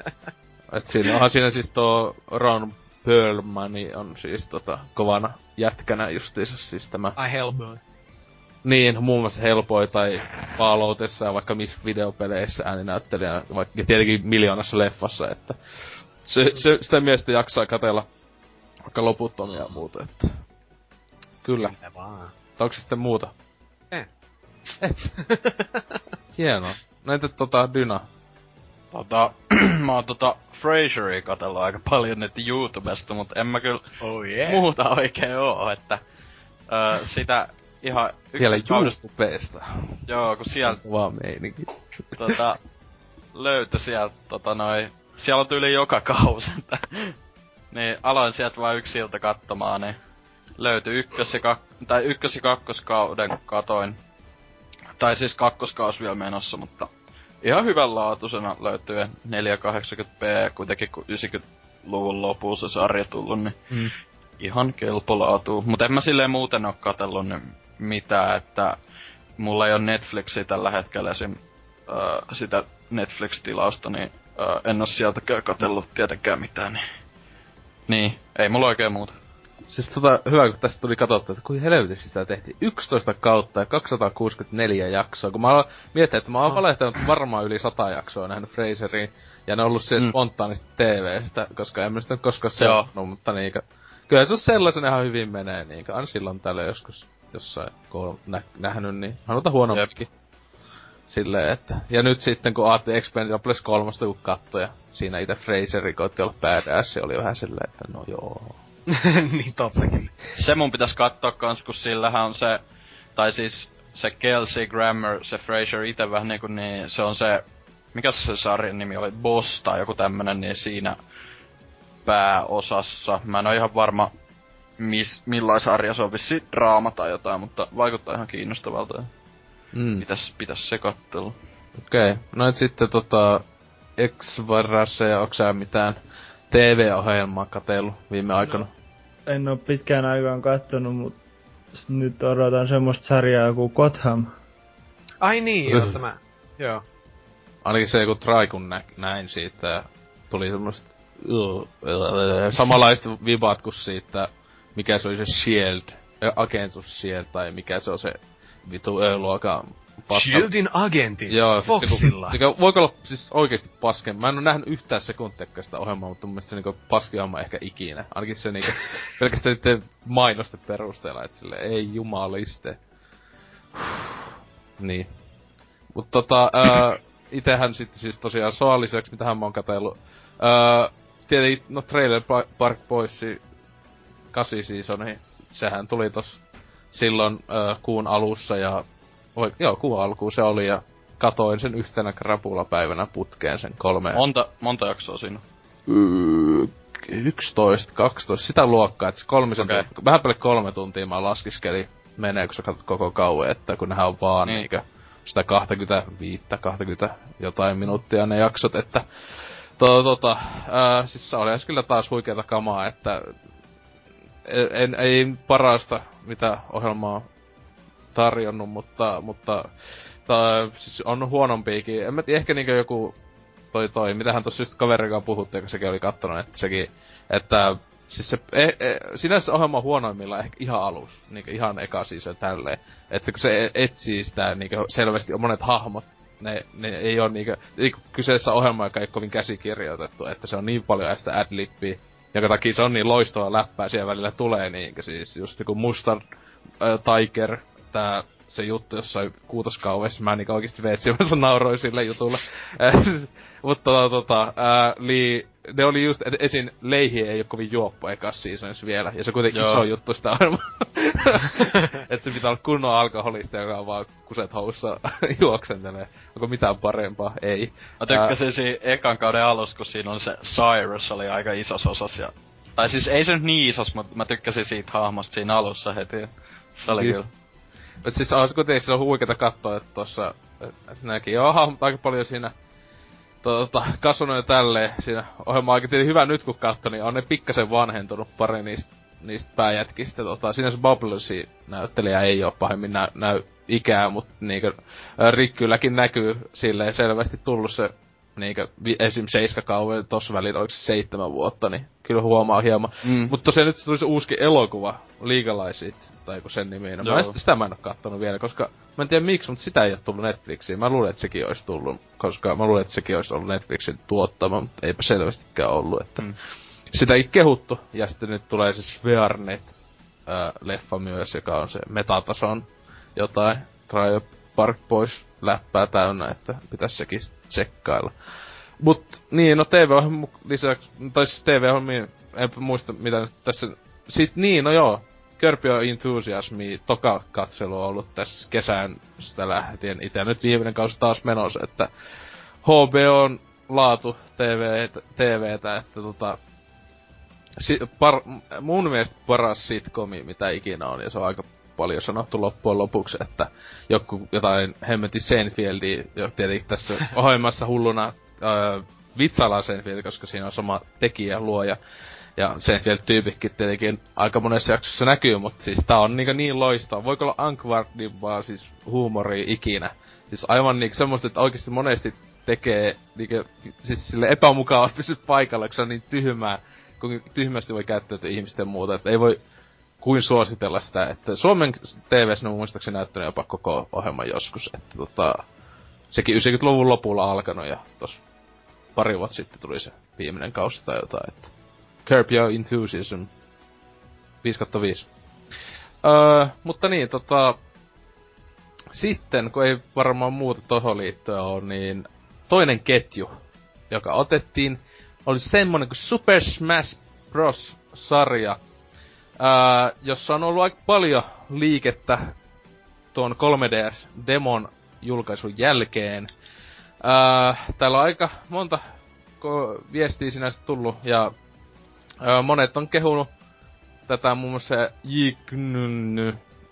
Et siinä onhan siinä siis tuo Ron Perlmani on siis tota kovana jätkänä justiinsa siis tämä... Ai Hellboy. Niin, muun muassa Hellboy tai Falloutissa ja vaikka missä videopeleissä ääninäyttelijänä, vaikka tietenkin miljoonassa leffassa, että... Se, se, sitä miestä jaksaa katella vaikka loputtomia ja muuta, että... Kyllä. Mitä vaan. Onko se sitten muuta? Eh. Et. Hienoa. No entä tota Dyna? Tota, mä oon tota Frasieria katsellut aika paljon nyt YouTubesta, mut en mä kyllä Oh yeah. muuta oikein oo, että ö, sitä ihan Vielä ykköskaudesta... YouTubesta. Joo, kun sieltä Vaan meininki. tota, löytyi sieltä tota noin, siellä on tyyli joka kausi, että niin aloin sieltä vaan yksi ilta katsomaan, niin löytyi ykkös- ja, kak- tai ykkös- ja kakkoskauden katoin. Tai siis kakkoskaus vielä menossa, mutta ihan hyvänlaatuisena löytyy neljä kahdeksankymmentä p, kuitenkin kun yhdeksänkymmentäluvun lopussa se sarja tullut, niin mm. ihan kelpo laatu. Mut en mä silleen muuten oo katsellut niin mitään, että mulla ei oo Netflixiä tällä hetkellä esim. Äh, sitä Netflix-tilausta, niin äh, en oo sieltäkään katsellut tietenkään mitään, niin... Niin, ei mulla oikein muuta. Siis tota, hyvä kun tästä tuli katsottu, että kuin helvetissä sitä tehtiin. yksitoista kautta ja kaksisataakuusikymmentäneljä jaksoa. Kun mä aloin miettiä, että mä oon oh. valehtanut varmaan yli sata jaksoa nähnyt Fraseriin. Ja ne on ollut siellä mm. spontaanisti T V:stä, koska en mä sitä koskaan seurannut, mutta niinkö... Kyllä se on sellaisen ihan hyvin menee niinkö. Aina silloin täällä joskus jossain kol- nä- nähnyt, niin halutaan huonompikin. Silleen, että... Ja nyt sitten kun ajatteli Expendables kolmosta kun kattoi ja siinä itse Fraseri koitti olla badass, se oli vähän silleen, että no joo... niin tottakin. Se mun pitäis kattoo kans, kun sillähän on se... Tai siis se Kelsey Grammer, se Frasier ite vähän niinku niin... Se on se... Mikäs se sarjan nimi oli? Boss tai joku tämmönen, niin siinä... Pääosassa. Mä en oo ihan varma... Mis, millainen sarja se on, vissi draama tai jotain, mutta vaikuttaa ihan kiinnostavalta. Mm. Pitäis, pitäis se kattella. Okei. Okay. No et sitten tota... X-Varassa, onks sä mitään T V-ohjelmaa katsellut viime aikoina? No, en oo pitkään aikaan kattonut, mut nyt odotan semmoista sarjaa kuin Gotham. Ai niin, joo, tämä. Joo. Ainakin se joku Traikun nä- näin siitä ja tuli semmoista uh, samanlaiset vibat kuin siitä, mikä se oli se Shield, Agentus Shield tai mikä se on se vitu Ö-luokan paska. Shieldin agentti. Joo, Foxilla. Siis niinku, voiko olla siis oikeesti pasken. Mä en oo nähnyt yhtään sekuntiakkaan sitä ohjelmaa, mutta mun mielestä se niinku paski homma ehkä ikinä. Ainakin se niinku pelkästään niitten mainosten perusteella, et sille ei jumaliste. Niin. Mut tota, ää, itehän sitten siis tosiaan Soan lisäksi, mitähän mä oon katsellut. Ää, tietenkin, no Trailer Park Boysi kasi seasoni, sehän tuli tossa silloin ää, kuun alussa ja Oi, joo, kuun alkuun se oli ja katoin sen yhtenä krapulapäivänä putkeen sen kolme... Monta, monta jaksoa siinä? Yy, yksitoista, kaksitoista, sitä luokkaa, että se kolmisen okay. tuntia, vähän päälle kolme tuntia mä laskiskelin menee, kun sä katsot koko kauan, että kun nehän on vaan niin. niinkö sitä kaksikymmentäviisi, kaksikymmentä jotain minuuttia ne jaksot, että tota, tota ää, siis se oli kyllä taas huikeeta kamaa, että en, ei parasta mitä ohjelmaa tarjonnut, mutta, mutta ta, siis on huonompiakin. En mä tiedä, ehkä niinkö joku toi toi, mitähän tossa just kaverikaan puhuttiin, kun sekin oli kattonut, että sekin, että siis se, e, e, sinänsä ohjelma on huonoimmilla ehkä ihan alus, niinkö ihan eka siis on tälleen, että kun se etsii sitä niinkö selvästi monet hahmot, ne, ne ei oo niinkö, niinkö kyseessä ohjelma, joka ei kovin käsikirjoitettu, että se on niin paljon sitä adlibbiä, joka takia se on niin loistava läppää, siellä välillä tulee niinkö siis just joku Mustard äh, Tiger, tää se juttu jossain kuutoskauvessa, mä niinku oikeesti veitsimässä nauroin sille jutulle. Mutta tota, tota ää, li, ne oli just, et esin Leihi ei oo kovin juoppo ekas seasonissa vielä, ja se on kuitenkin Joo. iso juttu sitä ohjelmaa. Et se pitää olla kunnon alkoholista, joka on vaan kuset housussa juoksentelee. Onko mitään parempaa? Ei. Mä tykkäsin siinä ekan kauden alussa, kun siinä on se Cyrus, oli aika isos osas ja... Tai siis ei se nyt niin isos, mutta mä tykkäsin siitä hahmosta siinä alussa heti. Se oli kyllä. Et siis on se kuitenkin on huikeeta katsoa, että tossa, et, et näki joo hahmot aika paljon siinä tota, kasvanut jo tälleen siinä ohjelma aika tietysti hyvä nyt kun katso, niin on ne pikkasen vanhentunut pari niistä, niistä pääjätkistä. Tota, siinä se Bubblesi näyttelijä ei oo pahemmin näy, näy ikää, mut niinkö Rikkylläkin näkyy silleen selvästi tullut se niinkö esim. Seiska-kauan tossa välillä oliko se seitsemän vuotta, niin kyllä huomaa hieman. Mm. Mut tosiaan nyt se tuli se uusi elokuva, Legalize It, tai joku sen nimi. No, mä en, sitä mä en oo kattonut vielä, koska mä en tiedä miksi, mutta sitä ei oo tullut Netflixiin. Mä luulen, että sekin ois tullut, koska mä luulen, että sekin ois ollut Netflixin tuottama, mutta eipä selvästikään ollut, että mm. sitäkin kehuttu. Ja sitten nyt tulee se Svearnet-leffa myös, joka on se metatason jotain Trailer Park Boys läppää täynnä, että pitäis sekin tsekkailla. Mut niin, no T V-ohjelma lisäksi, tai siis T V-ohjelmia, en muista mitä nyt tässä... Sit niin, no joo, Curb Your Enthusiasmi, toka katselu on ollut tässä kesän sitä lähtien. Ite nyt viimeinen kausi taas menossa, että H B O:n laatu T V, TVtä, että tota... Si- par, mun mielestä paras sitcomi, mitä ikinä on, ja se on aika paljon sanottu loppujen lopuksi, että joku jotain hemmetin Seinfeldia, jo tietenkin tässä ohjelmassa hulluna öö, vitsaillaan Seinfeld, koska siinä on sama tekijä, luoja, ja Seinfeld-tyypitkin tietenkin aika monessa jaksossa näkyy, mutta siis tää on niin, niin loistava. Voiko olla ankvardimpaa siis huumoria ikinä? Siis aivan niin semmoista, että oikeesti monesti tekee niinku, siis sille epämukavaa pysyä paikalla, kun se on niin tyhmää, kun tyhmästi voi käyttäytyä ihmisten ja muuta, että ei voi kuin suositella sitä, että Suomen T V:ssä on muistaakseni näyttänyt jopa koko ohjelman joskus, että tota, sekin yhdeksänkymmentäluvun lopulla alkanut ja tos pari vuotta sitten tuli se viimeinen kausi tai jotain, että Curb Your Enthusiasm viisi kautta viisi. Öö, mutta niin, tota, sitten, kun ei varmaan muuta tohon liittyen ole, niin toinen ketju, joka otettiin, oli semmonen kuin Super Smash Bros-sarja, ää, jossa on ollut aika paljon liikettä tuon kolme D S-demon julkaisun jälkeen. Ää, täällä on aika monta ko- viestiä sinänsä tullut, ja ää, monet on kehunut tätä, muun muassa Jiknynny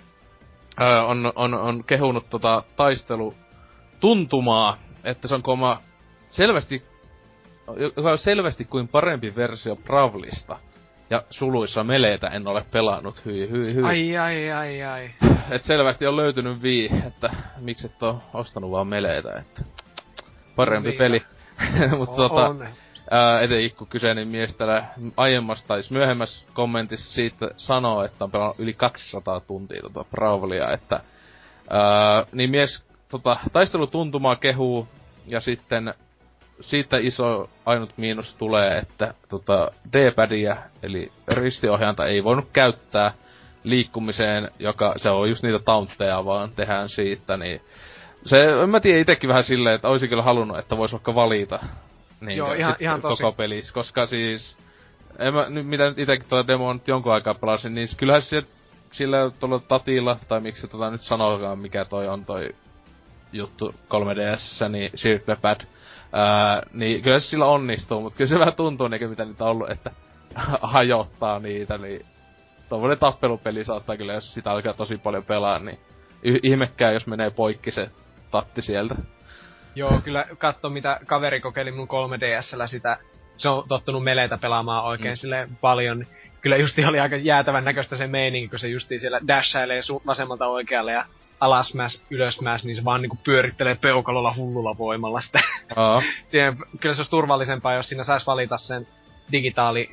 on, on, on kehunut tota taistelutuntumaa, että se on koma selvästi joka on selvästi kuin parempi versio Bravlista. Ja suluissa Meleetä en ole pelannut, hyi hyi hyi. Ai ai ai ai. Et selvästi on löytynyt Wii, että miksi et oo ostanut vaan Meleetä, että parempi no, peli. Mut tota, ää, etenkin kun kyseinen mies täällä aiemmassa tai myöhemmässä kommentissa siitä sanoo, että on pelannut yli kaksisataa tuntia tota Bravlia, että ää, niin mies tota taistelutuntumaa kehuu ja sitten siitä iso ainut miinus tulee, että tota D-padia, eli ristiohjainta ei voinut käyttää liikkumiseen, joka se on just niitä tauntteja vaan tehdään siitä, niin se, en mä tiedä itekin vähän silleen, että olisin kyllä halunnut, että vois vaikka valita niin joo, ihan, ihan koko tosi. pelissä, koska siis en mä, nyt mitä nyt itekin tuo demo nyt jonkun aikaa pelasin, niin kyllähän se sillä tuolla tatilla, tai miksi tota nyt sanotaan, mikä toi on toi juttu kolme D S:ssä, niin Circle Pad. Ää, niin kyllä se sillä onnistuu, mutta kyllä se vähän tuntuu niinkö mitä niitä on ollut, että hajottaa niitä, niin tommonen tappelupeli saattaa kyllä, jos sitä alkaa tosi paljon pelaa, niin y- ihmekään, jos menee poikki se tatti sieltä. Joo, kyllä katso mitä kaveri kokeili mun kolme D S:llä sitä, se on tottunut Meleitä pelaamaan oikein mm. silleen paljon. Kyllä justi oli aika jäätävän näköistä se meininki, kun se justiin siellä dashailee su- vasemmalta oikealle ja alasmäs, ylösmäs, niin se vaan niinku pyörittelee peukalolla hullulla voimalla sitä. Aa. Kyllä se olisi turvallisempaa, jos siinä sais valita sen digitaali,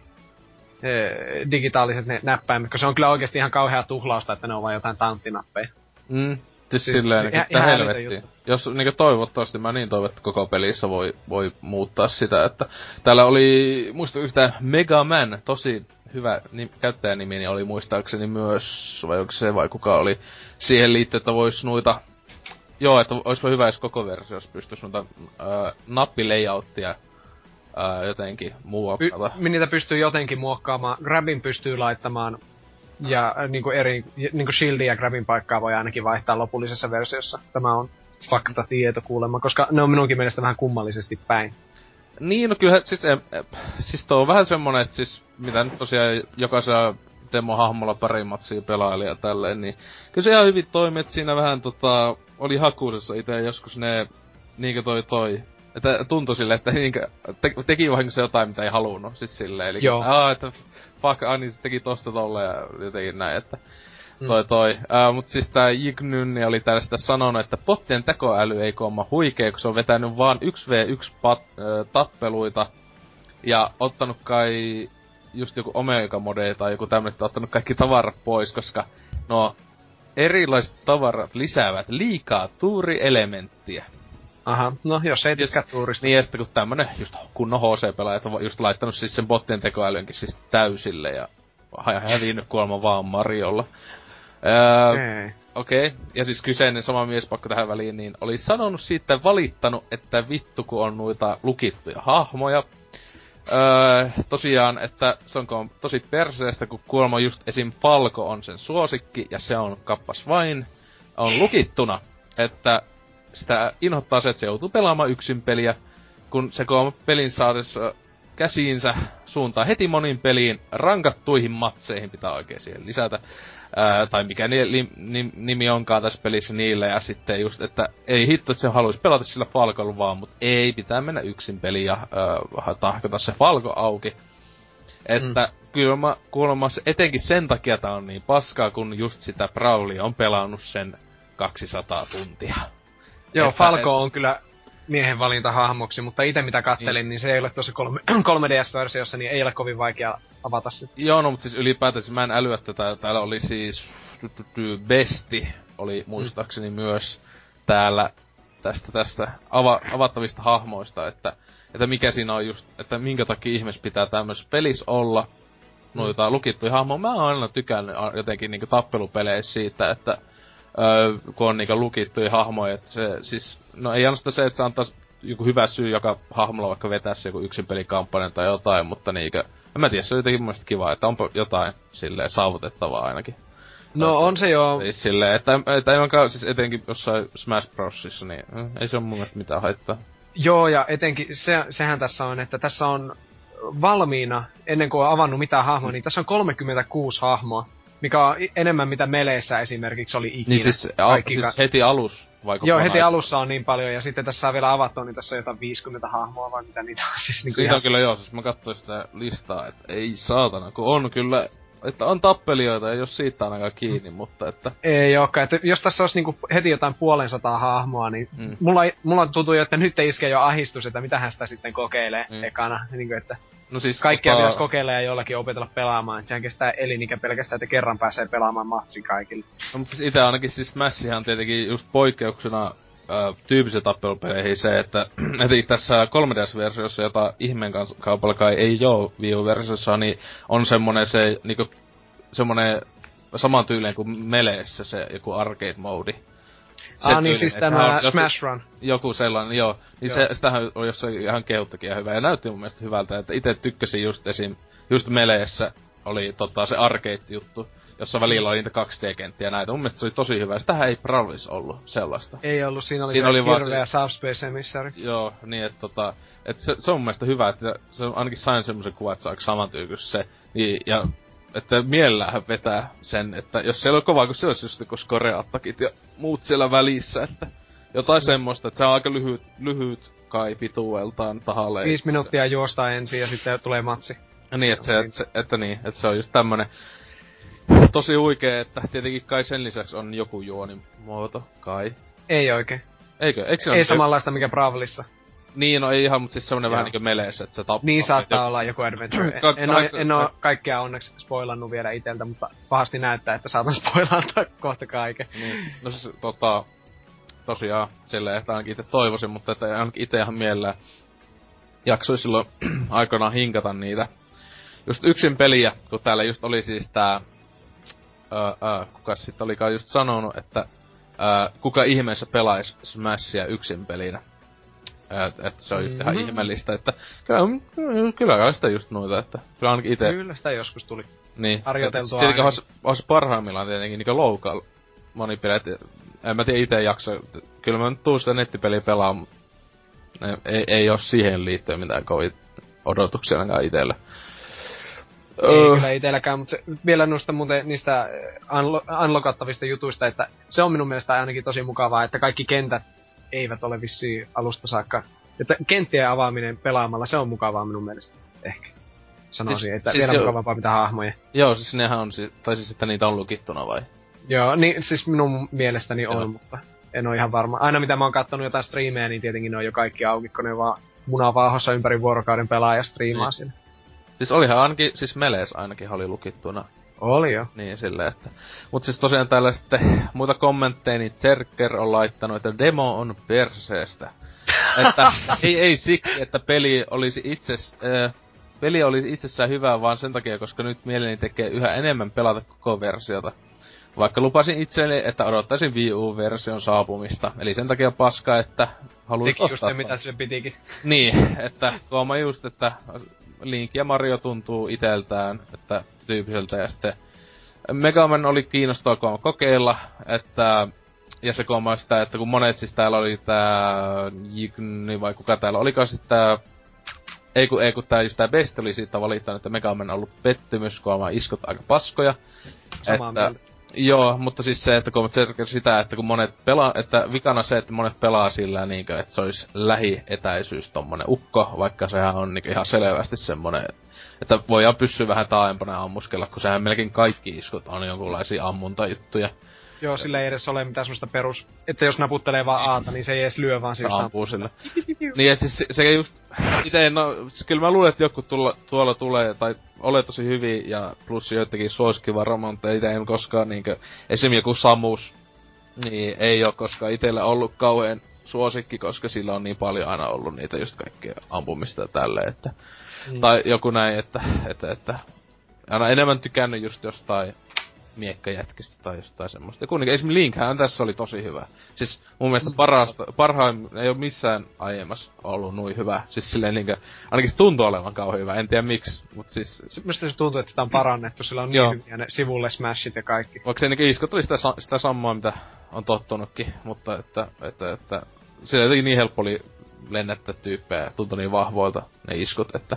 äh, digitaaliset ne näppäimet, koska se on kyllä oikeesti ihan kauhea tuhlausta, että ne on vaan jotain tanttinappeja. Mm. Siis, siis silleen niinku, että helvettiin. Jos niinku toivottavasti, mä niin toivon, että koko pelissä voi, voi muuttaa sitä, että täällä oli, muista yhtään Mega Man, tosi hyvä ni- käyttäjänimi, niin oli muistaakseni myös, vai onko se vai kuka oli, siihen liittyen, että vois noita, joo, että oispa hyvä, jos koko versiossa pystyis noita äh, nappilayouttia äh, jotenkin muokata. Py- niitä pystyy jotenkin muokkaamaan, Grabin pystyy laittamaan, ja äh, niinku eri, niinku Shieldin ja Grabin paikkaa voi ainakin vaihtaa lopullisessa versiossa. Tämä on faktatieto kuulemma, koska ne on minunkin mielestä vähän kummallisesti päin. Niin, no kyllähän, siis, eh, eh, siis toi on vähän semmonen, että siis, mitä nyt tosiaan jokaisella demohahmolla pari matsia pelaili ja tälleen, niin kyllä se ihan hyvin toimi, että siinä vähän tota, oli hakuisessa ite joskus ne, niinkö toi toi, että tuntui silleen, että niinkö, te, teki vahingossa jotain, mitä ei halunnut, siis silleen, eli aah, että fuck, ah, niin se teki tosta tolle ja jotenkin näin, että toi toi. Uh, mut siis tää Jignynni oli täällä sitä sanonut, että bottien tekoäly ei kooma huikee, kun se on vetänyt vaan yksi vastaan yksi pat, äh, tappeluita. Ja ottanut kai just joku Omega-mode tai joku tämmönen, ottanut kaikki tavarat pois, koska no erilaiset tavarat lisäävät liikaa tuurielementtiä. Aha, no jos ei tykkää tuurista. Niin ja sitten kun tämmönen just kunnon H C-pelaajat on just laittanut siis sen bottien tekoälynkin siis täysille ja hävinnyt kuulemma vaan Mariolla. Öö, Okei, okay. Ja siis kyseinen sama mies, pakko tähän väliin, niin oli sanonut siitä valittanut, että vittu kun on noita lukittuja hahmoja. Öö, tosiaan, että se onko tosi perseestä, kun kuulemma just esim. Falco on sen suosikki, ja se on kappas vain, on lukittuna. Että sitä inhottaa se, että se joutuu pelaamaan yksin peliä, kun se kooma pelin saadessa käsiinsä suuntaa heti monin peliin, rankattuihin matseihin pitää oikein siihen lisätä. Ää, tai mikä ni, li, ni, nimi onkaan tässä pelissä niille, ja sitten just, että ei hitto, että se haluaisi pelata sillä Falcolla vaan, mutta ei, pitää mennä yksin peliin ja ää, tahkota se Falco auki. Että mm. kyllä kuulemma etenkin sen takia tää on niin paskaa, kun just sitä Brawlia on pelannut sen kaksisataa tuntia. Joo, että, Falco et... on kyllä miehen valinta hahmoksi, mutta itse mitä kattelin, mm. niin se ei ole tuossa kolme D S-versiossa, niin ei ole kovin vaikea avata sitä. Joo, no mutta siis ylipäätänsä mä en älyä tätä. Täällä oli siis Besti oli muistaakseni mm. myös täällä tästä tästä ava, avattavista hahmoista, että että mikä siinä on just, että minkä takia ihmeessä pitää tämmöisessä pelissä olla noita mm. lukittuja hahmoja. Mä oon aina tykännyt jotenkin niinku tappelupeleissä siitä, että öö, kun on niinku lukittuja hahmoja, että se siis, no ei ainoastaan se, että se antaisi joku hyvä syy joka hahmolla vaikka vetää se joku yksin pelikampanjan tai jotain, mutta niinkö, en mä tiedä, se on jotenkin mun mielestä kiva, että onpa jotain silleen saavutettavaa ainakin. No tai, on se joo. Siis silleen, että, että ei onkaan siis etenkin jossain Smash Brosissa, niin ei se on mun mielestä mitään haittaa. Joo, ja etenkin se, sehän tässä on, että tässä on valmiina, ennen kuin on avannut mitään hahmoa, niin tässä on kolmekymmentäkuusi hahmoa, mikä on enemmän mitä Meleissä esimerkiksi oli ikinä. Niin siis, a, siis heti alus vai Joo, heti alussa on niin paljon, ja sitten tässä on vielä avattu, niin tässä on jotain viisikymmentä hahmoa, vai mitä niitä on siis. Niin Siitä ihan... on kyllä joo, siis mä katsoin sitä listaa, että ei saatana, kun on kyllä, että on tappelijoita, ei oo siitä ainakaan kiinni, mm. mutta että... Ei ookaan, että jos tässä olisi niinku heti jotain puolen sataa hahmoa, niin mm. mulla, mulla tuntuu jo, että nyt iskee jo ahdistus, että mitähän sitä sitten kokeilee mm. ekana, niin että... No siis, kaikkia ota... pitäisi kokeilla ja jollakin opetella pelaamaan. Sehän kestää elinikä pelkästään, että kerran pääsee pelaamaan matsin kaikille. No mutta siis ite ainakin siis Smashihan on tietenkin just poikkeuksena äh, tyypisen tappelupeleihin se, että eti tässä kolme D S-versiossa, jota ihmeen kaupalla kai ei oo Wii U-versiossa, niin on semmonen se niinku semmonen saman tyyleen kuin Meleessä se joku arcade-moodi. Ah niin, tyyli, siis tämä on, Smash Run. Joku sellainen, joo. Niin joo. Se, sitähän on jossain ihan kehuttakin ja hyvä. Ja näytti mun mielestä hyvältä, että ite tykkäsin just esim... Just Meleessä oli tota se arcade-juttu, jossa välillä oli niitä kaksi D-kenttiä ja näitä. Mun mielestä se oli tosi hyvä. Sitähän ei Brawlis ollut sellaista. Ei ollut, siinä oli, siinä oli hirveä se... Subspace Emissary. Joo, niin että tota... Et se, se on mun mielestä hyvä, että se on ainakin sain semmosen kuvan, että se on aika samantyykkys se. Niin, ja että mielellähän vetää sen, että jos siellä on kovaa, kun se olisi just kun Skoreattakit ja muut siellä välissä, että jotain mm. semmoista, että se on aika lyhyt, lyhyt kai pituueltaan tahalleen. Viisi minuuttia se... juostaa ensin ja sitten tulee matsi. Ja niin, että se, että, se, että niin, että se on just tämmönen tosi huikee, että tietenkin kai sen lisäksi on joku juonimuoto, kai. Ei oikein. Eikö? Eikö se ei samanlaista mikä Brawlissa. Niin, no ei ihan, mutta siis semmonen vähän niinku Meleessä, että se tappaa. Niin saattaa joku... olla joku adventure. Ka- en, oo, en oo kaikkea onneksi spoilannut vielä iteltä, mutta pahasti näyttää, että saatan spoilata kohta kaiken. Niin, no siis tota... Tosiaan, silleen, että ainakin ite toivoisin, mutta että ainakin ite ihan mielellään jaksois silloin aikanaan hinkata niitä. Just yksin peliä, kun täällä just oli siis tää... Öö, öö, kukas sit olikaan just sanonut, että... Öö, kuka ihmeessä pelais Smashia yksin pelinä. Että et se on just ihan mm-hmm. ihmeellistä, että kyllä, kyllä kai sitä just noita, että kyllä ainakin ite... Kyllä sitä joskus tuli niin, harjoiteltua aina. Tietenkin olisi parhaimmillaan tietenkin niinku loukalla moni peli, en mä tiedä ite jaksa, kyllä mä nyt tuun sitä nettipeliä pelaa, mutta ei, ei oo siihen liittyen mitään kovin odotuksia ainakaan itellä. Ei öö. kyllä itelläkään, mutta se, vielä noista muuten niistä unlo- unlockattavista jutuista, että se on minun mielestä ainakin tosi mukavaa, että kaikki kentät eivät ole vissiin alusta saakka. Että kenttien avaaminen pelaamalla, se on mukavaa minun mielestä, ehkä. Sanoisin, siis, että siis vielä jo, mukavampaa mitä hahmoja. Joo, siis nehän on, tai siis että niitä on lukittuna vai? Joo, niin siis minun mielestäni on, joo. Mutta en oo ihan varma. Aina mitä mä oon kattonut jotain striimejä, niin tietenkin ne on jo kaikki auki, kun ne vaan munavaahossa ympäri vuorokauden pelaa ja striimaa niin. Siinä. Siis olihan ainakin, siis Melees ainakin oli lukittuna. Oli jo. Niin, silleen, että... Mut siis tosiaan täällä sitten muita kommentteja, niin Zerker on laittanut, että demo on perseestä. Että ei, ei siksi, että peli olisi itses... Äh, peli olisi itsessään hyvä, vaan sen takia, koska nyt mieleni tekee yhä enemmän pelata koko versiota. Vaikka lupasin itselleni, että odottaisin Wii U-version saapumista. Eli sen takia paska, että haluais Teki just se, mitä se pitikin. Niin, että kooma just, että Link ja Mario tuntuu iteltään, että tyyppiseltä ja sitten Mega Man oli kiinnostavaa kokeilla, että ja se koomaa sitä, että kun monet siis täällä oli tää Jigni vai kuka täällä olikaan sit tää ei kun, ei kun tää just tää Best oli siitä valittanut, että Mega Man on ollut pettymys, kun on iskot aika paskoja. Samaa että, mieltä. joo, mutta siis se, että kun se sitä, että kun monet pelaa, että vikana se, että monet pelaa sillä niinkö, että se olisi lähietäisyys tommonen ukko, vaikka sehän on niinkö ihan selvästi semmonen, että voidaan pysyä vähän taaempana ja ammuskella, kun sehän melkein kaikki iskut on jonkunlaisia ammuntajuttuja. Joo, sillä ei edes ole mitään semmoista perus, että jos naputtelee vaan Aata, niin se ei edes lyö, vaan se just ampuu sillä. Niin, et siis se, se just, ite no, siis kyllä mä luulen, että joku tulla, tuolla tulee, tai ole tosi hyviä, ja plus joitakin suosikki varmaan, mutta ite en koskaan niinkö, esim. Joku Samus, niin ei oo koskaan itellä ollut kauhean suosikki, koska sillä on niin paljon aina ollut niitä just kaikkea ampumista ja tälleen, että, mm. tai joku näin, että, että, että, aina enemmän tykännyt just jostain miekkajätkistä tai jostain semmoista. Ja kuitenkin esimerkiksi Linkhän tässä oli tosi hyvä. Siis mun mielestä parasta, parhaim, ei oo missään aiemmassa ollut noin hyvä. Siis silleen niinkö, ainakin se tuntuu olevan kauhean hyvä, en tiedä miksi, mut siis... Minusta se tuntuu, että sitä on parannettu, sillä on niin Joo. hyviä ne sivulle smashit ja kaikki. Vaikka se niinkö iskot oli sitä, sitä samaa, mitä on tottunutkin, mutta että, että, että sillä jotenkin niin helppo oli lennättää tyyppejä ja tuntui niin vahvoilta ne iskut, että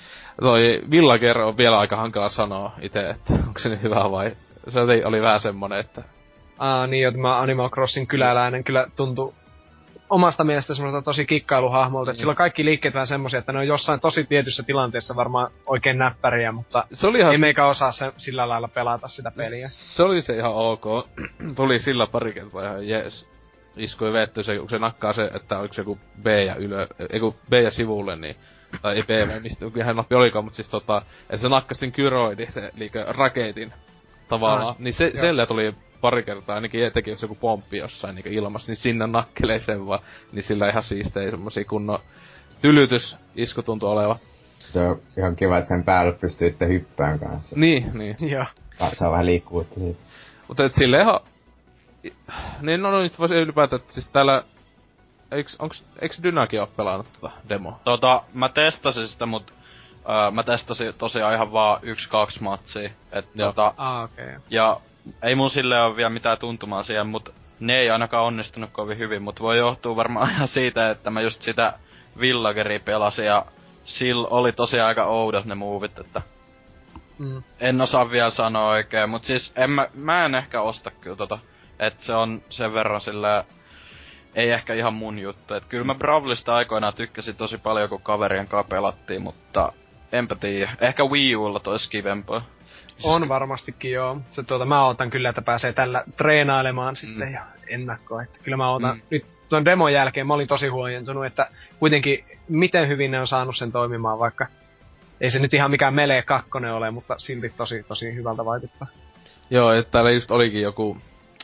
toi Villager on vielä aika hankala sanoa ite, että onko se nyt hyvä vai... Se oli vähän semmonen, että... Aa, niin, jo tämä Animal Crossing kyläläinen kyllä tuntui omasta mielestä semmoiselta tosi kikkailuhahmolta, että Niin. sillä on kaikki liikkeet vähän semmosia, että ne on jossain tosi tietyssä tilanteessa varmaan oikein näppäriä, mutta se oli ihan... ei meikä osaa se, sillä lailla pelata sitä peliä. Se oli se ihan ok. Tuli sillä pari kertaa ihan jees. Iskui vetty se, kun se nakkaa se, että oliko se joku B ja ylö... Eiku B ja sivulle, niin... Tai ei B, vai mistä ihan nappi olikaan, mutta siis tota... Että se nakkasi sen gyroidi, se liikä raketin tavallaan. Ah, niin se, joo. selle tuli pari kertaa, ainakin teki jos joku pomppi jossain niin ilmassa, niin sinne nakkelee sen vaan. Niin sillä ihan siistei semmosia kunnon tylytys isku tuntui oleva. Se on ihan kiva, että sen päälle pystyy itse hyppään kanssa. Niin, niin. Joo. Saa vähän liikkuvuutta siitä. Mutta et silleen ihan... Niin no, no nyt voisi ylipäätään, että siis täällä... Eiks, onks, eiks Dynakin oo pelannut tota demoa? Tota, mä testasin sitä, mut öö, mä testasin tosiaan ihan vaan yksi kaksi matsia. Et Joo. tota, Aa, okei. Okay. ja ei mun silleen oo vielä mitään tuntumaa siihen, mut ne ei ainakaan onnistunut kovin hyvin, mut voi johtua varmaan ihan siitä, että mä just sitä Villageria pelasin ja sillä oli tosiaan aika oudot ne movit, että Mm. en osaa vielä sanoa oikein, mut siis en mä, mä en ehkä osta kyllä tota, et se on sen verran silleen, ei ehkä ihan mun juttu, et kyllä mä Bravlista aikoinaan tykkäsin tosi paljon, kun kaverien kanssa pelattiin, mutta enpä tiedä, ehkä Wii Ulla tois kivempaa. On varmastikin joo. Se tuota, mä ootan kyllä, että pääsee tällä treenailemaan sitten ja ennakkoon. Että kyllä mä ootan, Mm. nyt tuon demon jälkeen mä olin tosi huojentunut, että kuitenkin miten hyvin ne on saanut sen toimimaan, vaikka ei se nyt ihan mikään Melee kakkonen ole, mutta silti tosi, tosi hyvältä vaikuttaa. Joo, että täällä just olikin joku...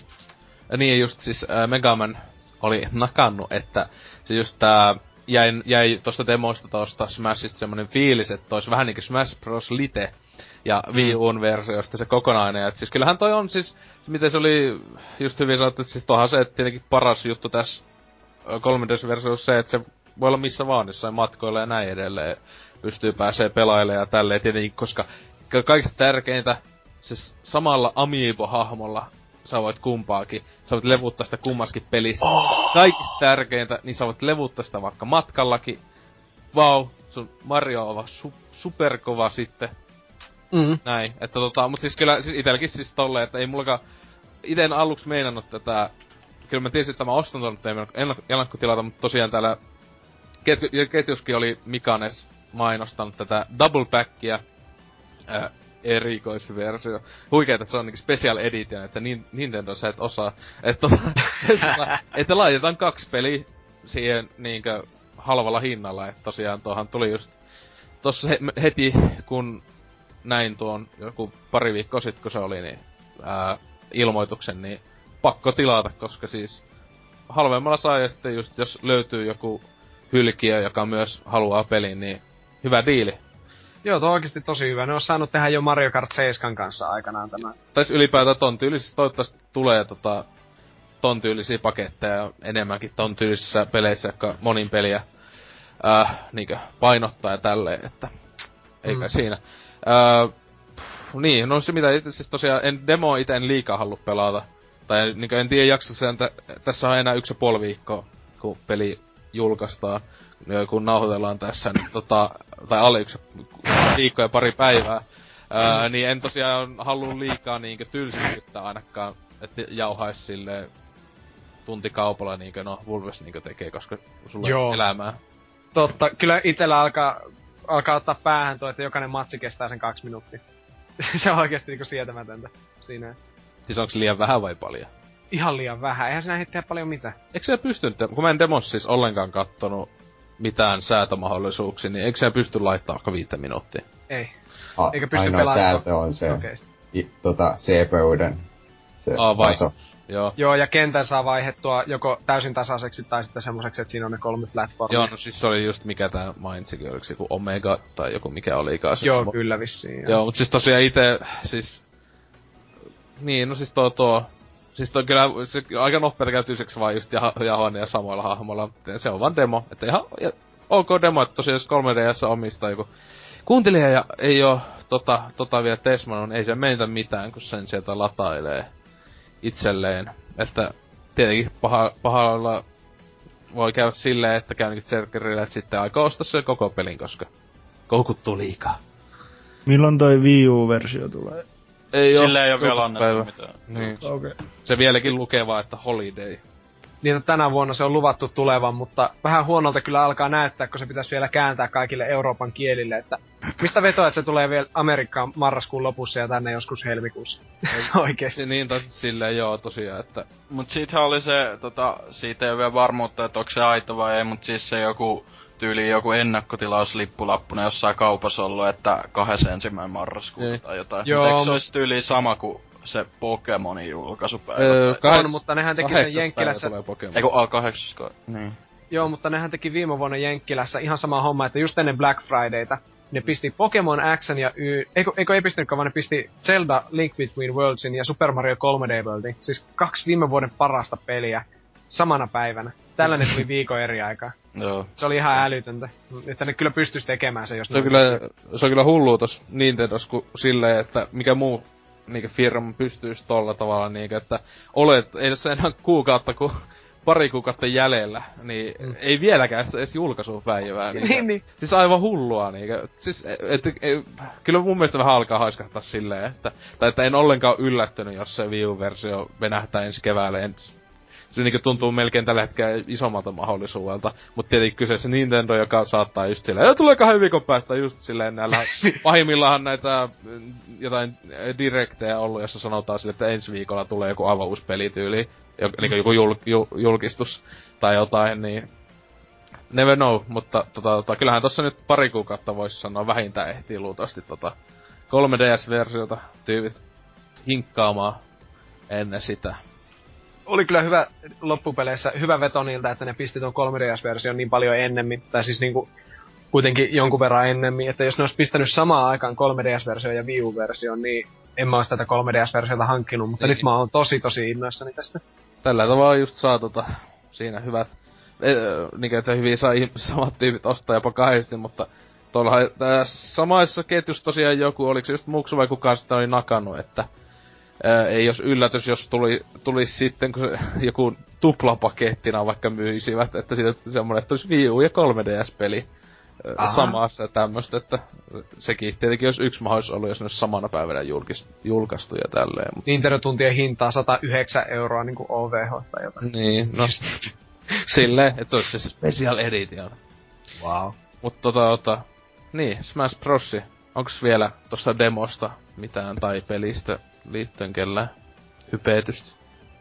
Niin just siis äh, Megaman oli nakannut, että se just tää... Jäi, jäi tosta demosta tosta Smashista semmonen fiilis, että ois vähän niinku Smash Bros. Lite ja Wii U:n versiosta se kokonainen. Et siis kyllähän toi on siis, miten se oli just hyvin sanottu, että siis tohan se, että tietenkin paras juttu tässä kolme D-versiossa se, että se voi olla missä vaan, jossain matkoilla ja näin edelleen. Pystyy pääsee pelailemaan ja tälleen tietenkin, koska kaikista tärkeintä, se samalla Amiibo-hahmolla sä voit kumpaakin. Sä voit levuttaa sitä kummaskin pelissä. Oh. Kaikista tärkeintä, niin sä voit levuttaa sitä vaikka matkallakin. Vau, wow, sun Mario on su- superkova sitten. Mm. Näin, että tota, mut siis kyllä siis itelläkin siis tolleen, että ei mullakaan... Ite en aluksi meinannut tätä... Kyllä mä tiesin, että mä ostan ton, että ei ennak- ennakkotilata, mutta tosiaan täällä... Ket- ketjuskin oli Mikanes mainostanut tätä double packia. Äh, erikoisversio. Huikeeta, se on niinku special edition, että niin, Nintendo sä et osaa. Että tota, että laitetaan kaksi peliä siihen niinkö halvalla hinnalla. Että tosiaan tuohan tuli just tossa he, heti, kun näin tuon joku pari viikkoa sit, kun se oli, niin ää, ilmoituksen, niin pakko tilata, koska siis halvemmalla saa ja sitten just jos löytyy joku hylkiö, joka myös haluaa pelin, niin hyvä diili. Joo, tuo on oikeesti tosi hyvä. Ne on saanut tehdä jo Mario Kart seitsemän kanssa aikanaan tämä. Tai ylipäätään ton tyylisissä, toivottavasti tulee tota, ton tyylisiä paketteja enemmänkin ton tyylisissä peleissä, jotka monin peliä äh, niinkö painottaa ja tälleen, että eikä mm. siinä. Äh, niin, no se mitä itse siis tosiaan, en demo ite en liikaa halua pelata. Tai niinku en tiedä jakso sen, että tässä on enää yksi ja puoli viikkoa, kun peli julkaistaan. Ja kun nauhoitellaan tässä, niin tota, tai alle yksi viikko ja pari päivää. Öö, niin en tosiaan halua liikaa niinkö tylsistyttää ainakaan, että jauhais silleen tuntikaupalla niinkö no Vulves niinkö tekee, koska sulla Joo. on elämää. Totta, kyllä itellä alkaa, alkaa ottaa päähän tuo, että jokainen matsi kestää sen kaksi minuuttia. Se on oikeesti niinku sietämätöntä siinä. Siis onks liian vähän vai paljon? Ihan liian vähän, eihän sinä tehdä paljon mitään. Eikö se pystynyt, kun mä en demos siis ollenkaan kattonut mitään säätömahdollisuuksia, niin eikö se pysty laittaa vaikka viittä minuuttia? Ei. A- Eikä pysty ainoa pelaamaan säätö on se oikeesti. i, tota, C P U:den se Aa, vai? taso. Joo. Joo, ja kentän saa vaihettua joko täysin tasaiseksi tai sitten semmoiseksi, että siinä on ne kolme platformia. Joo, no siis se oli just mikä tää mainitsikin, oliko se joku Omega tai joku mikä olikaan se. Joo, mo- kyllä vissiin. Joo. Joo, mut siis tosiaan ite, siis... Niin, no siis tuo tuo... Siis toi kyllä se aika nopeeta käytyiseksi vaan just jah- jahoa ja samoilla hahmoilla. Se on vaan demo, että ihan ja, ok demo, että tosiaan jos kolme D S omistaa joku kuuntelija ja ei oo tota, tota vielä tesmannut, niin ei se menetä mitään, kun sen sieltä latailee itselleen. Että tietenkin paha, pahalla voi käydä silleen, että käy niinkin Zergerillä, että sitten aikoo ostaa sen koko pelin, koska koukuttuu liikaa. Milloin toi Wii U-versio tulee? Ei oo. Sille ei oo vielä julkaisupäivä. annettu mitään. Niin. Okei. Okay. Se vieläkin lukee vaan, että holiday. Niin, että tänä vuonna se on luvattu tulevan, mutta vähän huonolta kyllä alkaa näyttää, kun se pitäisi vielä kääntää kaikille Euroopan kielille, että mistä vetoa, että se tulee vielä Amerikkaan marraskuun lopussa ja tänne joskus helmikuussa. Oikeesti. Niin, tai silleen joo tosiaan, että... Mut siitähän oli se, tota, siitä ei oo vielä varmuutta, että onko se aito vai ei, mut siis se joku tyyli joku ennakkotilauslippulappuna jossain kaupassa ollut, että kahdeskymmenesensimmäinen marraskuuta Niin. tai jotain. Joo, Mut eikö se mut- olisi tyyli sama kuin se Pokemonin julkaisupäivä? Öö, tai- On, mutta nehän teki sen kahdeksas Jenkkilässä... päivä tulee Pokemon. Eiku A kahdeksan. Niin. Joo, mutta nehän teki viime vuonna Jenkkilässä ihan sama homma, että just ennen Black Fridayta ne pisti Pokemon X:n ja Y... Eikö, eikö ei pistänytkään, vaan ne pisti Zelda Link Between Worldsin ja Super Mario kolme D Worldin. Siis kaksi viime vuoden parasta peliä samana päivänä. Tällainen tuli viikon eri aikaa. Joo. Se oli ihan älytöntä. Että ne kyllä pystyis tekemään se, jos Se on ne kyllä, se on kyllä hullua tossa Nintendossa, kun silleen, että mikä muu niinkö firma pystyis tolla tavalla niinkö, että olet, ei tässä enää kuukautta kuin pari kuukautta jäljellä, niin mm. ei vieläkään sitä edes julkaisupäivää. Niinkö. Niin, niin. Siis aivan hullua niinkö. Siis, et, et, et, kyllä mun mielestä vähän alkaa haiskahtaa silleen, että, tai että en ollenkaan yllättynyt, jos se Wii U-versio venähtää ensi keväälle. En, se niinku tuntuu melkein tällä hetkellä isommalta mahdollisuudelta. Mut tietenkin kyseessä Nintendo, joka saattaa just silleen, ja tulee kahden viikon päästä just silleen näillä pahimmillaan näitä jotain direktejä ollut, jossa sanotaan sille, että ensi viikolla tulee joku aivan uusi pelityyli, niinku joku jul, jul, julkistus tai jotain, niin never know, mutta tota, tota, kyllähän tossa nyt pari kuukautta voisi sanoa vähintään ehtii luultavasti tota kolme D S-versiota tyypit hinkkaamaan ennen sitä. Oli kyllä hyvä loppupeleissä, hyvä veto niiltä, että ne pisti ton kolme D S-version niin paljon ennemmin, tai siis niinku kuitenkin jonkun verran ennemmin, että jos ne olisi pistänyt samaan aikaan kolme D S-version ja Wii U-version, niin en mä ois tätä kolme D S-versiota hankkinut, mutta niin. nyt mä oon tosi tosi innoissani tästä. Tällä tavalla just saa tota, siinä hyvät, e, niinkö, että hyvin saa ihmiset samat tyypit ostaa jopa kahdesti, mutta tuollahan samaissa ketjussa tosiaan joku, oliko se just Muksu vai kukaan sitten oli nakannut, että ää, ei jos yllätys, jos tuli, tulisi sitten, kun se, joku tuplapakettina vaikka myisivät, että siitä semmonen, että olisi Wii U ja kolme D S-peli ää, samassa ja tämmöstä, että sekin tietenkin olisi yksi mahdollisuus ollut, jos ne olisi samana päivänä julkis, julkaistu ja tälleen. Mutta... Nintendo-tuntien hintaa sata yhdeksän euroa niinku O V H tai jotain. Niin, no silleen, että se olisi se special edition. Wow. Mut tota, tota, niin, Smash Bros. Onks vielä tosta demosta mitään tai pelistä liittyen kellään hypeetystä?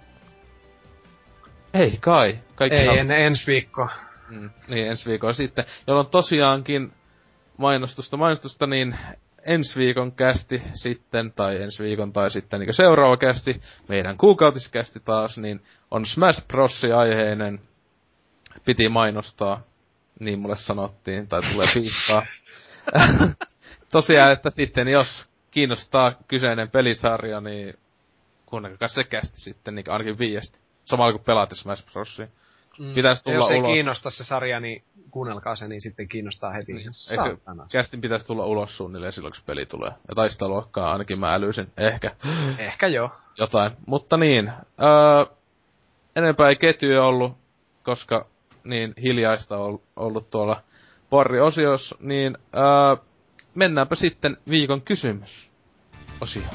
Ei kai. Kaikki Ei, on... ennen ensi viikkoa. Mm, niin, ensi viikolla sitten. Jolloin tosiaankin mainostusta, mainostusta, niin ensi viikon kästi sitten, tai ensi viikon tai sitten niin seuraava kästi, meidän kuukautiskästi taas, niin on Smash Bros. Aiheinen. Piti mainostaa, niin mulle sanottiin, tai tulee piistaa. Tosiaan, että sitten jos kiinnostaa kyseinen pelisarja, niin kuunnelkaa se kästi sitten, niin ainakin viiesti. Samalla kun pelaatte Smash Brosia. Mm. pitäisi tulla jos ulos. Jos ei kiinnosta se sarja, niin kuunnelkaa se, niin sitten kiinnostaa heti. Niin. Kästin pitäisi tulla ulos suunnilleen silloin, kun peli tulee. Ja taisteluokkaa ainakin mä älysin. Ehkä. Ehkä joo. Jotain. Mutta niin. Öö, enempää ei ketjuja ollut, koska niin hiljaista on ollut tuolla Porri-osiossa. Niin öö, mennäänpä sitten viikon kysymys osioon.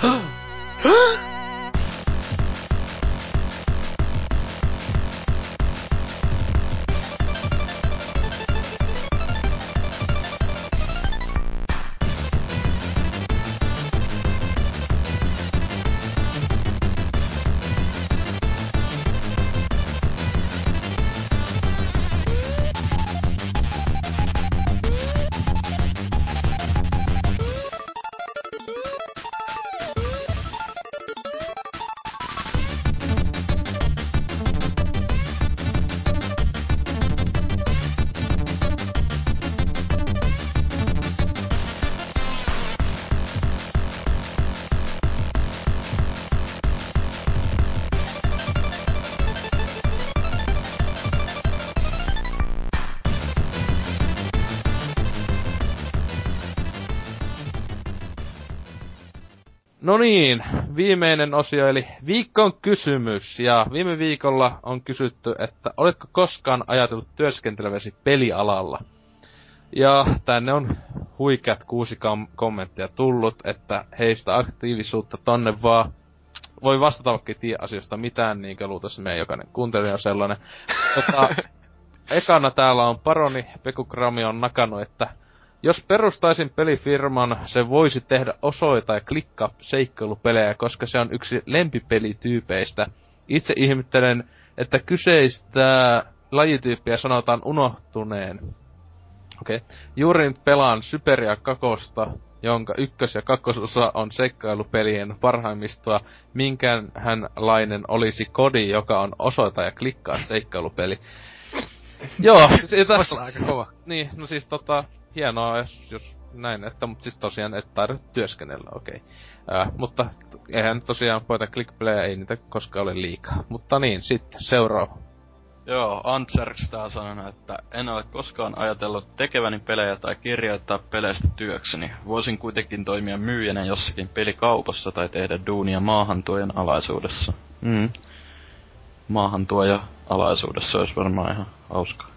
No niin, viimeinen osio eli viikon kysymys. Ja viime viikolla on kysytty, että oletko koskaan ajatellut työskenteleväsi pelialalla? Ja tänne on huikeat kuusi kam- kommenttia tullut, että heistä aktiivisuutta tonne vaan. Voi vastata vaikka ei tiedä asioista mitään, niin kuin luultavasti meidän jokainen kuuntelija on sellainen. Tota, ekana täällä on Paroni Peku Krami on nakannut, että jos perustaisin pelifirman, se voisi tehdä osoita ja klikkaa seikkailupelejä, koska se on yksi lempipelityypeistä. Itse ihmettelen, että kyseistä lajityyppiä sanotaan unohtuneen. Okei. Okay. Juuri nyt pelaan Syperia kakosta, jonka ykkös- ja kakkososa on seikkailupelien parhaimmistoa. Minkänhänlainen olisi kodi, joka on osoita ja klikkaa seikkailupeli. Joo, siis Voisi olla aika kova. Niin, no siis tota... Hienoa, jos, jos näin, että, mutta siis tosiaan et taida työskennellä, okei. Okay. Äh, mutta eihän tosiaan poita clickplayä, ei niitä koskaan ole liikaa. Mutta niin, sitten seuraava. Joo, Antserks tää sanoo, että en ole koskaan ajatellut tekeväni pelejä tai kirjoittaa peleistä työkseni. Voisin kuitenkin toimia myyjänä jossakin pelikaupassa tai tehdä duunia maahantuojan alaisuudessa. Mm. Maahantuoja alaisuudessa olisi varmaan ihan hauskaa.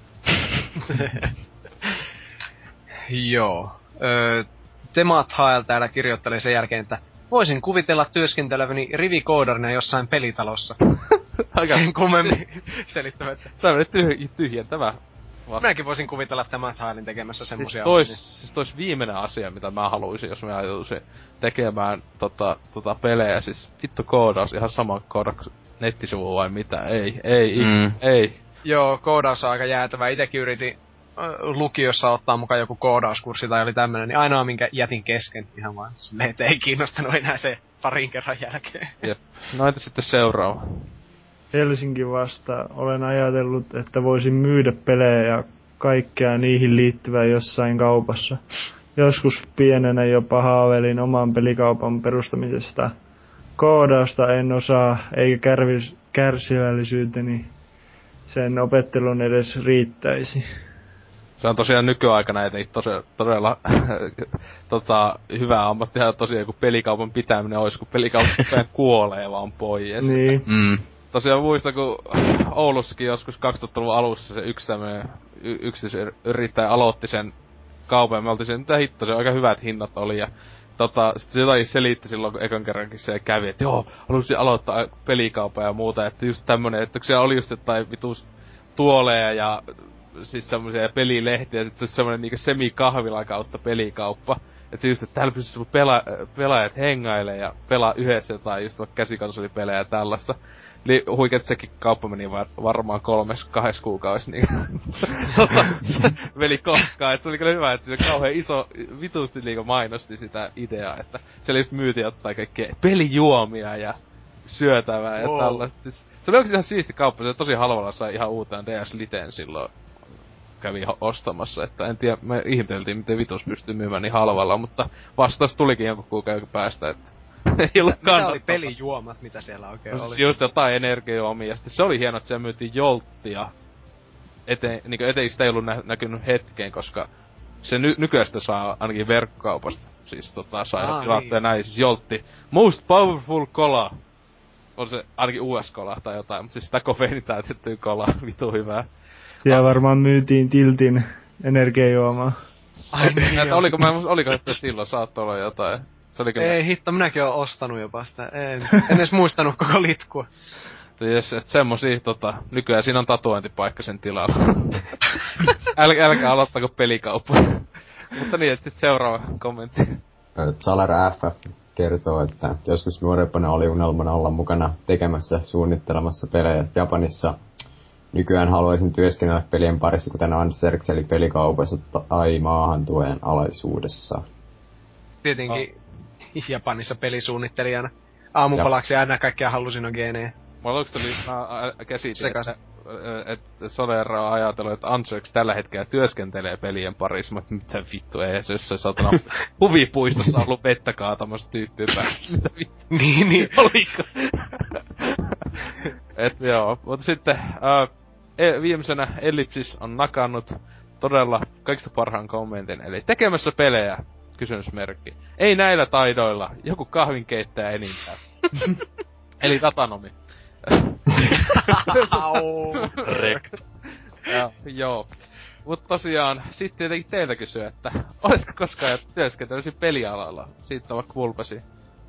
Joo. Öö, Temat Hael täällä kirjoitteli sen jälkeen, että voisin kuvitella työskenteleväni rivikoodarina jossain pelitalossa. Aika sen kummemmin selittämättä. Tämä meni tyh- tyhjentävä vasta. Minäkin voisin kuvitella Temat Haelin tekemässä semmosia. Siis tois, niin. siis tois viimeinen asia, mitä mä haluaisin, jos mä ajatuisin tekemään tota, tota pelejä. Siis vittu koodaus, ihan sama koodaus nettisivu vai mitä. Ei, ei, mm. ei. Joo, koodaus on aika jäätävä. Itekin yritin lukiossa ottaa mukaan joku koodauskurssi tai oli tämmönen, niin ainoa minkä jätin kesken ihan vaan silleen, että ei kiinnostanut enää se parin kerran jälkeen. Jep. No entä sitten seuraava? Helsinki vastaa. Olen ajatellut, että voisin myydä pelejä ja kaikkea niihin liittyvää jossain kaupassa. Joskus pienenä jopa haaveilin oman pelikaupan perustamisesta. Koodausta en osaa, eikä kärvis- kärsivällisyyteni sen opettelun edes riittäisi. Se on tosiaan nykyaikana, että tosiaan todella tota, hyvä ammattihan tosiaan joku pelikaupan pitäminen olisi, kun pelikaupan kuolee vaan pois. Niin. Mm. Tosiaan muistan, kun Oulussakin joskus kaksituhattaluvun alussa se yksi tämmönen y- yksityisyrittäjä aloitti sen kaupan, ja me oltiin sen, mitä hitto, se aika hyvät hinnat oli, ja tota, sit se jotain selitti silloin, kun ekan kerrankin se kävi, että joo, haluaisin aloittaa pelikaupan ja muuta, että just tämmönen, että kun siellä oli just jotain vitus tuoleja ja siis semmosia pelilehtiä, ja sit se olisi semmonen niinku semikahvila kautta pelikauppa. Et se just, että täällä pystyisi pela- pelaajat hengailee ja pelaa yhdessä jotain just vaikka käsikonsolipelejä ja tällaista. Eli huikeet sekin kauppa meni var- varmaan kolmes, kahdes kuukaudessa niin tota, se veli kohkaa, et se oli kyllä hyvä, että se kauhean iso, vitusti niinku mainosti sitä ideaa, että siellä just myytiin jotain kaikkea pelijuomia ja syötävää ja wow. tällaista. Siis, se oli oikeesti ihan siisti kauppa, se tosi halvalla sai ihan uuteen D S Liteen silloin kävi ostamassa, että en tiedä, me ihmeteltiin miten vitus pystyy myymään niin halvalla, mutta vastaus tulikin jonkun kuukauden päästä, että Ei ollut Mitä oli kannattavaa. pelijuomat, mitä siellä oikein No oli? siis just jotain energiajuomia, ja sitten se oli hieno, että siellä myytiin jolttia. Ete, niinku eteen sitä ei ollut nä- näkynyt hetkeen, koska se ny- nykyään sitä saa ainakin verkkokaupasta. Siis tota, saa ihan Aa, tilattua ja niin. näin. Siis joltti. Most powerful cola. On se ainakin U S-kola tai jotain, mutta siis sitä kofeiinitäytettyä kolaa. Vitu hyvää. Siellä varmaan myytiin Tiltin energiajuomaa. Ai niin, Että joo. oliko, mä, oliko sitä silloin, saattoi olla jotain. Se oli kyllä... Ei hitto, minäkin oon ostanut jopa sitä. En, en edes muistanut koko litkua. Jes, et semmosia tota, nykyään siinä on tatuointipaikka sen tilalla. Äl, älkää aloittako pelikauppoja. Mutta niin, et sit seuraava kommentti. Salar F F kertoo, että joskus nuorempana oli unelmana olla mukana tekemässä, suunnittelemassa pelejä Japanissa. Nykyään haluaisin työskennellä pelien parissa, kuten Anserks, eli pelikaupassa tai maahantuen alaisuudessa. Tietenkin oh. Japanissa pelisuunnittelijana. Aamupalaksi aina kaikkea hallusinogeneja. Mä aluksi tuli, mä käsitin, että, että Solera on ajatellut, että Anserks tällä hetkellä työskentelee pelien parissa. Mä, mitä vittu, ei se, jos se satana huvipuistossa ollut vettä kaatamassa tyyppiä päälle. Mitä vittu? Niin, niin. Oliko? Et joo, mutta sitten ää, e, viimeisenä Ellipsis on nakannut todella kaikista parhaan kommentin, eli tekemässä pelejä, kysymysmerkki. Ei näillä taidoilla, joku kahvinkeittäjä enintään. Eli datanomi. Rekt. Ja, joo. Mut tosiaan, sit tietenkin teiltä kysyä, että oletko koskaan työskentelysi pelialalla? Siitä vaikka vulpasi.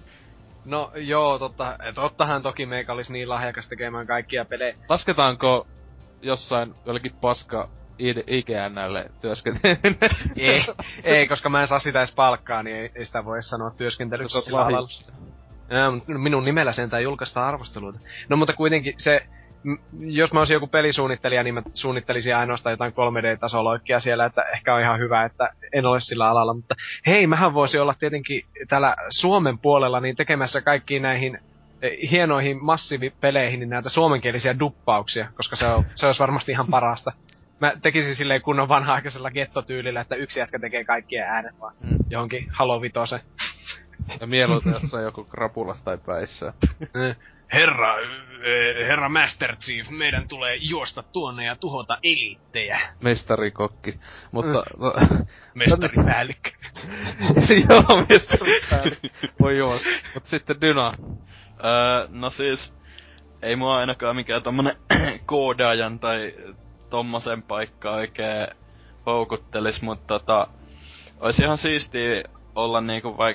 No joo, totta, tottahan toki meikä olisi niin lahjakas tekemään kaikkia pelejä. Lasketaanko jossain jollekin paska I G N:lle työskenteleminen? Ei, ei, koska mä en saa sitä edes palkkaa, niin ei, ei sitä voi sanoa työskentelyksi sillä alalla. Ja, minun nimellä sentään julkaista arvosteluita. No mutta kuitenkin se, m- jos mä olisin joku pelisuunnittelija, niin mä suunnittelisin ainoastaan jotain kolme D-tasoloikkia siellä, että ehkä on ihan hyvä, että en ole sillä alalla. Mutta hei, mähän voisin olla tietenkin täällä Suomen puolella niin tekemässä kaikkiin näihin eh, hienoihin massiivipeleihin niin näitä suomenkielisiä duppauksia, koska se, on, se olisi varmasti ihan parasta. Mä tekisin silleen kunnon vanha-aikaisella gettotyylillä, että yksi jätkä tekee kaikkien äänet vaan mm. johonkin Halo Vitoseen. Ja mieluiten jossain joku krapulas tai päissä. Herra, herra Master Chief, meidän tulee juosta tuonne ja tuhota eliittejä. Mestarikokki. Mutta... Mm. Mestaripäällikkö. Joo, mestaripäällikkö. Voi joo. Mut sitten Dyna. Öö, no siis, ei mua ainakaan mikään tommonen koodaajan tai tommosen paikka oikein houkuttelis, mutta tota... Ois ihan siistiä olla niinku vaik...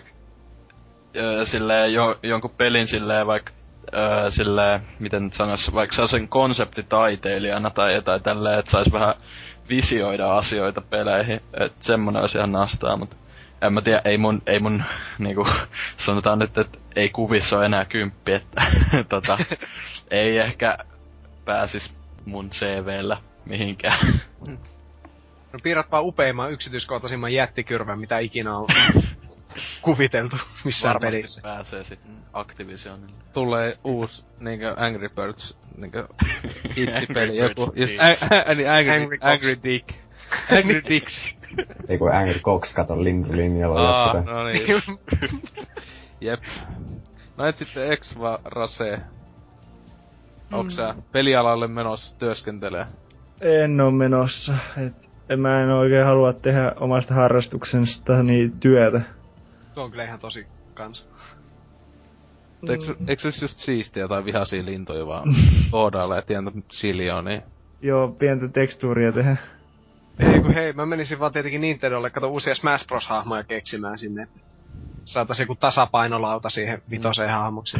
Öö, silleen jo, jonkun pelin silleen vaik... Öö, silleen, miten nyt sanois, vaikka sellaisen konseptitaiteilijana tai jotain tälleen, että sais vähän visioida asioita peleihin. Et semmonen olisi ihan nastaa, mut en mä tiedä, ei mun, ei mun niinku, sanotaan nyt, että ei kuvissa ole enää kymppi, että tota, ei ehkä pääsis mun C V:llä mihinkään. No piirrät vaan upeimman yksityiskohtaisimman jättikyrvän, mitä ikinä on kuviteltu missään Varmasti pelissä. pääsee sitten Activisionille. Tulee uus niinkö Angry Birds niinkö hittipeli Angry joku. Birds Just Dick. a- a- Angry, Angry Angry, Cox. Angry Dick. Angry Dicks. Ei kun Angry Cox kato lintulinjalla Aa, jatketaan. no niin. Jep. No et sitten Exva Rase. Onks sä pelialalle menossa työskentelee? En oo menossa. Et en mä en oikein halua tehdä omasta harrastuksestani työtä. Tuo on kyllä ihan tosi kans. Mm. Eikö, eikö se just siistiä tai vihaisia lintuja vaan koodailla ja tientä siljoonia? Joo, pientä tekstuuria tehdä. Ei kun hei, mä menisin vaan tietenkin Nintendolle kato uusia Smash Bros-hahmoja keksimään sinne, että saatais joku tasapainolauta siihen vitoseen hahmoksi.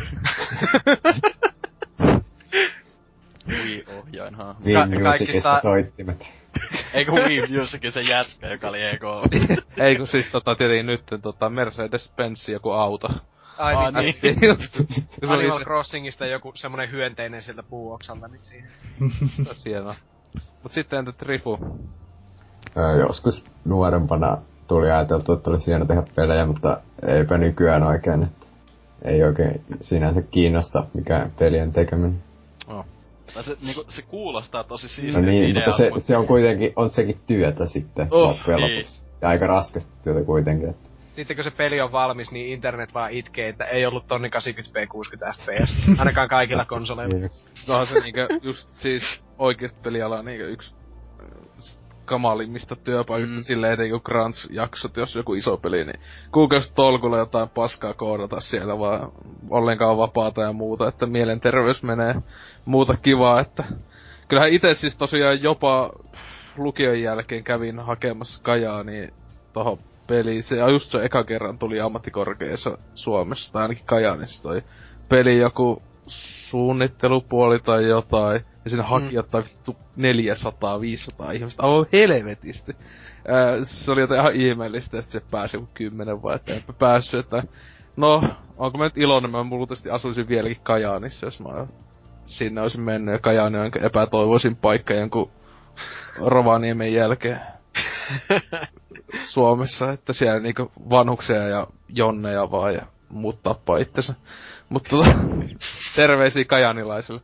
Wii-ohjainhahmo. Wii Ka- Musicista kaikista- soittimet. Eikö Wii Musicin se jätkä, joka oli E K? Ei kun siis tota tietenkin nyt tota Mercedes-Benz joku auto. Ai Ah, niin, niin. Äsken just. Se oli Animal se Crossingista joku semmonen hyönteinen sieltä puuoksalta, niin siihen. hieno. Mut sitten entä Trifu? Öö, joskus nuorempana tuli ajateltu, että olisi hieno tehdä pelejä, mutta eipä nykyään oikein. Että ei oikein sinänsä kiinnosta mikään pelien tekeminen. Oh. Tai se, niinku, se kuulostaa tosi No siistiltä niin, idealta, mutta se, se on kuitenkin, on sekin työtä sitten Oh, loppujen niin. lopuksi. Ja aika raskasta työtä kuitenkin. Että sitten kun se peli on valmis, niin internet vaan itkee, että ei ollut tonni kahdeksankymmentä p kuusikymmentä F P S. Ainakaan kaikilla konsoleilla. Onhan se niinkö just siis oikeesti peliala niinkö yks kamalimmista työpaikoista mm. silleen, että niinku crunch-jaksot, jos joku iso peli, niin kuukausi tolkulla jotain paskaa koodata siellä vaan ollenkaan vapaata ja muuta, että mielenterveys menee muuta kivaa, että kyllähän ite siis tosiaan jopa lukion jälkeen kävin hakemassa Kajaaniin tohon peliin. Se just se eka kerran tuli ammattikorkeassa Suomessa, tai ainakin Kajaanissa toi peli joku suunnittelupuoli tai jotain. Ja siinä hakijat tai vittu neljäsataa viisisataa ihmistä, aivan helvetisti. Ää, se oli jotain ihan ihmeellistä, että se pääsi joku kymmenen vai että enpä päässyt, että no, onko mä nyt iloinen, mä luultavasti asuisin vieläkin Kajaanissa, jos mä sinne olisin mennyt, ja Kajaani on epätoivoisin paikka jonkun Rovaniemen jälkeen Suomessa, että siellä niinku vanhuksia ja jonneja vaan ja muut tappaa itsensä. Mutta tota, terveisiä kajanilaisille.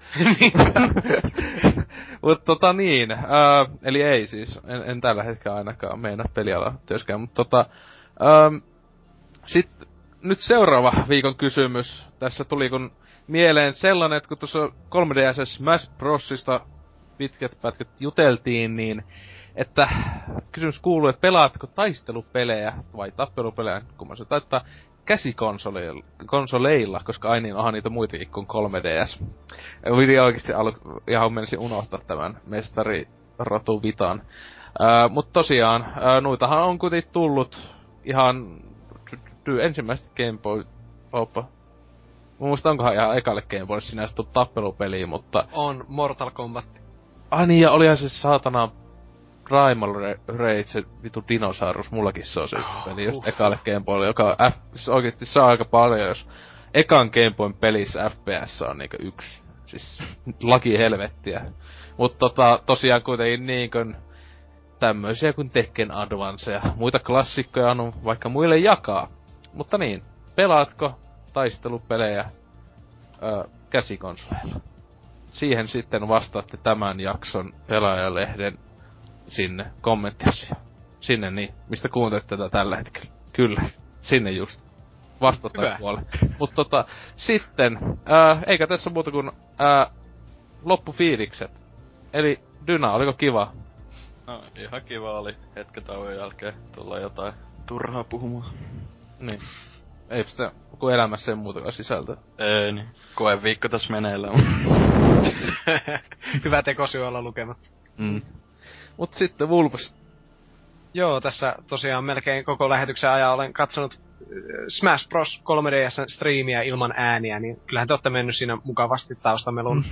Mutta tota niin, ää, eli ei siis, en, en tällä hetkellä ainakaan meinaa pelialaa työskään, mutta tota, ää, sit nyt seuraava viikon kysymys. Tässä tuli kun mieleen sellainen, että kun tuossa kolme D S Smash Brosista pitkät pätkät juteltiin, niin että kysymys kuuluu, että pelaatko taistelupelejä vai tappelupelejä, kun mä se taittaa käsikonsoleilla, konsoleilla, koska ai niin, onhan niitä muitakin kuin kolme D S. Video oikeesti alu, ihan menisin unohtaa tämän mestari Rotu Vitan. Ää, mut tosiaan, ää, noitahan on kuitenkin tullut ihan ensimmäistä Game Boy oppa. Mä muistan, onkohan ihan ekalle Game Boylle sinänsä tullut tappelupeliä, mutta on Mortal Kombat. Ah niin, ja olihan se saatana Primal Rage, se vitu dinosaurus, mullakin se on se yksi peli, just ekalle Game Boylle, joka F, se oikeesti saa aika paljon, jos ekan Game Boyn pelissä F P S on niinkö yksi, siis laki helvettiä. Mut tota, tosiaan kuitenkin niinkön tämmöisiä kuin Tekken Advance ja muita klassikkoja on vaikka muille jakaa. Mutta niin, pelaatko taistelupelejä ö, käsikonsoleilla? Siihen sitten vastaatte tämän jakson Pelaajalehden sinne kommenttiosioon. Sinne niin, mistä kuuntelet tätä tällä hetkellä. Kyllä, sinne just. Vastataan puolelle. Mut tota, sitten, ää, eikä tässä muuta kuin ää, loppufiilikset. Eli Dyna, oliko kiva? No, ihan kiva oli hetken tauon jälkeen tulla jotain turhaa puhumaan. Niin. Eipä sitä kun elämässä ei muutakaan sisältöä. Ei niin. Koeviikko tässä meneillään. Hyvä tekosyy olla lukematta. Mm. Mut sitten Vulpes. Joo, tässä tosiaan melkein koko lähetyksen ajan olen katsonut Smash Bros. kolme D S:n striimiä ilman ääniä, niin kyllähän te ootte mennyt siinä mukavasti taustamelun.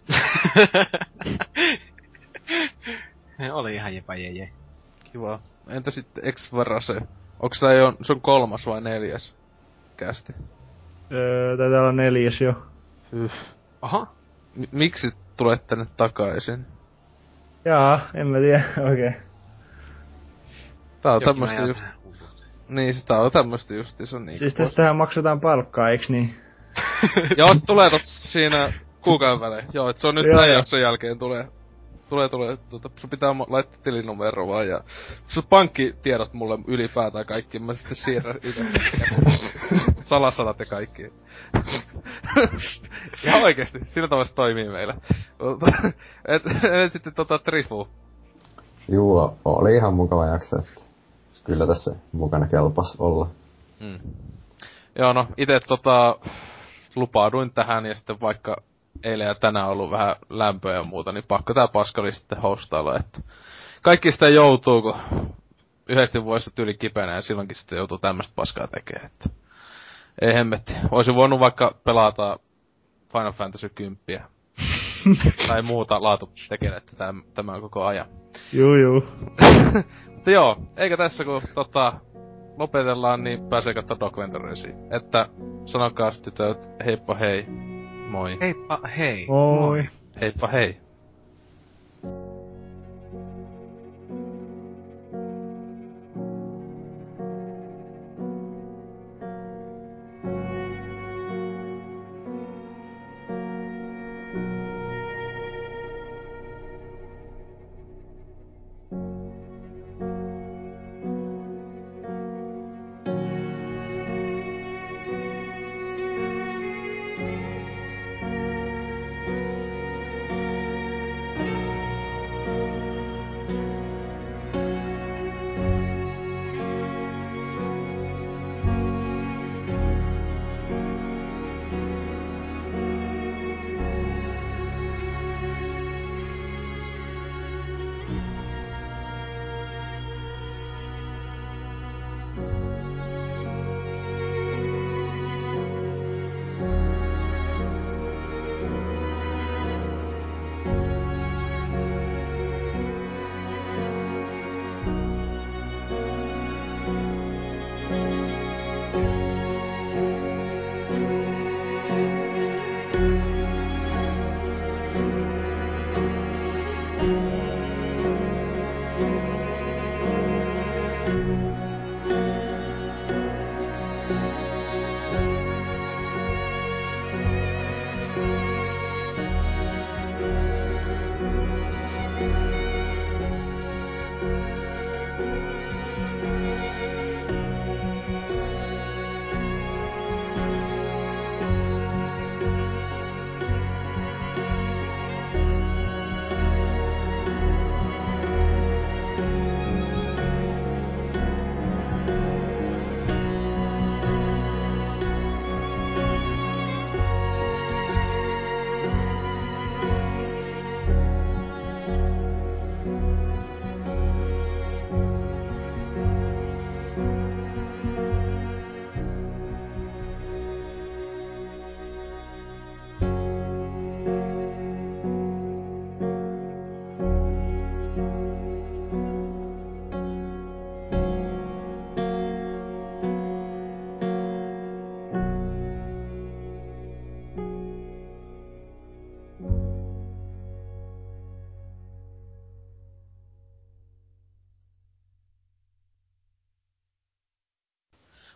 Oli ihan jepa jeje. Kiva. Entä sitten X-Varase? Onks tää jo sun kolmas vai neljäs kästi? Öö, taitaa olla neljäs jo. Hyh. Aha. M- miksi tulet tänne takaisin? Jaa, en mä tiedä oikein. Okay. Tää on tämmöstä just... Niin, sitä on tämmöstä justiinsa niin. Siis tästähän maksetaan palkkaa, eiks niin? Joo, se tulee tossa siinä kuukauden välein. Joo, et se on nyt tän jakson jälkeen tulee. Tulee, tulee, tuota, sun pitää laittaa tilinumero vaan ja... Sun pankkitiedot mulle ylipäätään kaikki, mä sitten siirrän ite salasanat ja kaikki. Ihan oikeesti, sillä tavalla se toimii meillä. et, et sitten tota Trifu. Juu, oli ihan mukava jakso, että kyllä tässä mukana kelpas olla. Mm. Joo, no ite tota lupauduin tähän ja sitten vaikka eilen ja tänään on ollut vähän lämpöä ja muuta, niin pakko tää paska oli sitten hostailla, että kaikki sitä joutuu, kun yhdesti vuodesta tyyli kipeänä ja silloinkin sitten joutuu tämmöstä paskaa tekemään, että ei hemmetti. Oisin voinut vaikka pelata Final Fantasy kymmenen tai muuta laatutekelettä täm, tämän koko ajan. Juu juu. Mutta joo, eikä tässä kun tota lopetellaan, niin pääsee katsoa Docventuresiin. Että sanokaa tytöt, heippa hei. Moi. Heippa hei. Moi. Moi. Heippa hei.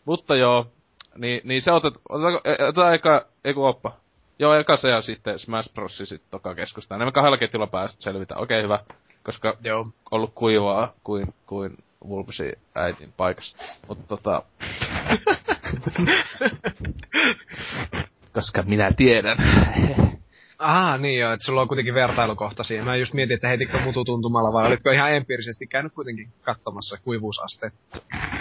Mutta joo, niin, niin se otet, otetaanko, otetaan eka, eiku oppa. Joo, eka se ja sitten Smash Bros. Sit toka keskustaan. Ne me kahdella ketjulla päästä selvitä. Okei, hyvä. Koska joo. Ollut kuivaa kuin, kuin Vulpesi äitin paikassa. Mut tota... koska minä tiedän. Ah, niin joo, että sulla on kuitenkin vertailukohta siihen. Mä just mietin, että heitikö mutu tuntumalla vai olitko ihan empiirisesti käynyt kuitenkin katsomassa kuivuusasteet?